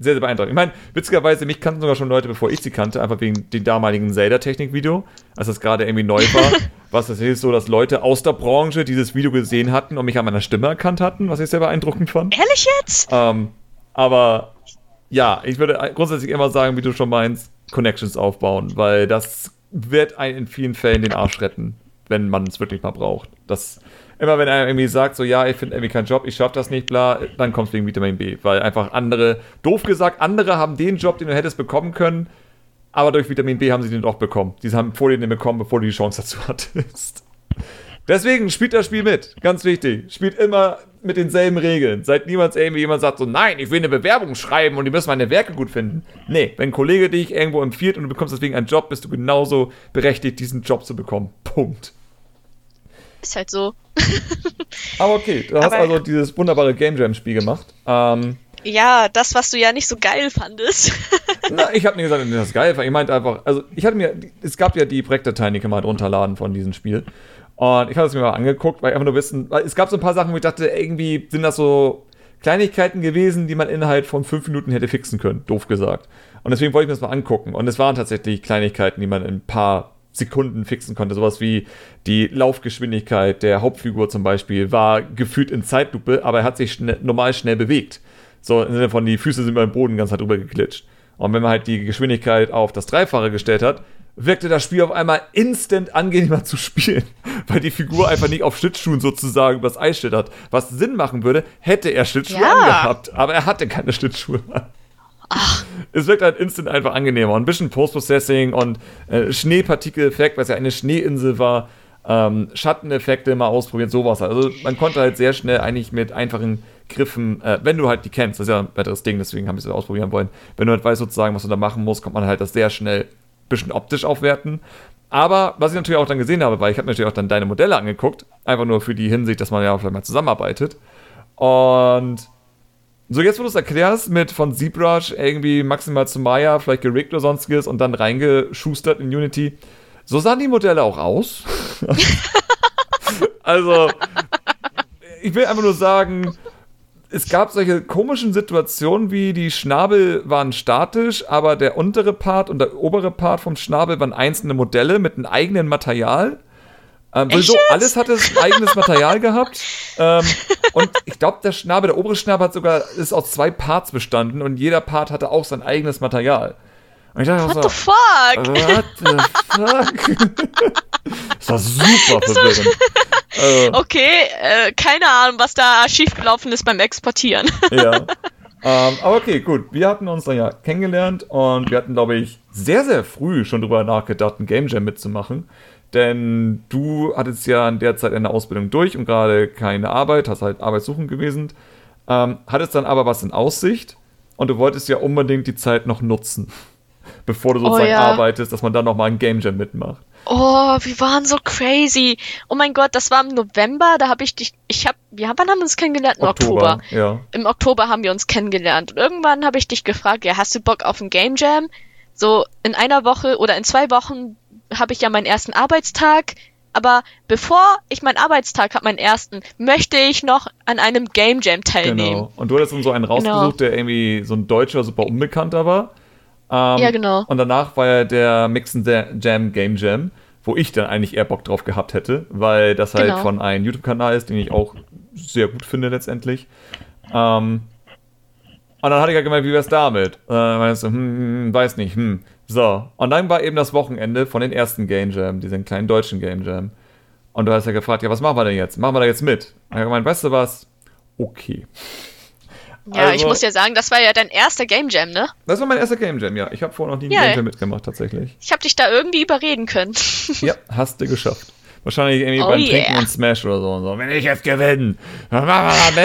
sehr, sehr beeindruckend. Ich meine, witzigerweise, mich kannten sogar schon Leute, bevor ich sie kannte, einfach wegen dem damaligen Zelda-Technik-Video, als das gerade irgendwie neu war. Was das ist so, dass Leute aus der Branche dieses Video gesehen hatten und mich an meiner Stimme erkannt hatten, was ich sehr beeindruckend fand. Ehrlich jetzt? Ähm, aber ja, ich würde grundsätzlich immer sagen, wie du schon meinst, Connections aufbauen, weil das wird einen in vielen Fällen den Arsch retten, wenn man es wirklich mal braucht. Das, immer wenn er irgendwie sagt, so ja, ich finde irgendwie keinen Job, ich schaffe das nicht, bla, dann kommt es wegen Vitamin B, weil einfach andere, doof gesagt, andere haben den Job, den du hättest bekommen können, aber durch Vitamin B haben sie den doch bekommen. Die haben vor dir den bekommen, bevor du die Chance dazu hattest. Deswegen spielt das Spiel mit, ganz wichtig. Spielt immer mit denselben Regeln. Seid niemals irgendwie jemand sagt so, nein, ich will eine Bewerbung schreiben und die müssen meine Werke gut finden. Nee, wenn ein Kollege dich irgendwo empfiehlt und du bekommst deswegen einen Job, bist du genauso berechtigt, diesen Job zu bekommen. Punkt. Ist halt so. Aber okay, du hast Aber also dieses wunderbare Game Jam-Spiel gemacht. Ähm, ja, das, was du ja nicht so geil fandest. Na, ich habe nicht gesagt, dass ich das geil fand. Ich meinte einfach, also ich hatte mir, es gab ja die Projektdateien, die kann man halt runterladen von diesem Spiel. Und ich habe es mir mal angeguckt, weil ich einfach nur wissen, weil es gab so ein paar Sachen, wo ich dachte, irgendwie sind das so Kleinigkeiten gewesen, die man innerhalb von fünf Minuten hätte fixen können, doof gesagt. Und deswegen wollte ich mir das mal angucken. Und es waren tatsächlich Kleinigkeiten, die man in ein paar Sekunden fixen konnte. Sowas wie die Laufgeschwindigkeit der Hauptfigur zum Beispiel war gefühlt in Zeitlupe, aber er hat sich schnell, normal schnell bewegt. So im Sinne von, die Füße sind über den Boden ganz halt drüber geklitscht. Und wenn man halt die Geschwindigkeit auf das Dreifache gestellt hat, wirkte das Spiel auf einmal instant angenehmer zu spielen, weil die Figur einfach nicht auf Schlittschuhen sozusagen übers Eis schlittert. Was Sinn machen würde, hätte er Schlittschuhe ja. angehabt, aber er hatte keine Schlittschuhe. Ach. Es wirkt halt instant einfach angenehmer. Und ein bisschen Post-Processing und äh, Schneepartikel-Effekt, was ja eine Schneeinsel war, ähm, Schatteneffekte mal ausprobieren, sowas. Also man konnte halt sehr schnell eigentlich mit einfachen Griffen, äh, wenn du halt die kennst, das ist ja ein weiteres Ding, deswegen habe ich es ausprobieren wollen, wenn du halt weißt sozusagen, was du da machen musst, kommt man halt das sehr schnell bisschen optisch aufwerten. Aber was ich natürlich auch dann gesehen habe, weil ich habe natürlich auch dann deine Modelle angeguckt, einfach nur für die Hinsicht, dass man ja vielleicht mal zusammenarbeitet. Und so jetzt, wo du es erklärst, mit von ZBrush irgendwie maximal zu Maya, vielleicht gerickt oder sonstiges und dann reingeschustert in Unity, so sahen die Modelle auch aus. Also, ich will einfach nur sagen, es gab solche komischen Situationen wie die Schnabel waren statisch, aber der untere Part und der obere Part vom Schnabel waren einzelne Modelle mit einem eigenen Material. Ähm, so, alles hatte ein eigenes Material gehabt. Ähm, und ich glaube, der Schnabel, der obere Schnabel hat sogar, ist aus zwei Parts bestanden und jeder Part hatte auch sein eigenes Material. Und ich dachte What so, the fuck? What the fuck? Das war super verwirrend. Also, okay, äh, keine Ahnung, was da schiefgelaufen ist beim Exportieren. Ja. Ähm, aber okay, gut. Wir hatten uns dann ja kennengelernt und wir hatten, glaube ich, sehr, sehr früh schon drüber nachgedacht, ein Game Jam mitzumachen. Denn du hattest ja in der Zeit eine Ausbildung durch und gerade keine Arbeit, hast halt arbeitssuchend gewesen. Ähm, hattest dann aber was in Aussicht und du wolltest ja unbedingt die Zeit noch nutzen, bevor du sozusagen oh, ja. arbeitest, dass man dann nochmal ein Game Jam mitmacht. Oh, wir waren so crazy. Oh mein Gott, das war im November, da habe ich dich, ich habe, wir haben, wann haben wir uns kennengelernt? Im Oktober. Oktober. Ja. Im Oktober haben wir uns kennengelernt. Und irgendwann habe ich dich gefragt, ja, hast du Bock auf ein Game Jam? So in einer Woche oder in zwei Wochen habe ich ja meinen ersten Arbeitstag. Aber bevor ich meinen Arbeitstag habe, meinen ersten, möchte ich noch an einem Game Jam teilnehmen. Genau. Und du hattest dann so einen rausgesucht, genau. der irgendwie so ein Deutscher, super unbekannter war. Ähm, ja, genau. Und danach war ja der Mix'n Jam Game Jam, wo ich dann eigentlich eher Bock drauf gehabt hätte, weil das halt genau. von einem YouTube-Kanal ist, den ich auch sehr gut finde letztendlich. Ähm, und dann hatte ich ja gemeint, wie wär's damit? Und dann meinst du, hm, hm, weiß nicht, hm. So, und dann war eben das Wochenende von den ersten Game Jam, diesen kleinen deutschen Game Jam. Und du hast ja gefragt, ja, was machen wir denn jetzt? Machen wir da jetzt mit? Und ich habe gemeint, weißt du was? Okay. Ja, also, ich muss ja sagen, das war ja dein erster Game Jam, ne? Das war mein erster Game Jam, ja. Ich habe vorher noch nie ein ja, Game Jam mitgemacht, tatsächlich. Ich habe dich da irgendwie überreden können. Ja, hast du geschafft. Wahrscheinlich irgendwie oh beim yeah. Trinken und Smash oder so und so. Wenn ich jetzt gewinne, dann machen wir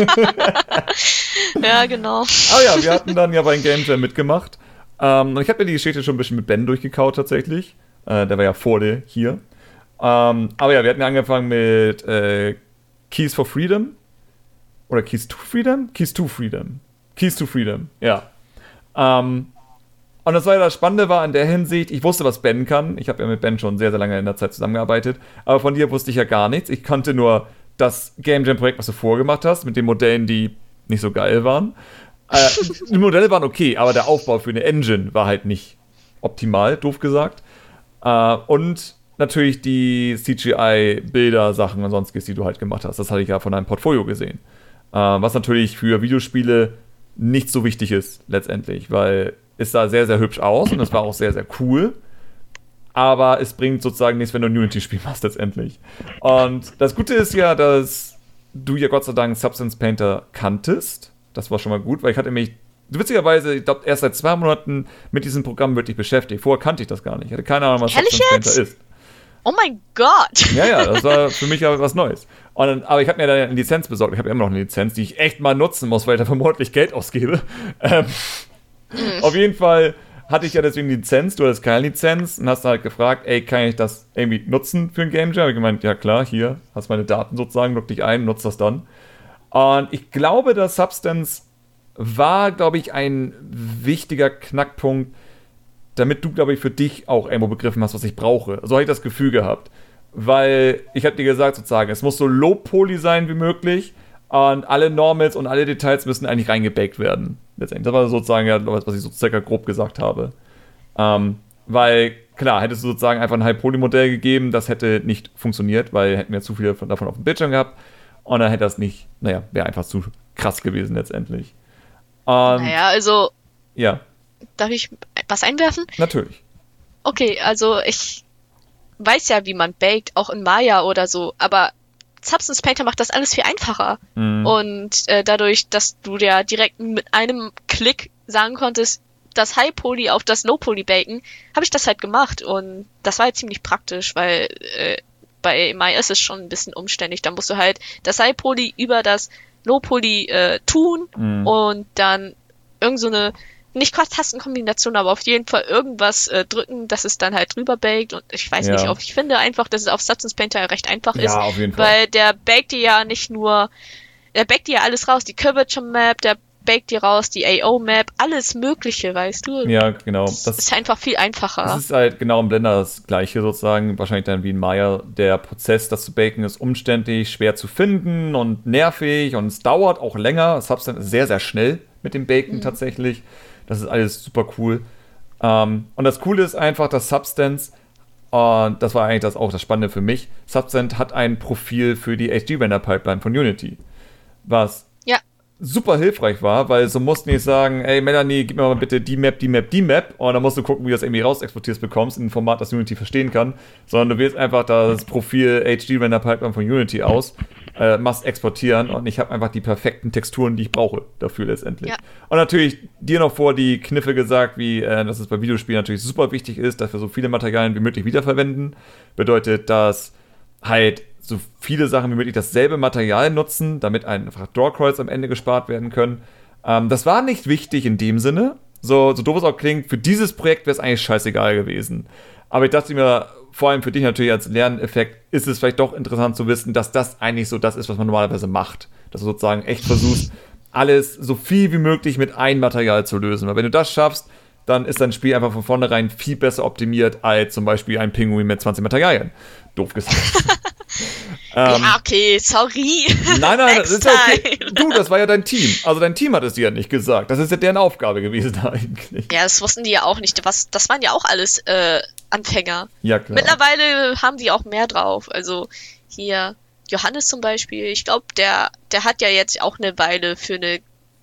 da mit. Ja, genau. Aber ja, wir hatten dann ja beim Game Jam mitgemacht. Ähm, und ich habe mir die Geschichte schon ein bisschen mit Ben durchgekaut, tatsächlich. Äh, der war ja vor dir hier. Ähm, aber ja, wir hatten ja angefangen mit äh, Keys for Freedom. Oder Keys to Freedom? Keys to Freedom. Keys to Freedom, ja. Ähm, und das war ja das Spannende war in der Hinsicht, ich wusste, was Ben kann. Ich habe ja mit Ben schon sehr, sehr lange in der Zeit zusammengearbeitet. Aber von dir wusste ich ja gar nichts. Ich kannte nur das Game Jam-Projekt, was du vorgemacht hast, mit den Modellen, die nicht so geil waren. Äh, die Modelle waren okay, aber der Aufbau für eine Engine war halt nicht optimal, doof gesagt. Äh, und natürlich die C G I-Bilder, Sachen und sonstiges, die du halt gemacht hast. Das hatte ich ja von deinem Portfolio gesehen. Äh, was natürlich für Videospiele nicht so wichtig ist, letztendlich, weil es sah sehr, sehr hübsch aus und es war auch sehr, sehr cool. Aber es bringt sozusagen nichts, wenn du ein Unity-Spiel machst, letztendlich. Und das Gute ist ja, dass du ja Gott sei Dank Substance Painter kanntest. Das war schon mal gut, weil ich hatte mich, witzigerweise, ich glaube, erst seit zwei Monaten mit diesem Programm wirklich beschäftigt. Vorher kannte ich das gar nicht. Ich hatte keine Ahnung, was Ehrlich Substance jetzt? Painter ist. Oh mein Gott! Ja, ja, das war für mich aber was Neues. Und dann, aber ich habe mir da eine Lizenz besorgt. Ich habe immer noch eine Lizenz, die ich echt mal nutzen muss, weil ich da vermutlich Geld ausgebe. Ähm, mm. Auf jeden Fall hatte ich ja deswegen eine Lizenz, du hattest keine Lizenz und hast halt gefragt, ey, kann ich das irgendwie nutzen für ein Game Jam? Hab ich gemeint, ja klar, hier, hast meine Daten sozusagen, log dich ein, nutzt das dann. Und ich glaube, dass Substance war, glaube ich, ein wichtiger Knackpunkt, damit du, glaube ich, für dich auch irgendwo begriffen hast, was ich brauche. So habe ich das Gefühl gehabt. Weil, ich habe dir gesagt, sozusagen, es muss so low-poly sein wie möglich und alle Normals und alle Details müssen eigentlich reingebaked werden. Letztendlich. Das war sozusagen ja, was ich so circa grob gesagt habe. Ähm, weil, klar, hättest du sozusagen einfach ein High-Poly-Modell gegeben, das hätte nicht funktioniert, weil hätten wir zu viele davon auf dem Bildschirm gehabt und dann hätte das nicht, naja, wäre einfach zu krass gewesen letztendlich. Und, naja, also, ja. Darf ich was einwerfen? Natürlich. Okay, also ich weiß ja, wie man baked, auch in Maya oder so, aber Substance Painter macht das alles viel einfacher. Mhm. Und äh, dadurch, dass du ja direkt mit einem Klick sagen konntest, das High Poly auf das Low Poly baken, habe ich das halt gemacht und das war halt ziemlich praktisch, weil äh, bei Maya ist es schon ein bisschen umständlich. Da musst du halt das High Poly über das Low Poly äh, tun mhm. und dann irgend so eine nicht Tastenkombination, aber auf jeden Fall irgendwas äh, drücken, dass es dann halt drüber baked und ich weiß ja. nicht, ob ich finde einfach, dass es auf Substance Painter recht einfach ja, ist, auf jeden Fall. Weil der baked dir ja nicht nur, der baked dir ja alles raus, die Curvature Map, der baked dir raus, die A O Map, alles mögliche, weißt du? Ja, genau. Das, das ist einfach viel einfacher. Das ist halt genau im Blender das Gleiche sozusagen, wahrscheinlich dann wie in Maya. Der Prozess, das zu baken, ist umständlich, schwer zu finden und nervig und es dauert auch länger. Substance ist sehr, sehr schnell mit dem Baken mhm. tatsächlich. Das ist alles super cool. Ähm, und das Coole ist einfach, dass Substance, und das war eigentlich das auch das Spannende für mich, Substance hat ein Profil für die H D-Render-Pipeline von Unity. Was ja. super hilfreich war, weil so mussten nicht sagen, ey Melanie, gib mir mal bitte die Map, die Map, die Map und dann musst du gucken, wie du das irgendwie rausexportierst bekommst in ein Format, das Unity verstehen kann, sondern du wählst einfach das Profil H D-Render-Pipeline von Unity aus, äh, machst exportieren und ich habe einfach die perfekten Texturen, die ich brauche dafür letztendlich. Ja. Und natürlich dir noch vor die Kniffe gesagt, wie äh, dass es bei Videospielen natürlich super wichtig ist, dass wir so viele Materialien wie möglich wiederverwenden. Bedeutet, dass halt so viele Sachen wie möglich dasselbe Material nutzen, damit einfach Drawcrawls am Ende gespart werden können. Ähm, das war nicht wichtig in dem Sinne. So, so doof es auch klingt, für dieses Projekt wäre es eigentlich scheißegal gewesen. Aber ich dachte mir, vor allem für dich natürlich als Lerneffekt, ist es vielleicht doch interessant zu wissen, dass das eigentlich so das ist, was man normalerweise macht. Dass du sozusagen echt versuchst, alles so viel wie möglich mit einem Material zu lösen. Weil wenn du das schaffst, dann ist dein Spiel einfach von vornherein viel besser optimiert als zum Beispiel ein Pinguin mit zwanzig Materialien. Doof gesagt. ähm, ja, okay, sorry. Nein, nein, das ist ja okay. Du, das war ja dein Team. Also dein Team hat es dir ja nicht gesagt. Das ist ja deren Aufgabe gewesen eigentlich. Ja, das wussten die ja auch nicht. Was, das waren ja auch alles äh, Anfänger. Ja, klar. Mittlerweile haben die auch mehr drauf. Also hier Johannes zum Beispiel. Ich glaube, der, der hat ja jetzt auch eine Weile für eine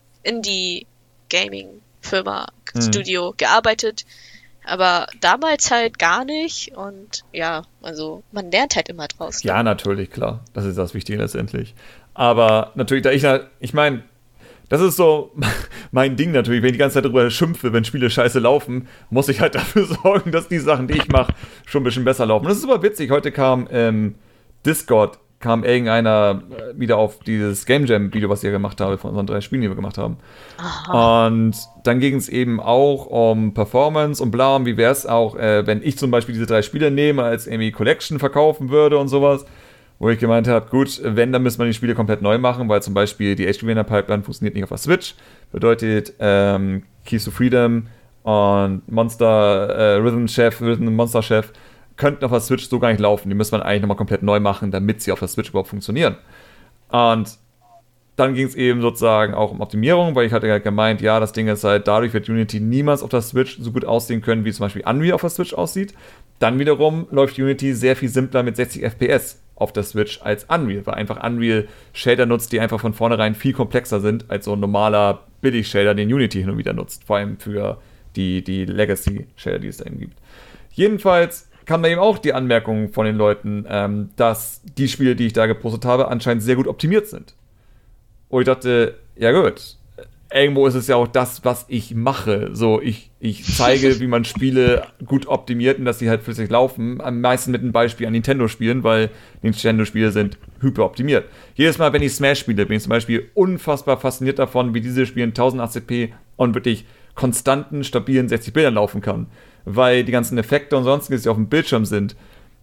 Indie-Gaming-Firma, hm. Studio gearbeitet. Aber damals halt gar nicht und ja, also man lernt halt immer draus. Ja, natürlich, klar. Das ist das Wichtige letztendlich. Aber natürlich, da ich, ich meine, das ist so mein Ding natürlich, wenn ich die ganze Zeit darüber schimpfe, wenn Spiele scheiße laufen, muss ich halt dafür sorgen, dass die Sachen, die ich mache, schon ein bisschen besser laufen. Das ist super witzig. Heute kam im Discord kam irgendeiner wieder auf dieses Game Jam-Video, was ich gemacht habe, von unseren drei Spielen, die wir gemacht haben. Aha. Und dann ging es eben auch um Performance und bla, und wie wäre es auch, äh, wenn ich zum Beispiel diese drei Spiele nehme, als irgendwie Collection verkaufen würde und sowas, wo ich gemeint habe, gut, wenn, dann müssen wir die Spiele komplett neu machen, weil zum Beispiel die H D-Render-Pipeline funktioniert nicht auf der Switch. Bedeutet, ähm, Keys to Freedom und Monster, äh, Rhythm Chef, Rhythm Monster Chef könnten auf der Switch so gar nicht laufen. Die müssen wir eigentlich nochmal komplett neu machen, damit sie auf der Switch überhaupt funktionieren. Und dann ging es eben sozusagen auch um Optimierung, weil ich hatte ja gemeint, ja, das Ding ist halt, dadurch wird Unity niemals auf der Switch so gut aussehen können, wie zum Beispiel Unreal auf der Switch aussieht. Dann wiederum läuft Unity sehr viel simpler mit sechzig F P S auf der Switch als Unreal, weil einfach Unreal Shader nutzt, die einfach von vornherein viel komplexer sind als so ein normaler Billig-Shader, den Unity hin und wieder nutzt. Vor allem für die, die Legacy-Shader, die es da eben gibt. Jedenfalls kam da eben auch die Anmerkung von den Leuten, ähm, dass die Spiele, die ich da gepostet habe, anscheinend sehr gut optimiert sind. Und ich dachte, ja gut, irgendwo ist es ja auch das, was ich mache. So, ich, ich zeige, wie man Spiele gut optimiert und dass sie halt flüssig laufen. Am meisten mit einem Beispiel an Nintendo-Spielen, weil Nintendo-Spiele sind hyper optimiert. Jedes Mal, wenn ich Smash spiele, bin ich zum Beispiel unfassbar fasziniert davon, wie diese Spiele in tausendachtzig p und wirklich konstanten, stabilen sechzig Bildern laufen kann. Weil die ganzen Effekte und sonstiges, die auf dem Bildschirm sind,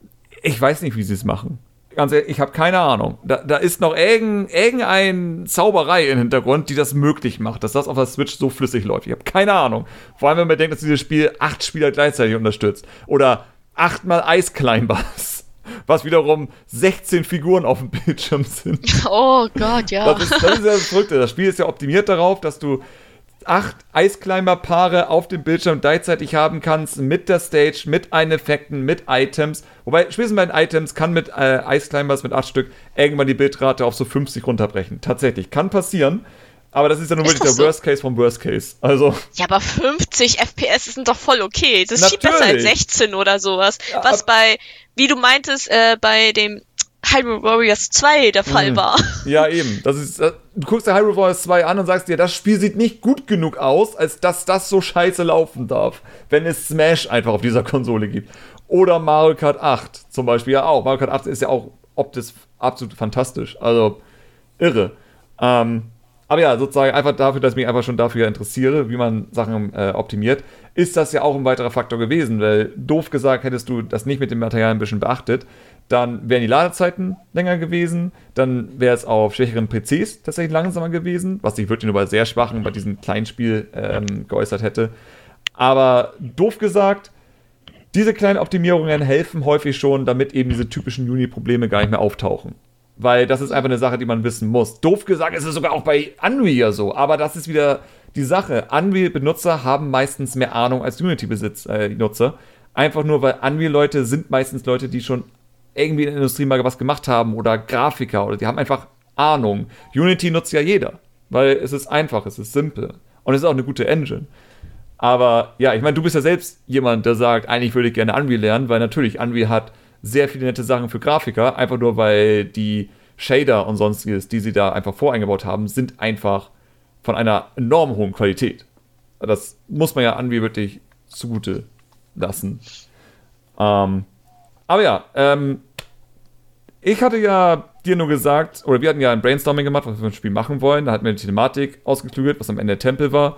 ich weiß nicht, wie sie es machen. Ganz ehrlich, ich habe keine Ahnung. Da, da ist noch irgendein, irgendeine Zauberei im Hintergrund, die das möglich macht, dass das auf der Switch so flüssig läuft. Ich habe keine Ahnung. Vor allem, wenn man denkt, dass dieses Spiel acht Spieler gleichzeitig unterstützt. Oder achtmal Ice Climbers. Was wiederum sechzehn Figuren auf dem Bildschirm sind. Oh Gott, ja. Das ist, das ist ja das Verrückte. Das Spiel ist ja optimiert darauf, dass du acht Eisclimber-Paare auf dem Bildschirm gleichzeitig haben kannst, mit der Stage, mit einen Effekten, mit Items. Wobei, spätestens bei den Items kann mit äh, Eisclimbers mit acht Stück irgendwann die Bildrate auf so fünfzig runterbrechen. Tatsächlich, kann passieren. Aber das ist ja nur wirklich der so? Worst Case vom Worst Case. Also. Ja, aber fünfzig F P S sind doch voll okay. Das ist viel besser als sechzehn oder sowas. Ja, was bei, wie du meintest, äh, bei dem Hyrule Warriors zwei der Fall war. Ja, eben. Das ist, du guckst dir Hyrule Warriors zwei an und sagst dir, das Spiel sieht nicht gut genug aus, als dass das so scheiße laufen darf, wenn es Smash einfach auf dieser Konsole gibt. Oder Mario Kart acht zum Beispiel ja auch. Mario Kart acht ist ja auch optisch absolut fantastisch. Also, irre. Ähm, aber ja, sozusagen einfach dafür, dass ich mich einfach schon dafür interessiere, wie man Sachen äh, optimiert, ist das ja auch ein weiterer Faktor gewesen, weil doof gesagt, hättest du das nicht mit dem Material ein bisschen beachtet, dann wären die Ladezeiten länger gewesen, dann wäre es auf schwächeren P Cs tatsächlich langsamer gewesen, was sich wirklich nur bei sehr schwachen, bei diesem Kleinspiel ähm, geäußert hätte. Aber doof gesagt, diese kleinen Optimierungen helfen häufig schon, damit eben diese typischen Uni-Probleme gar nicht mehr auftauchen. Weil das ist einfach eine Sache, die man wissen muss. Doof gesagt ist es sogar auch bei Unreal so, aber das ist wieder die Sache. Unreal-Benutzer haben meistens mehr Ahnung als Unity-Nutzer. Einfach nur, weil Unreal-Leute sind meistens Leute, die schon irgendwie in der Industrie mal was gemacht haben oder Grafiker oder die haben einfach Ahnung. Unity nutzt ja jeder, weil es ist einfach, es ist simpel und es ist auch eine gute Engine. Aber ja, ich meine, du bist ja selbst jemand, der sagt, eigentlich würde ich gerne Unreal lernen, weil natürlich Unreal hat sehr viele nette Sachen für Grafiker, einfach nur weil die Shader und sonstiges, die sie da einfach voreingebaut haben, sind einfach von einer enorm hohen Qualität. Das muss man ja Unreal wirklich zugute lassen. Ähm, aber ja, ähm, ich hatte ja dir nur gesagt, oder wir hatten ja ein Brainstorming gemacht, was wir für ein Spiel machen wollen. Da hatten wir die Thematik ausgeklügelt, was am Ende der Tempel war.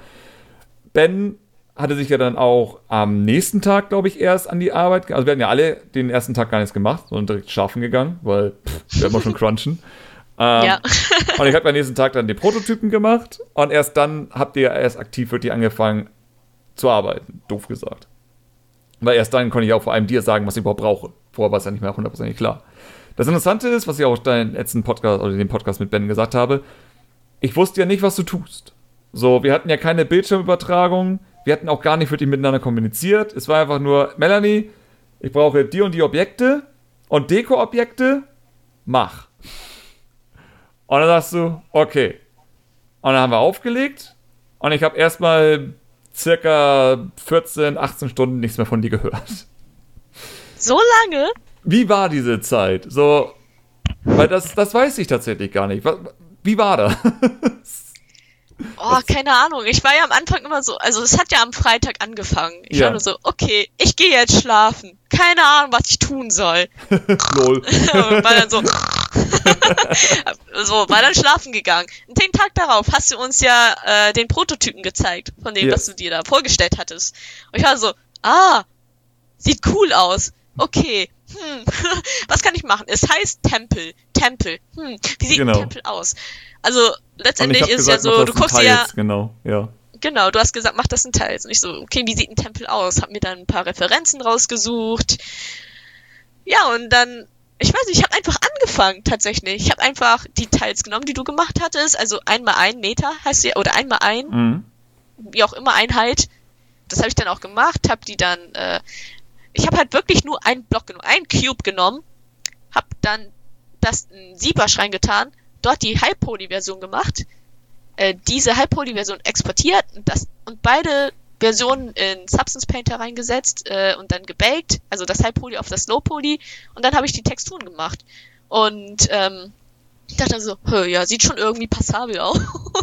Ben hatte sich ja dann auch am nächsten Tag, glaube ich, erst an die Arbeit, also wir hatten ja alle den ersten Tag gar nichts gemacht, sondern direkt schlafen gegangen, weil pff, wir immer schon crunchen. Ähm, ja. Und ich habe am nächsten Tag dann den Prototypen gemacht und erst dann habt ihr erst aktiv wirklich angefangen zu arbeiten, doof gesagt. Weil erst dann konnte ich auch vor allem dir sagen, was ich überhaupt brauche. Vorher war es ja nicht mehr hundertprozentig klar. Das Interessante ist, was ich auch in deinem letzten Podcast oder in dem Podcast mit Ben gesagt habe, ich wusste ja nicht, was du tust. So, wir hatten ja keine Bildschirmübertragung, wir hatten auch gar nicht wirklich miteinander kommuniziert. Es war einfach nur, Melanie, ich brauche die und die Objekte und Deko-Objekte, mach. Und dann sagst du, okay. Und dann haben wir aufgelegt und ich habe erstmal circa vierzehn, achtzehn Stunden nichts mehr von dir gehört. So lange? Wie war diese Zeit? So, weil das, das weiß ich tatsächlich gar nicht. Wie war das? Oh, keine Ahnung. Ich war ja am Anfang immer so, also es hat ja am Freitag angefangen. Ich ja. war nur so, okay, ich gehe jetzt schlafen. Keine Ahnung, was ich tun soll. Lol. Und war dann so, so, war dann schlafen gegangen. Und den Tag darauf hast du uns ja äh, den Prototypen gezeigt, von dem, yes. was du dir da vorgestellt hattest. Und ich war so, ah, sieht cool aus. Okay, hm, was kann ich machen? Es heißt Tempel, Tempel, hm, wie sieht genau. ein Tempel aus? Also, letztendlich ist es ja so, du guckst dir ja... Genau, ja. Genau, du hast gesagt, mach das in Teils. Und ich so, okay, wie sieht ein Tempel aus? Hab mir dann ein paar Referenzen rausgesucht. Ja, und dann ich weiß nicht, ich habe einfach angefangen, tatsächlich. Ich habe einfach die Teils genommen, die du gemacht hattest. Also einmal ein Meter heißt ja, oder einmal ein, Mhm. wie auch immer Einheit. Das habe ich dann auch gemacht, habe die dann, äh, ich habe halt wirklich nur einen Block genommen, einen Cube genommen, habe dann das in ZBrush reingetan, dort die High-Poly-Version gemacht, äh, diese High-Poly-Version exportiert und, das, und beide Versionen in Substance Painter reingesetzt äh, und dann gebaked, also das High-Poly auf das Low-Poly und dann habe ich die Texturen gemacht. Und ähm, ich dachte so, hö, ja, sieht schon irgendwie passabel aus.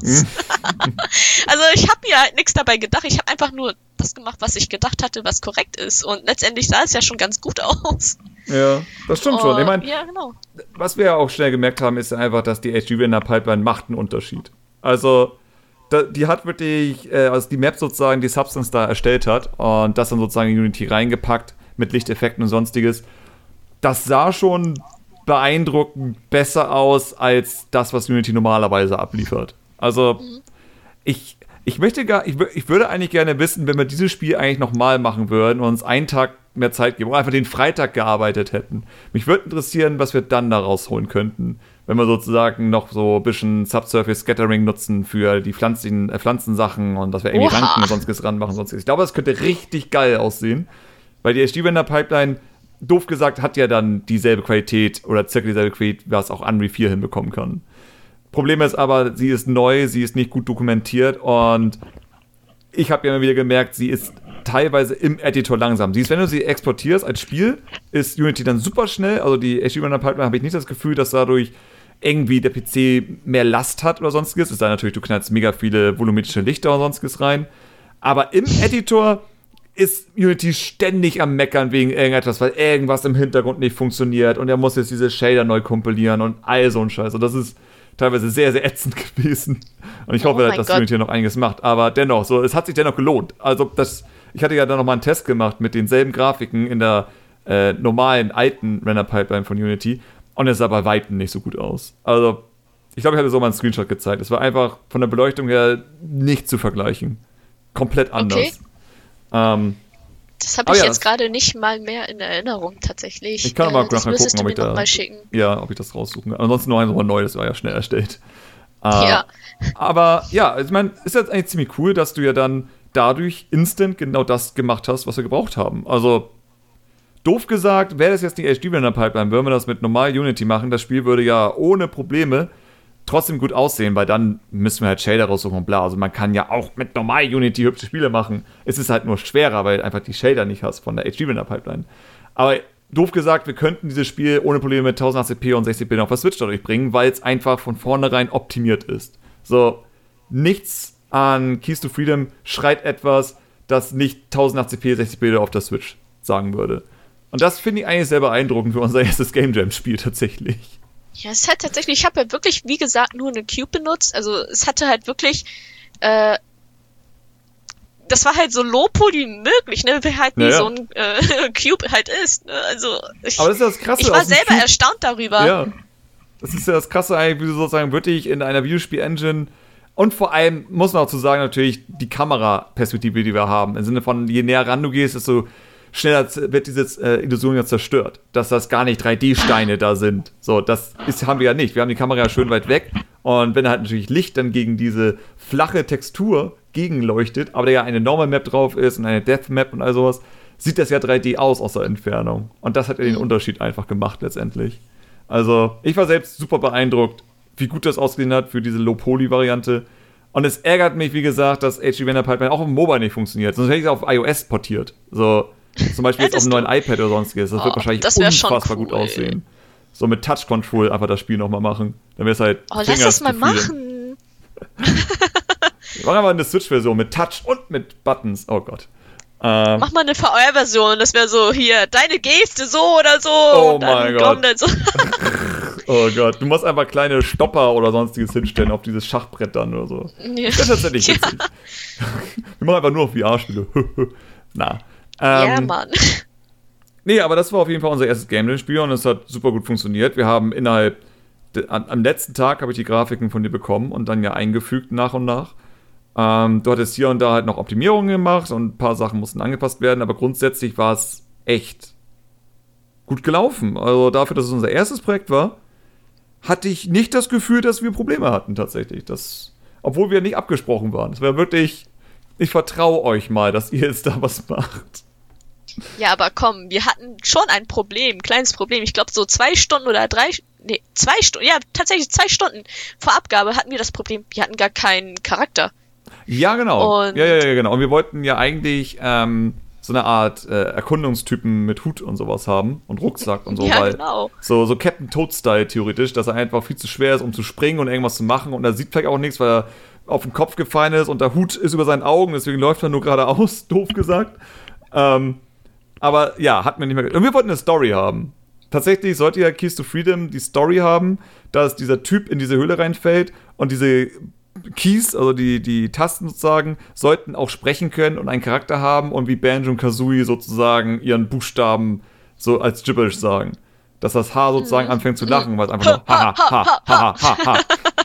Also ich habe mir halt nichts dabei gedacht, ich habe einfach nur das gemacht, was ich gedacht hatte, was korrekt ist. Und letztendlich sah es ja schon ganz gut aus. Ja, das stimmt oh, schon. Ich meine, ja, genau. was wir ja auch schnell gemerkt haben, ist einfach, dass die H D-Render-Pipeline macht einen Unterschied. Also, da, die hat wirklich, äh, also die Map sozusagen, die Substance da erstellt hat und das dann sozusagen in Unity reingepackt mit Lichteffekten und sonstiges. Das sah schon beeindruckend besser aus als das, was Unity normalerweise abliefert. Also, mhm. ich, ich möchte gar, ich, ich würde eigentlich gerne wissen, wenn wir dieses Spiel eigentlich nochmal machen würden und uns einen Tag mehr Zeit geben oder einfach den Freitag gearbeitet hätten. Mich würde interessieren, was wir dann da rausholen könnten, wenn wir sozusagen noch so ein bisschen Subsurface Scattering nutzen für die Pflanzen, äh, Pflanzensachen und dass wir irgendwie Oha. Ranken und sonstiges ranmachen. Sonstiges. Ich glaube, das könnte richtig geil aussehen, weil die H D-Render-Pipeline, doof gesagt, hat ja dann dieselbe Qualität oder circa dieselbe Qualität, was auch Unreal vier hinbekommen kann. Problem ist aber, sie ist neu, sie ist nicht gut dokumentiert und ich habe ja immer wieder gemerkt, sie ist teilweise im Editor langsam. Sie ist, wenn du sie exportierst als Spiel, ist Unity dann super schnell. Also die H D-Render-Pipeline habe ich nicht das Gefühl, dass dadurch irgendwie der P C mehr Last hat oder sonstiges. Es sei natürlich, du knallst mega viele volumetrische Lichter und sonstiges rein. Aber im Editor ist Unity ständig am Meckern wegen irgendetwas, weil irgendwas im Hintergrund nicht funktioniert und er muss jetzt diese Shader neu kompilieren und all so ein Scheiß. Und das ist teilweise sehr, sehr ätzend gewesen. Und ich hoffe, Oh dass Gott. Unity noch einiges macht. Aber dennoch, so, es hat sich dennoch gelohnt. Also, das, ich hatte ja dann noch mal einen Test gemacht mit denselben Grafiken in der äh, normalen, alten Render-Pipeline von Unity. Und es sah bei Weitem nicht so gut aus. Also, ich glaube, ich hatte so mal einen Screenshot gezeigt. Es war einfach von der Beleuchtung her nicht zu vergleichen. Komplett anders. Okay. Ähm, Das habe Aber ich ja, jetzt gerade nicht mal mehr in Erinnerung, tatsächlich. Ich kann aber äh, das nachher müsstest gucken, ob du ich mir da, noch mal schicken. ja, ob ich das raussuchen kann. Ansonsten noch eins aber neu, das war ja schnell erstellt. Äh, Ja. Aber ja, also ich meine, ist jetzt eigentlich ziemlich cool, dass du ja dann dadurch instant genau das gemacht hast, was wir gebraucht haben. Also, doof gesagt, wäre das jetzt die H D-Render-Pipeline, würden wir das mit normal Unity machen, das Spiel würde ja ohne Probleme trotzdem gut aussehen, weil dann müssen wir halt Shader raussuchen und bla. Also man kann ja auch mit normal Unity hübsche Spiele machen. Es ist halt nur schwerer, weil du einfach die Shader nicht hast von der H D-Render-Pipeline. Aber doof gesagt, wir könnten dieses Spiel ohne Probleme mit tausendachtzig p und sechzig Bildern auf der Switch dadurch bringen, weil es einfach von vornherein optimiert ist. So, nichts an Keys to Freedom schreit etwas, das nicht tausendachtzig p, sechzig Bilder auf der Switch sagen würde. Und das finde ich eigentlich sehr beeindruckend für unser erstes Game Jam-Spiel tatsächlich. Ja, es hat tatsächlich, ich habe ja wirklich, wie gesagt, nur eine Cube benutzt. Also es hatte halt wirklich, äh, das war halt so low-poly möglich, ne? Wie halt wie Ja, ja. so ein äh, Cube halt ist. Ne? Also ich, Aber das ist ja das Krasse. ich war aus dem selber Cube- erstaunt darüber. Ja. Das ist ja das Krasse eigentlich, wie du sozusagen wirklich in einer Videospiel-Engine und vor allem, muss man auch zu sagen, natürlich die Kameraperspektive, die wir haben. Im Sinne von, je näher ran du gehst, desto schneller wird diese äh, Illusion ja zerstört. Dass das gar nicht drei D-Steine da sind. So, das ist, haben wir ja nicht. Wir haben die Kamera ja schön weit weg. Und wenn halt natürlich Licht dann gegen diese flache Textur gegenleuchtet, aber da ja eine Normal Map drauf ist und eine Depth Map und all sowas, sieht das ja drei D aus aus der Entfernung. Und das hat ja den Unterschied einfach gemacht letztendlich. Also, ich war selbst super beeindruckt, wie gut das ausgesehen hat für diese Low-Poly-Variante. Und es ärgert mich, wie gesagt, dass H D-Render-Pipeline auch auf dem Mobile nicht funktioniert. Sonst hätte ich es auf iOS portiert. So, zum Beispiel jetzt auf einem neuen iPad oder sonstiges. Das Oh, wird wahrscheinlich das wär schon unfassbar cool. gut aussehen. So mit Touch-Control einfach das Spiel nochmal machen. Dann wäre es halt Oh, lass das mal Fingers-Gefühle. machen. Wir machen aber eine Switch-Version mit Touch und mit Buttons. Oh Gott. Ähm, Mach mal eine V R-Version, das wäre so, hier, deine Geste so oder so. Oh und dann mein Gott. kommt dann so. oh Gott. Du musst einfach kleine Stopper oder sonstiges hinstellen auf dieses Schachbrett dann oder so. Ja. Das ist tatsächlich witzig. Wir machen einfach nur auf V R-Spiele. Na. Ähm, Ja, Mann. Nee, aber das war auf jeden Fall unser erstes Game-Spiel und es hat super gut funktioniert. Wir haben innerhalb, de, am, am letzten Tag habe ich die Grafiken von dir bekommen und dann ja eingefügt nach und nach. Ähm, du hattest hier und da halt noch Optimierungen gemacht und ein paar Sachen mussten angepasst werden, aber grundsätzlich war es echt gut gelaufen. Also dafür, dass es unser erstes Projekt war, hatte ich nicht das Gefühl, dass wir Probleme hatten tatsächlich. Das, obwohl wir nicht abgesprochen waren. Es war wirklich, ich vertraue euch mal, dass ihr jetzt da was macht. Ja, aber komm, wir hatten schon ein Problem, kleines Problem. Ich glaube, so zwei Stunden oder drei, nee, zwei Stunden, ja, tatsächlich zwei Stunden vor Abgabe hatten wir das Problem, wir hatten gar keinen Charakter. Ja, genau. Und ja, ja, ja, genau. Und wir wollten ja eigentlich ähm, so eine Art äh, Erkundungstypen mit Hut und sowas haben und Rucksack und so, ja, weil genau. so, so Captain Toad-Style theoretisch, dass er einfach viel zu schwer ist, um zu springen und irgendwas zu machen und er sieht vielleicht auch nichts, weil er auf den Kopf gefallen ist und der Hut ist über seinen Augen, deswegen läuft er nur geradeaus, doof gesagt. Ähm, aber ja, hat mir nicht mehr ge- Und wir wollten eine Story haben. Tatsächlich sollte ja Keys to Freedom die Story haben, dass dieser Typ in diese Höhle reinfällt und diese Keys, also die, die Tasten sozusagen, sollten auch sprechen können und einen Charakter haben und wie Banjo und Kazooie sozusagen ihren Buchstaben so als Gibberish sagen. Dass das H sozusagen anfängt zu lachen, weil es einfach nur ha ha ha ha ha ha.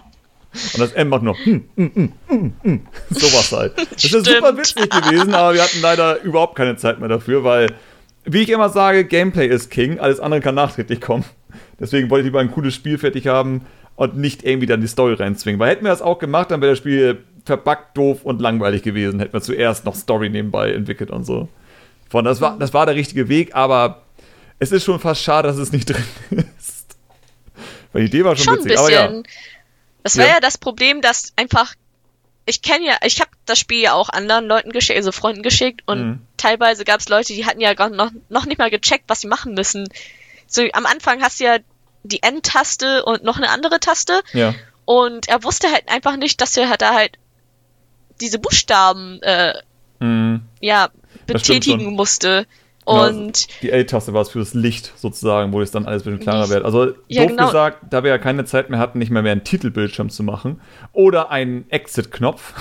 Und das M macht nur hm, hm, hm, hm, hm. Sowas halt. Das ist super witzig gewesen, aber wir hatten leider überhaupt keine Zeit mehr dafür, weil, wie ich immer sage, Gameplay ist King, alles andere kann nachträglich kommen. Deswegen wollte ich lieber ein cooles Spiel fertig haben und nicht irgendwie dann die Story reinzwingen. Weil hätten wir das auch gemacht, dann wäre das Spiel verbuggt, doof und langweilig gewesen. Hätten wir zuerst noch Story nebenbei entwickelt und so. Von das war, das war der richtige Weg, aber es ist schon fast schade, dass es nicht drin ist. Weil die Idee war schon, Schon witzig. ein bisschen. Aber ja. Das war Ja. ja das Problem, dass einfach, ich kenne ja, ich habe das Spiel ja auch anderen Leuten geschickt, also Freunden geschickt und Mhm. teilweise gab es Leute, die hatten ja gar noch, noch nicht mal gecheckt, was sie machen müssen. So am Anfang hast du ja die N-Taste und noch eine andere Taste Ja. und er wusste halt einfach nicht, dass er halt da halt diese Buchstaben äh, Mhm. ja Das stimmt betätigen schon. musste. Genau, Und die L-Taste war es für das Licht sozusagen, wo es dann alles ein bisschen klarer wird. Also Ja, doof genau. gesagt, da wir ja keine Zeit mehr hatten, nicht mehr, mehr einen Titelbildschirm zu machen oder einen Exit-Knopf.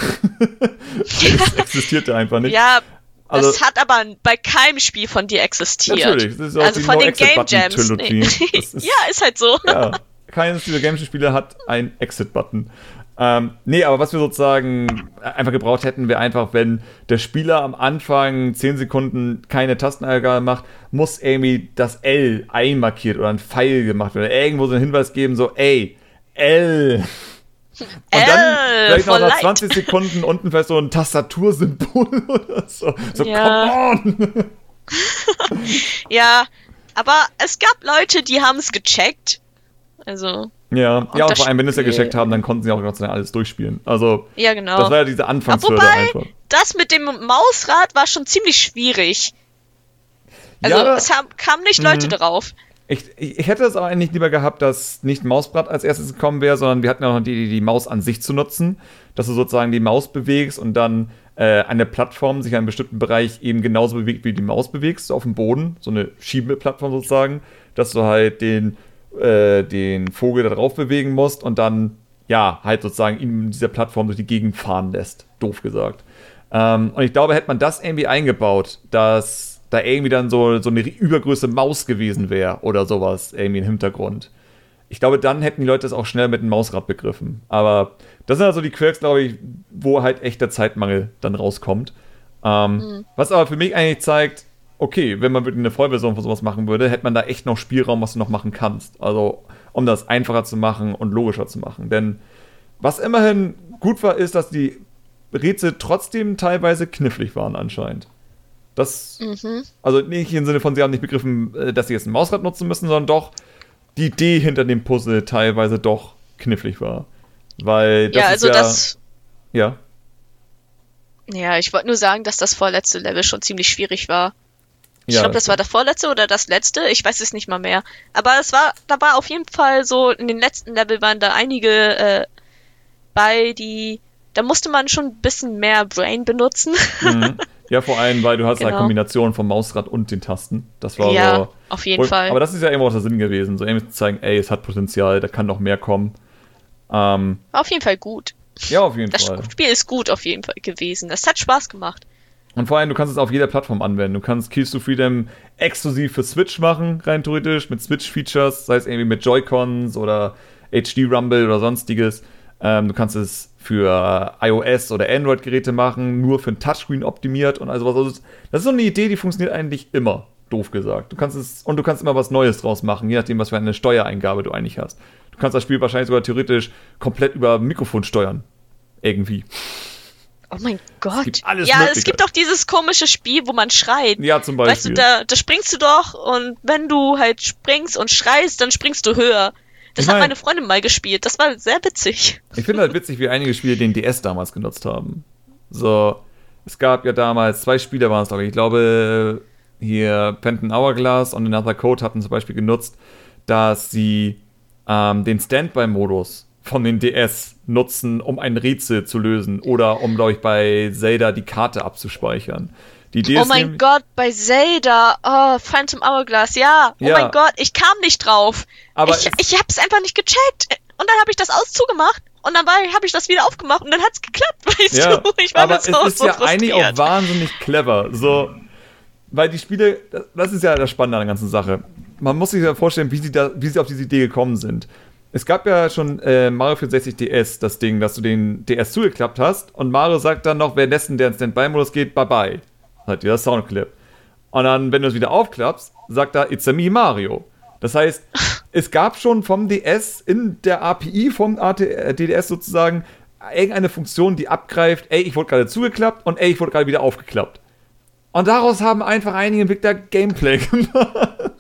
Das existierte einfach nicht. ja, Also- das hat aber bei keinem Spiel von dir existiert. Natürlich, das ist auch also die von No den Exit Game Button Jams. Trilogy. Nee. Das ist- ja, ist halt so. Ja, keines dieser Gamesspiele hat einen Exit-Button. Ähm, nee, aber was wir sozusagen einfach gebraucht hätten, wäre einfach, wenn der Spieler am Anfang zehn Sekunden keine Tasteneingabe macht, muss irgendwie das L einmarkiert oder ein Pfeil gemacht werden. Oder irgendwo so einen Hinweis geben, so, ey, L. Und dann L, vielleicht noch for nach light. zwanzig Sekunden unten vielleicht so ein Tastatursymbol oder so. So, Ja. come on! Ja, aber es gab Leute, die haben es gecheckt. Also, Ja, ja, und das vor allem, wenn sie es ja Spiel- gecheckt haben, dann konnten sie auch Gott sei Dank alles durchspielen. Also, ja genau. das war ja diese Aber Anfangshürde wobei, einfach. das mit dem Mausrad war schon ziemlich schwierig. Also, Ja, es haben, kamen nicht Leute Mhm. drauf. Ich, ich, ich hätte es auch eigentlich lieber gehabt, dass nicht Mausrad als erstes gekommen wäre, sondern wir hatten ja noch die, die, die Maus an sich zu nutzen, dass du sozusagen die Maus bewegst und dann äh, eine Plattform sich in einem bestimmten Bereich eben genauso bewegt, wie du die Maus bewegst, so auf dem Boden, so eine Schiebeplattform sozusagen, dass du halt den, äh, den Vogel da drauf bewegen musst und dann, ja, halt sozusagen ihn in dieser Plattform durch die Gegend fahren lässt, doof gesagt. Ähm, und ich glaube, hätte man das irgendwie eingebaut, dass da irgendwie dann so, so eine übergroße Maus gewesen wäre oder sowas irgendwie im Hintergrund. Ich glaube, dann hätten die Leute das auch schnell mit dem Mausrad begriffen. Aber das sind also die Quirks, glaube ich, wo halt echt der Zeitmangel dann rauskommt. Ähm, Mhm. Was aber für mich eigentlich zeigt, okay, wenn man wirklich eine Vollversion von sowas machen würde, hätte man da echt noch Spielraum, was du noch machen kannst. Also, um das einfacher zu machen und logischer zu machen. Denn was immerhin gut war, ist, dass die Rätsel trotzdem teilweise knifflig waren anscheinend. Das, Mhm. also nicht im Sinne von, sie haben nicht begriffen, äh, dass sie jetzt ein Mausrad nutzen müssen, sondern doch die Idee hinter dem Puzzle teilweise doch knifflig war. Weil das Ja, ist also ja, das. ja, Ja, ich wollte nur sagen, dass das vorletzte Level schon ziemlich schwierig war. Ich ja, glaube, das war das vorletzte oder das letzte. Ich weiß es nicht mal mehr. Aber es war, da war auf jeden Fall so, in den letzten Level waren da einige äh, bei, die, da musste man schon ein bisschen mehr Brain benutzen. mhm. Ja, vor allem, weil du hast eine Genau. Kombination vom Mausrad und den Tasten. Das war ja, so. auf jeden Und- Fall. Aber das ist ja irgendwo auch der Sinn gewesen, so irgendwie zu zeigen, ey, es hat Potenzial, da kann noch mehr kommen. Ähm, War auf jeden Fall gut. ja, auf jeden Das Fall. Spiel ist gut auf jeden Fall gewesen. Das hat Spaß gemacht. Und vor allem, du kannst es auf jeder Plattform anwenden. Du kannst Keys to Freedom exklusiv für Switch machen, rein theoretisch, mit Switch-Features, sei es irgendwie mit Joy-Cons oder H D-Rumble oder sonstiges. Ähm, du kannst es für iOS- oder Android-Geräte machen, nur für ein Touchscreen optimiert und also was. Also das ist so eine Idee, die funktioniert eigentlich immer. doof gesagt. Du kannst es, und du kannst immer was Neues draus machen, je nachdem, was für eine Steuereingabe du eigentlich hast. Du kannst das Spiel wahrscheinlich sogar theoretisch komplett über Mikrofon steuern. Irgendwie. Oh mein Gott. Es gibt alles ja, Mögliche. Es gibt doch dieses komische Spiel, wo man schreit. Ja, zum Beispiel. Weißt du, da, da springst du doch und wenn du halt springst und schreist, dann springst du höher. Das ich mein, hat meine Freundin mal gespielt. Das war sehr witzig. Ich finde halt witzig, wie einige Spiele den D S damals genutzt haben. So, es gab ja damals, zwei Spiele waren es, glaube ich. Ich glaube, hier Phantom Hourglass und Another Code hatten zum Beispiel genutzt, dass sie ähm, den Standby-Modus von den D S nutzen, um ein Rätsel zu lösen oder um, glaube ich, bei Zelda die Karte abzuspeichern. Die Idee oh ist mein Gott, bei Zelda, oh, Phantom Hourglass, ja. Oh ja. mein Gott, ich kam nicht drauf. Aber ich, ich hab's einfach nicht gecheckt. Und dann habe ich das aus zugemacht und dann habe ich das wieder aufgemacht und dann hat's geklappt, weißt ja, du. Ich war aber so, es ist so ja frustriert. eigentlich auch wahnsinnig clever. So, weil die Spiele, das ist ja das Spannende an der ganzen Sache. Man muss sich ja vorstellen, wie sie, da, wie sie auf diese Idee gekommen sind. Es gab ja schon äh, Mario vierundsechzig D S, das Ding, dass du den D S zugeklappt hast und Mario sagt dann noch, währenddessen der in Standby-Modus geht, bye-bye. Hat dieser Soundclip. Und dann, wenn du es wieder aufklappst, sagt er, it's a me, Mario. Das heißt, es gab schon vom D S in der A P I vom D D S sozusagen irgendeine Funktion, die abgreift, ey, ich wurde gerade zugeklappt und ey, ich wurde gerade wieder aufgeklappt. Und daraus haben einfach einige Entwickler Gameplay gemacht.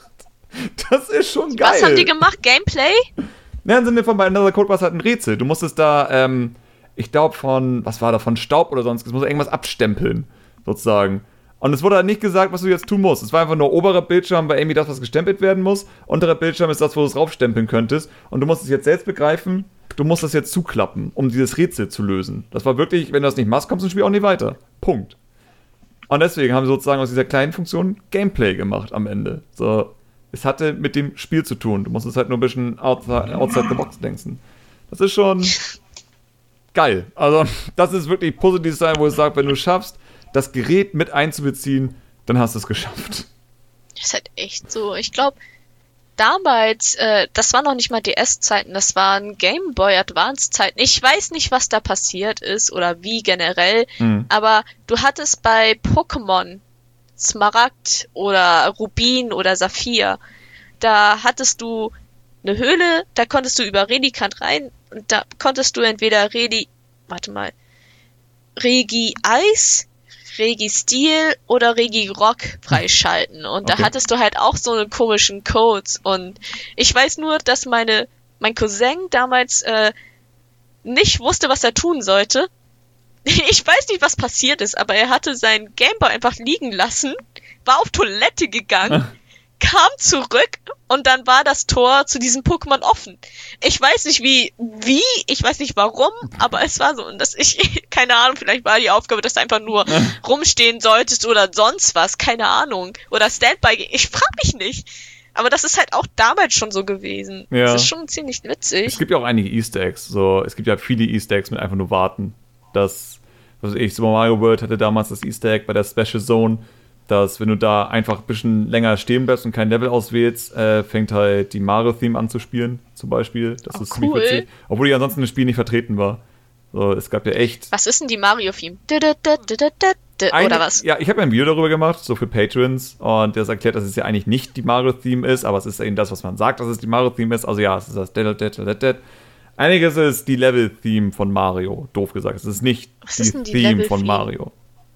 Das ist schon geil. Was haben die gemacht? Gameplay? Ja, im Sinne von bei Another Code war es halt ein Rätsel. Du musstest da, ähm, ich glaube von, was war da, von Staub oder sonst, es musst irgendwas abstempeln, sozusagen. Und es wurde halt nicht gesagt, was du jetzt tun musst. Es war einfach nur oberer Bildschirm, war irgendwie das, was gestempelt werden muss. Unterer Bildschirm ist das, wo du es raufstempeln könntest. Und du musst es jetzt selbst begreifen, du musst das jetzt zuklappen, um dieses Rätsel zu lösen. Das war wirklich, wenn du das nicht machst, kommst du im Spiel auch nicht weiter. Punkt. Und deswegen haben sie sozusagen aus dieser kleinen Funktion Gameplay gemacht am Ende. So, es hatte mit dem Spiel zu tun. Du musst es halt nur ein bisschen outside, outside the box denken. Das ist schon geil. Also, das ist wirklich Puzzle-Design, wo ich sage, wenn du schaffst, das Gerät mit einzubeziehen, dann hast du es geschafft. Das ist halt echt so. Ich glaube, damals, äh, das waren noch nicht mal D S-Zeiten, das waren Game Boy Advance-Zeiten. Ich weiß nicht, was da passiert ist oder wie generell, mhm. aber du hattest bei Pokémon Smaragd oder Rubin oder Saphir, da hattest du eine Höhle, da konntest du über Redikant rein und da konntest du entweder Redi, warte mal, Regi Eis, Regi Steel oder Regi Rock freischalten. Und okay. Da hattest du halt auch so einen komischen Codes. Und ich weiß nur, dass meine mein Cousin damals äh, nicht wusste, was er tun sollte. Ich weiß nicht, was passiert ist, aber er hatte seinen Gameboy einfach liegen lassen, war auf Toilette gegangen, kam zurück und dann war das Tor zu diesem Pokémon offen. Ich weiß nicht wie, wie, ich weiß nicht warum, aber es war so. Und dass ich, keine Ahnung, vielleicht war die Aufgabe, dass du einfach nur rumstehen solltest oder sonst was, keine Ahnung. Oder Standby, ich frag mich nicht. Aber das ist halt auch damals schon so gewesen. Ja. Das ist schon ziemlich witzig. Es gibt ja auch einige Easter Eggs. So, es gibt ja viele Easter Eggs mit einfach nur warten. Das, was weiß ich, Super Mario World hatte damals das Easter Egg bei der Special Zone, dass wenn du da einfach ein bisschen länger stehen bleibst und kein Level auswählst, äh, fängt halt die Mario-Theme an zu spielen, zum Beispiel. Das oh, ist ziemlich cool. Witzig. Obwohl die ansonsten im Spiel nicht vertreten war. So, es gab ja echt... Was ist denn die Mario-Theme? Oder was? Ja, ich habe ja ein Video darüber gemacht, so für Patrons, und das erklärt, dass es ja eigentlich nicht die Mario-Theme ist, aber es ist eben das, was man sagt, dass es die Mario-Theme ist. Also ja, es ist das... Einiges ist die Level-Theme von Mario, doof gesagt. Es ist nicht was die, ist denn die Theme von Mario.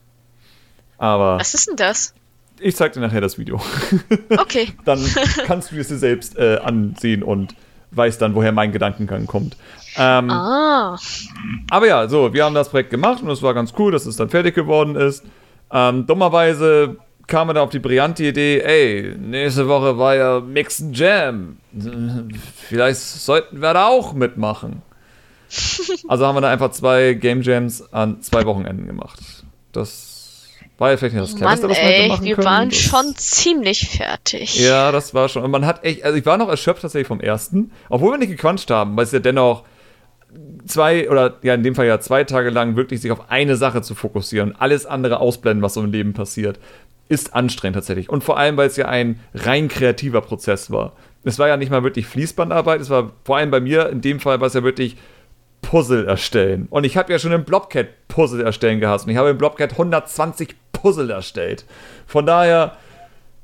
Aber was ist denn das? Ich zeig dir nachher das Video. Okay. Dann kannst du es dir selbst äh, ansehen und weißt dann, woher mein Gedankengang kommt. Ähm, ah. Aber ja, so, wir haben das Projekt gemacht und es war ganz cool, dass es dann fertig geworden ist. Ähm, dummerweise kam man da auf die brillante Idee, ey, nächste Woche war ja Mixed Jam. Vielleicht sollten wir da auch mitmachen. Also haben wir da einfach zwei Game Jams an zwei Wochenenden gemacht. Das war ja vielleicht nicht das Cleverste, was wir hätte machen wir können. Wir waren das, schon ziemlich fertig. Ja, das war schon. Und man hat echt, also ich war noch erschöpft tatsächlich vom ersten, obwohl wir nicht gequatscht haben, weil es ja dennoch zwei, oder ja in dem Fall ja zwei Tage lang wirklich sich auf eine Sache zu fokussieren und alles andere ausblenden, was so im Leben passiert, ist anstrengend tatsächlich. Und vor allem, weil es ja ein rein kreativer Prozess war. Es war ja nicht mal wirklich Fließbandarbeit, es war vor allem bei mir, in dem Fall war es ja wirklich Puzzle erstellen. Und ich habe ja schon im Blobcat Puzzle erstellen gehasst. Und ich habe im Blobcat hundertzwanzig Puzzle erstellt. Von daher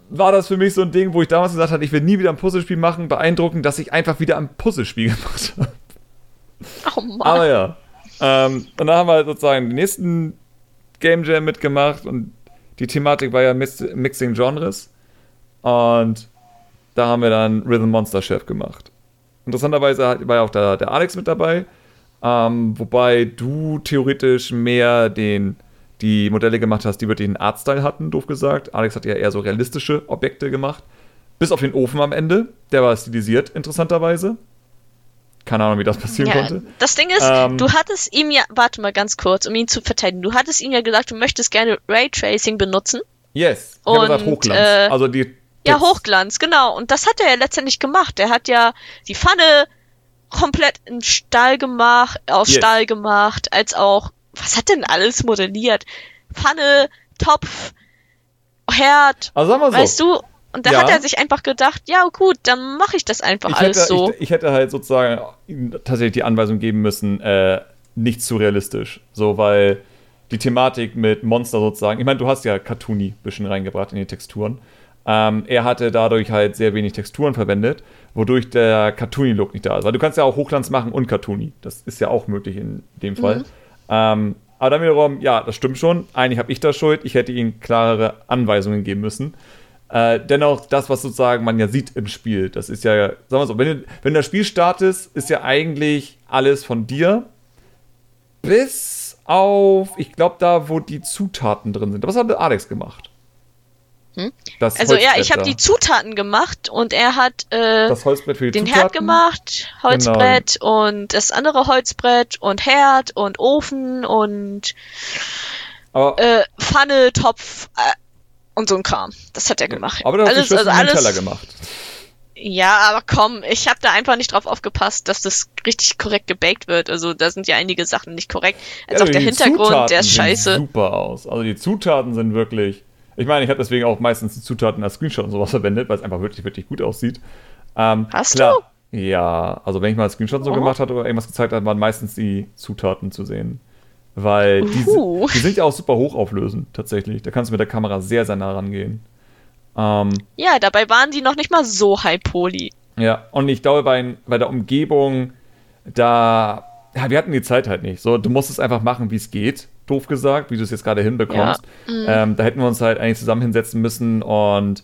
war das für mich so ein Ding, wo ich damals gesagt habe, ich will nie wieder ein Puzzlespiel machen. Beeindruckend, dass ich einfach wieder ein Puzzlespiel gemacht habe. Oh Mann. Aber ja. Ähm, und dann haben wir halt sozusagen den nächsten Game Jam mitgemacht und die Thematik war ja Mixing Genres. Und da haben wir dann Rhythm Monster Chef gemacht. Interessanterweise war ja auch der, der Alex mit dabei. Ähm, wobei du theoretisch mehr den, die Modelle gemacht hast, die wirklich einen Artstyle hatten, doof gesagt. Alex hat ja eher so realistische Objekte gemacht. Bis auf den Ofen am Ende. Der war stilisiert, interessanterweise. Keine Ahnung, wie das passieren ja, konnte. Das Ding ist, ähm, du hattest ihm ja, warte mal ganz kurz, um ihn zu verteidigen. Du hattest ihm ja gesagt, du möchtest gerne Raytracing benutzen. Yes, ich habe gesagt Hochglanz. Äh, also die ja, Hochglanz, genau. Und das hat er ja letztendlich gemacht. Er hat ja die Pfanne komplett in Stahl gemacht, aus yes. Stahl gemacht, als auch, was hat denn alles modelliert? Pfanne, Topf, Herd, also sagen wir so. Weißt du? Und da ja. hat er sich einfach gedacht, ja gut, dann mache ich das einfach ich alles hätte, so. Ich, ich hätte halt sozusagen ihm tatsächlich die Anweisung geben müssen, äh, nicht zu realistisch. So, weil die Thematik mit Monster sozusagen, ich meine, du hast ja Cartoony ein bisschen reingebracht in die Texturen. Ähm, er hatte dadurch halt sehr wenig Texturen verwendet, wodurch der Cartoony-Look nicht da ist. Weil du kannst ja auch Hochglanz machen und Cartoony. Das ist ja auch möglich in dem Fall. Mhm. Ähm, aber dann wiederum, ja, das stimmt schon. Eigentlich habe ich da Schuld. Ich hätte ihm klarere Anweisungen geben müssen. Äh, dennoch, das, was sozusagen man ja sieht im Spiel, das ist ja, sagen wir so, wenn du, wenn du das Spiel startest, ist ja eigentlich alles von dir. Bis auf, ich glaube, da, wo die Zutaten drin sind. Was hat Alex gemacht? Hm? Also ja, ich habe die Zutaten gemacht und er hat äh, das Holzbrett für die den Zutaten. Herd gemacht, Holzbrett genau. Und das andere Holzbrett und Herd und Ofen und aber, äh, Pfanne, Topf äh, und so ein Kram. Das hat er gemacht. Aber du hast alles, die also alles, Teller gemacht. Ja, aber komm, ich habe da einfach nicht drauf aufgepasst, dass das richtig korrekt gebaked wird. Also da sind ja einige Sachen nicht korrekt. Als ja, auch der Hintergrund, Zutaten der ist scheiße. Sehen super aus. Also die Zutaten sind wirklich... Ich meine, ich habe deswegen auch meistens die Zutaten als Screenshot und sowas verwendet, weil es einfach wirklich, wirklich gut aussieht. Ähm, Hast klar, du? Ja, also wenn ich mal einen Screenshot so oh. gemacht habe oder irgendwas gezeigt habe, waren meistens die Zutaten zu sehen. Weil uh. die, die sind ja auch super hochauflösend, tatsächlich. Da kannst du mit der Kamera sehr, sehr nah rangehen. Ähm, ja, dabei waren die noch nicht mal so high poly. Ja, und ich glaube, bei, bei der Umgebung, da... Ja, wir hatten die Zeit halt nicht. So, du musst es einfach machen, wie es geht. Doof gesagt, wie du es jetzt gerade hinbekommst. Ja. Mhm. Ähm, da hätten wir uns halt eigentlich zusammen hinsetzen müssen und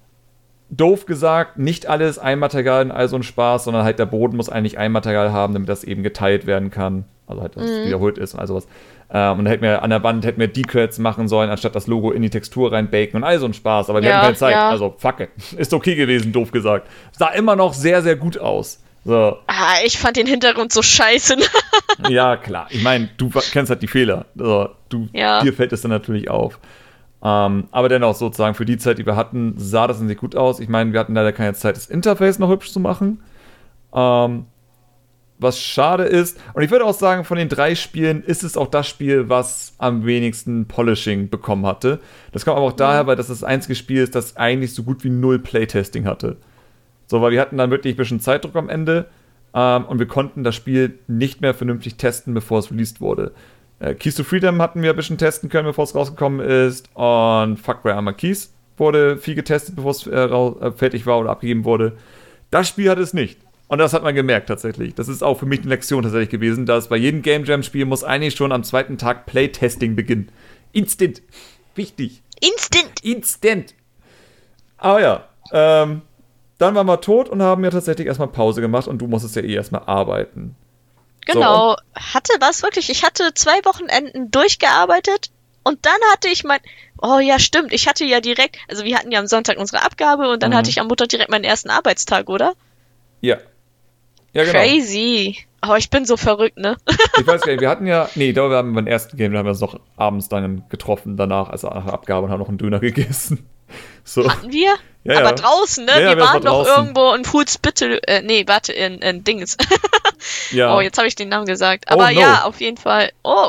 doof gesagt, nicht alles ein Material in all so ein Spaß, sondern halt der Boden muss eigentlich ein Material haben, damit das eben geteilt werden kann. Also halt, dass es mhm. wiederholt ist und all sowas. Ähm, und da hätten wir an der Wand hätten wir Decals machen sollen, anstatt das Logo in die Textur reinbaken und all so ein Spaß. Aber wir ja, hatten keine Zeit. Ja. Also, fuck it. Ist okay gewesen, doof gesagt. Sah immer noch sehr, sehr gut aus. So. Ah, ich fand den Hintergrund so scheiße. Ja, klar. Ich meine, du kennst halt die Fehler. Also, du, ja. Dir fällt es dann natürlich auf. Ähm, aber dennoch sozusagen für die Zeit, die wir hatten, sah das an sich gut aus. Ich meine, wir hatten leider keine Zeit, das Interface noch hübsch zu machen. Ähm, was schade ist. Und ich würde auch sagen, von den drei Spielen ist es auch das Spiel, was am wenigsten Polishing bekommen hatte. Das kommt aber auch daher, weil das das einzige Spiel ist, das eigentlich so gut wie null Playtesting hatte. So, weil wir hatten dann wirklich ein bisschen Zeitdruck am Ende ähm, und wir konnten das Spiel nicht mehr vernünftig testen, bevor es released wurde. Äh, Keys to Freedom hatten wir ein bisschen testen können, bevor es rausgekommen ist, und Fuck Where Are My Keys wurde viel getestet, bevor es äh, äh, fertig war oder abgegeben wurde. Das Spiel hatte es nicht. Und das hat man gemerkt tatsächlich. Das ist auch für mich eine Lektion tatsächlich gewesen, dass bei jedem Game Jam Spiel muss eigentlich schon am zweiten Tag Playtesting beginnen. Instant. Wichtig. Instant. Instant. Aber ja, ähm, dann waren wir tot und haben ja tatsächlich erstmal Pause gemacht und du musstest ja eh erstmal arbeiten. Genau. So, hatte was wirklich? Ich hatte zwei Wochenenden durchgearbeitet und dann hatte ich mein... Oh ja, stimmt. Ich hatte ja direkt... Also wir hatten ja am Sonntag unsere Abgabe und dann mhm. hatte ich am Montag direkt meinen ersten Arbeitstag, oder? Ja. Ja, genau. Crazy. Aber ich bin so verrückt, ne? Ich weiß gar nicht, wir hatten ja... Nee, ich glaube, wir haben beim ersten Game, wir haben uns noch abends dann getroffen, danach, also nach der Abgabe, und haben noch einen Döner gegessen. So. Hatten wir? Ja, aber ja. draußen, ne? Ja, ja, wir, wir waren doch draußen. irgendwo in Fuhlsbüttel, äh, nee, warte, in, in Dings. Ja. Oh, jetzt habe ich den Namen gesagt. Aber oh, no. ja, auf jeden Fall. Oh.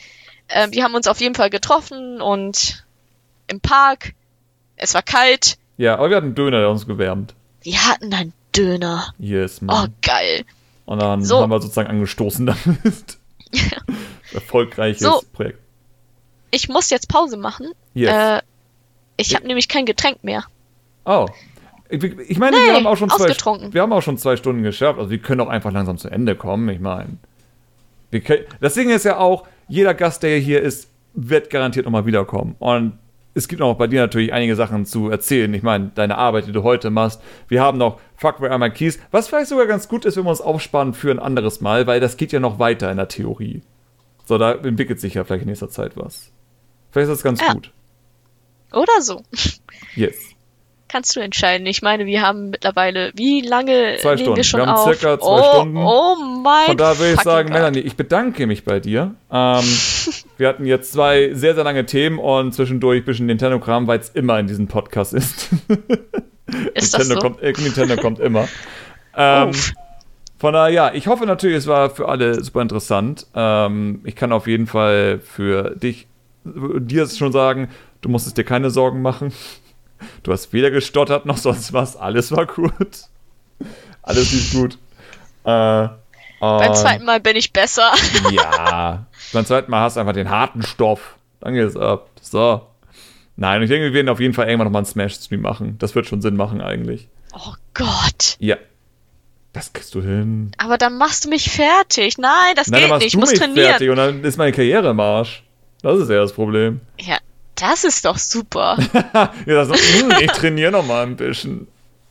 Äh, wir haben uns auf jeden Fall getroffen und im Park. Es war kalt. Ja, aber wir hatten einen Döner, der uns gewärmt. Wir hatten einen Döner. Yes, Oh, Mann. geil. Und dann So. haben wir sozusagen angestoßen damit. Erfolgreiches So. Projekt. Ich muss jetzt Pause machen. Yes. Äh, ich Ja. habe nämlich kein Getränk mehr. Oh. Ich, ich meine, Nee, wir haben auch schon zwei, ausgetrunken. wir haben auch schon zwei Stunden geschafft. Also wir können auch einfach langsam zu Ende kommen. Ich meine, wir können, das Ding ist ja auch, jeder Gast, der hier ist, wird garantiert nochmal wiederkommen. Und es gibt auch bei dir natürlich einige Sachen zu erzählen. Ich meine, deine Arbeit, die du heute machst. Wir haben noch Fuck, Where Are My Keys? Was vielleicht sogar ganz gut ist, wenn wir uns aufsparen für ein anderes Mal, weil das geht ja noch weiter in der Theorie. So, da entwickelt sich ja vielleicht in nächster Zeit was. Vielleicht ist das ganz Ja. gut. Oder so. Yes. Kannst du entscheiden. Ich meine, wir haben mittlerweile, wie lange Zwei nehmen Stunden. wir schon Wir haben auf? circa zwei oh, Stunden. Oh mein Von daher würde ich fucking sagen, God. Melanie, ich bedanke mich bei dir. Ähm, wir hatten jetzt zwei sehr, sehr lange Themen und zwischendurch ein bisschen Nintendo-Kram, weil es immer in diesem Podcast ist. Ist das Nintendo, so? kommt, äh, Nintendo kommt immer. Ähm, Uff. von daher, ja, ich hoffe natürlich, es war für alle super interessant. Ähm, ich kann auf jeden Fall für dich, dir schon sagen, du musstest dir keine Sorgen machen. Du hast weder gestottert noch sonst was. Alles war gut. Alles lief gut. Äh, Beim zweiten Mal bin ich besser. Ja. Beim zweiten Mal hast du einfach den harten Stoff. Dann geht es ab. So. Nein, ich denke, wir werden auf jeden Fall irgendwann nochmal einen Smash-Stream machen. Das wird schon Sinn machen eigentlich. Oh Gott. Ja. Das kriegst du hin. Aber dann machst du mich fertig. Nein, das Nein, dann geht machst nicht. Ich du muss mich trainieren. fertig und dann ist meine Karriere im Arsch. Das ist ja das Problem. Ja, das ist doch super. Ja, das, hm, ich trainiere noch mal ein bisschen.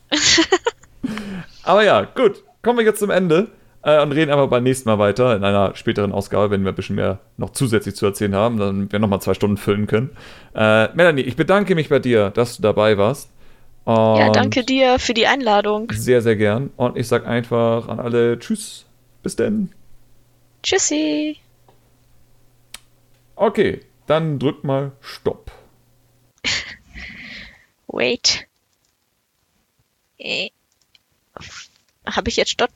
Aber ja, gut. Kommen wir jetzt zum Ende äh, und reden einfach beim nächsten Mal weiter. In einer späteren Ausgabe, wenn wir ein bisschen mehr noch zusätzlich zu erzählen haben, dann wir nochmal zwei Stunden füllen können. Äh, Melanie, ich bedanke mich bei dir, dass du dabei warst. Und Ja, danke dir für die Einladung. Sehr, sehr gern. Und ich sag einfach an alle Tschüss. Bis denn. Tschüssi. Okay, dann drück mal Stopp. Wait. Äh. Habe ich jetzt Stopp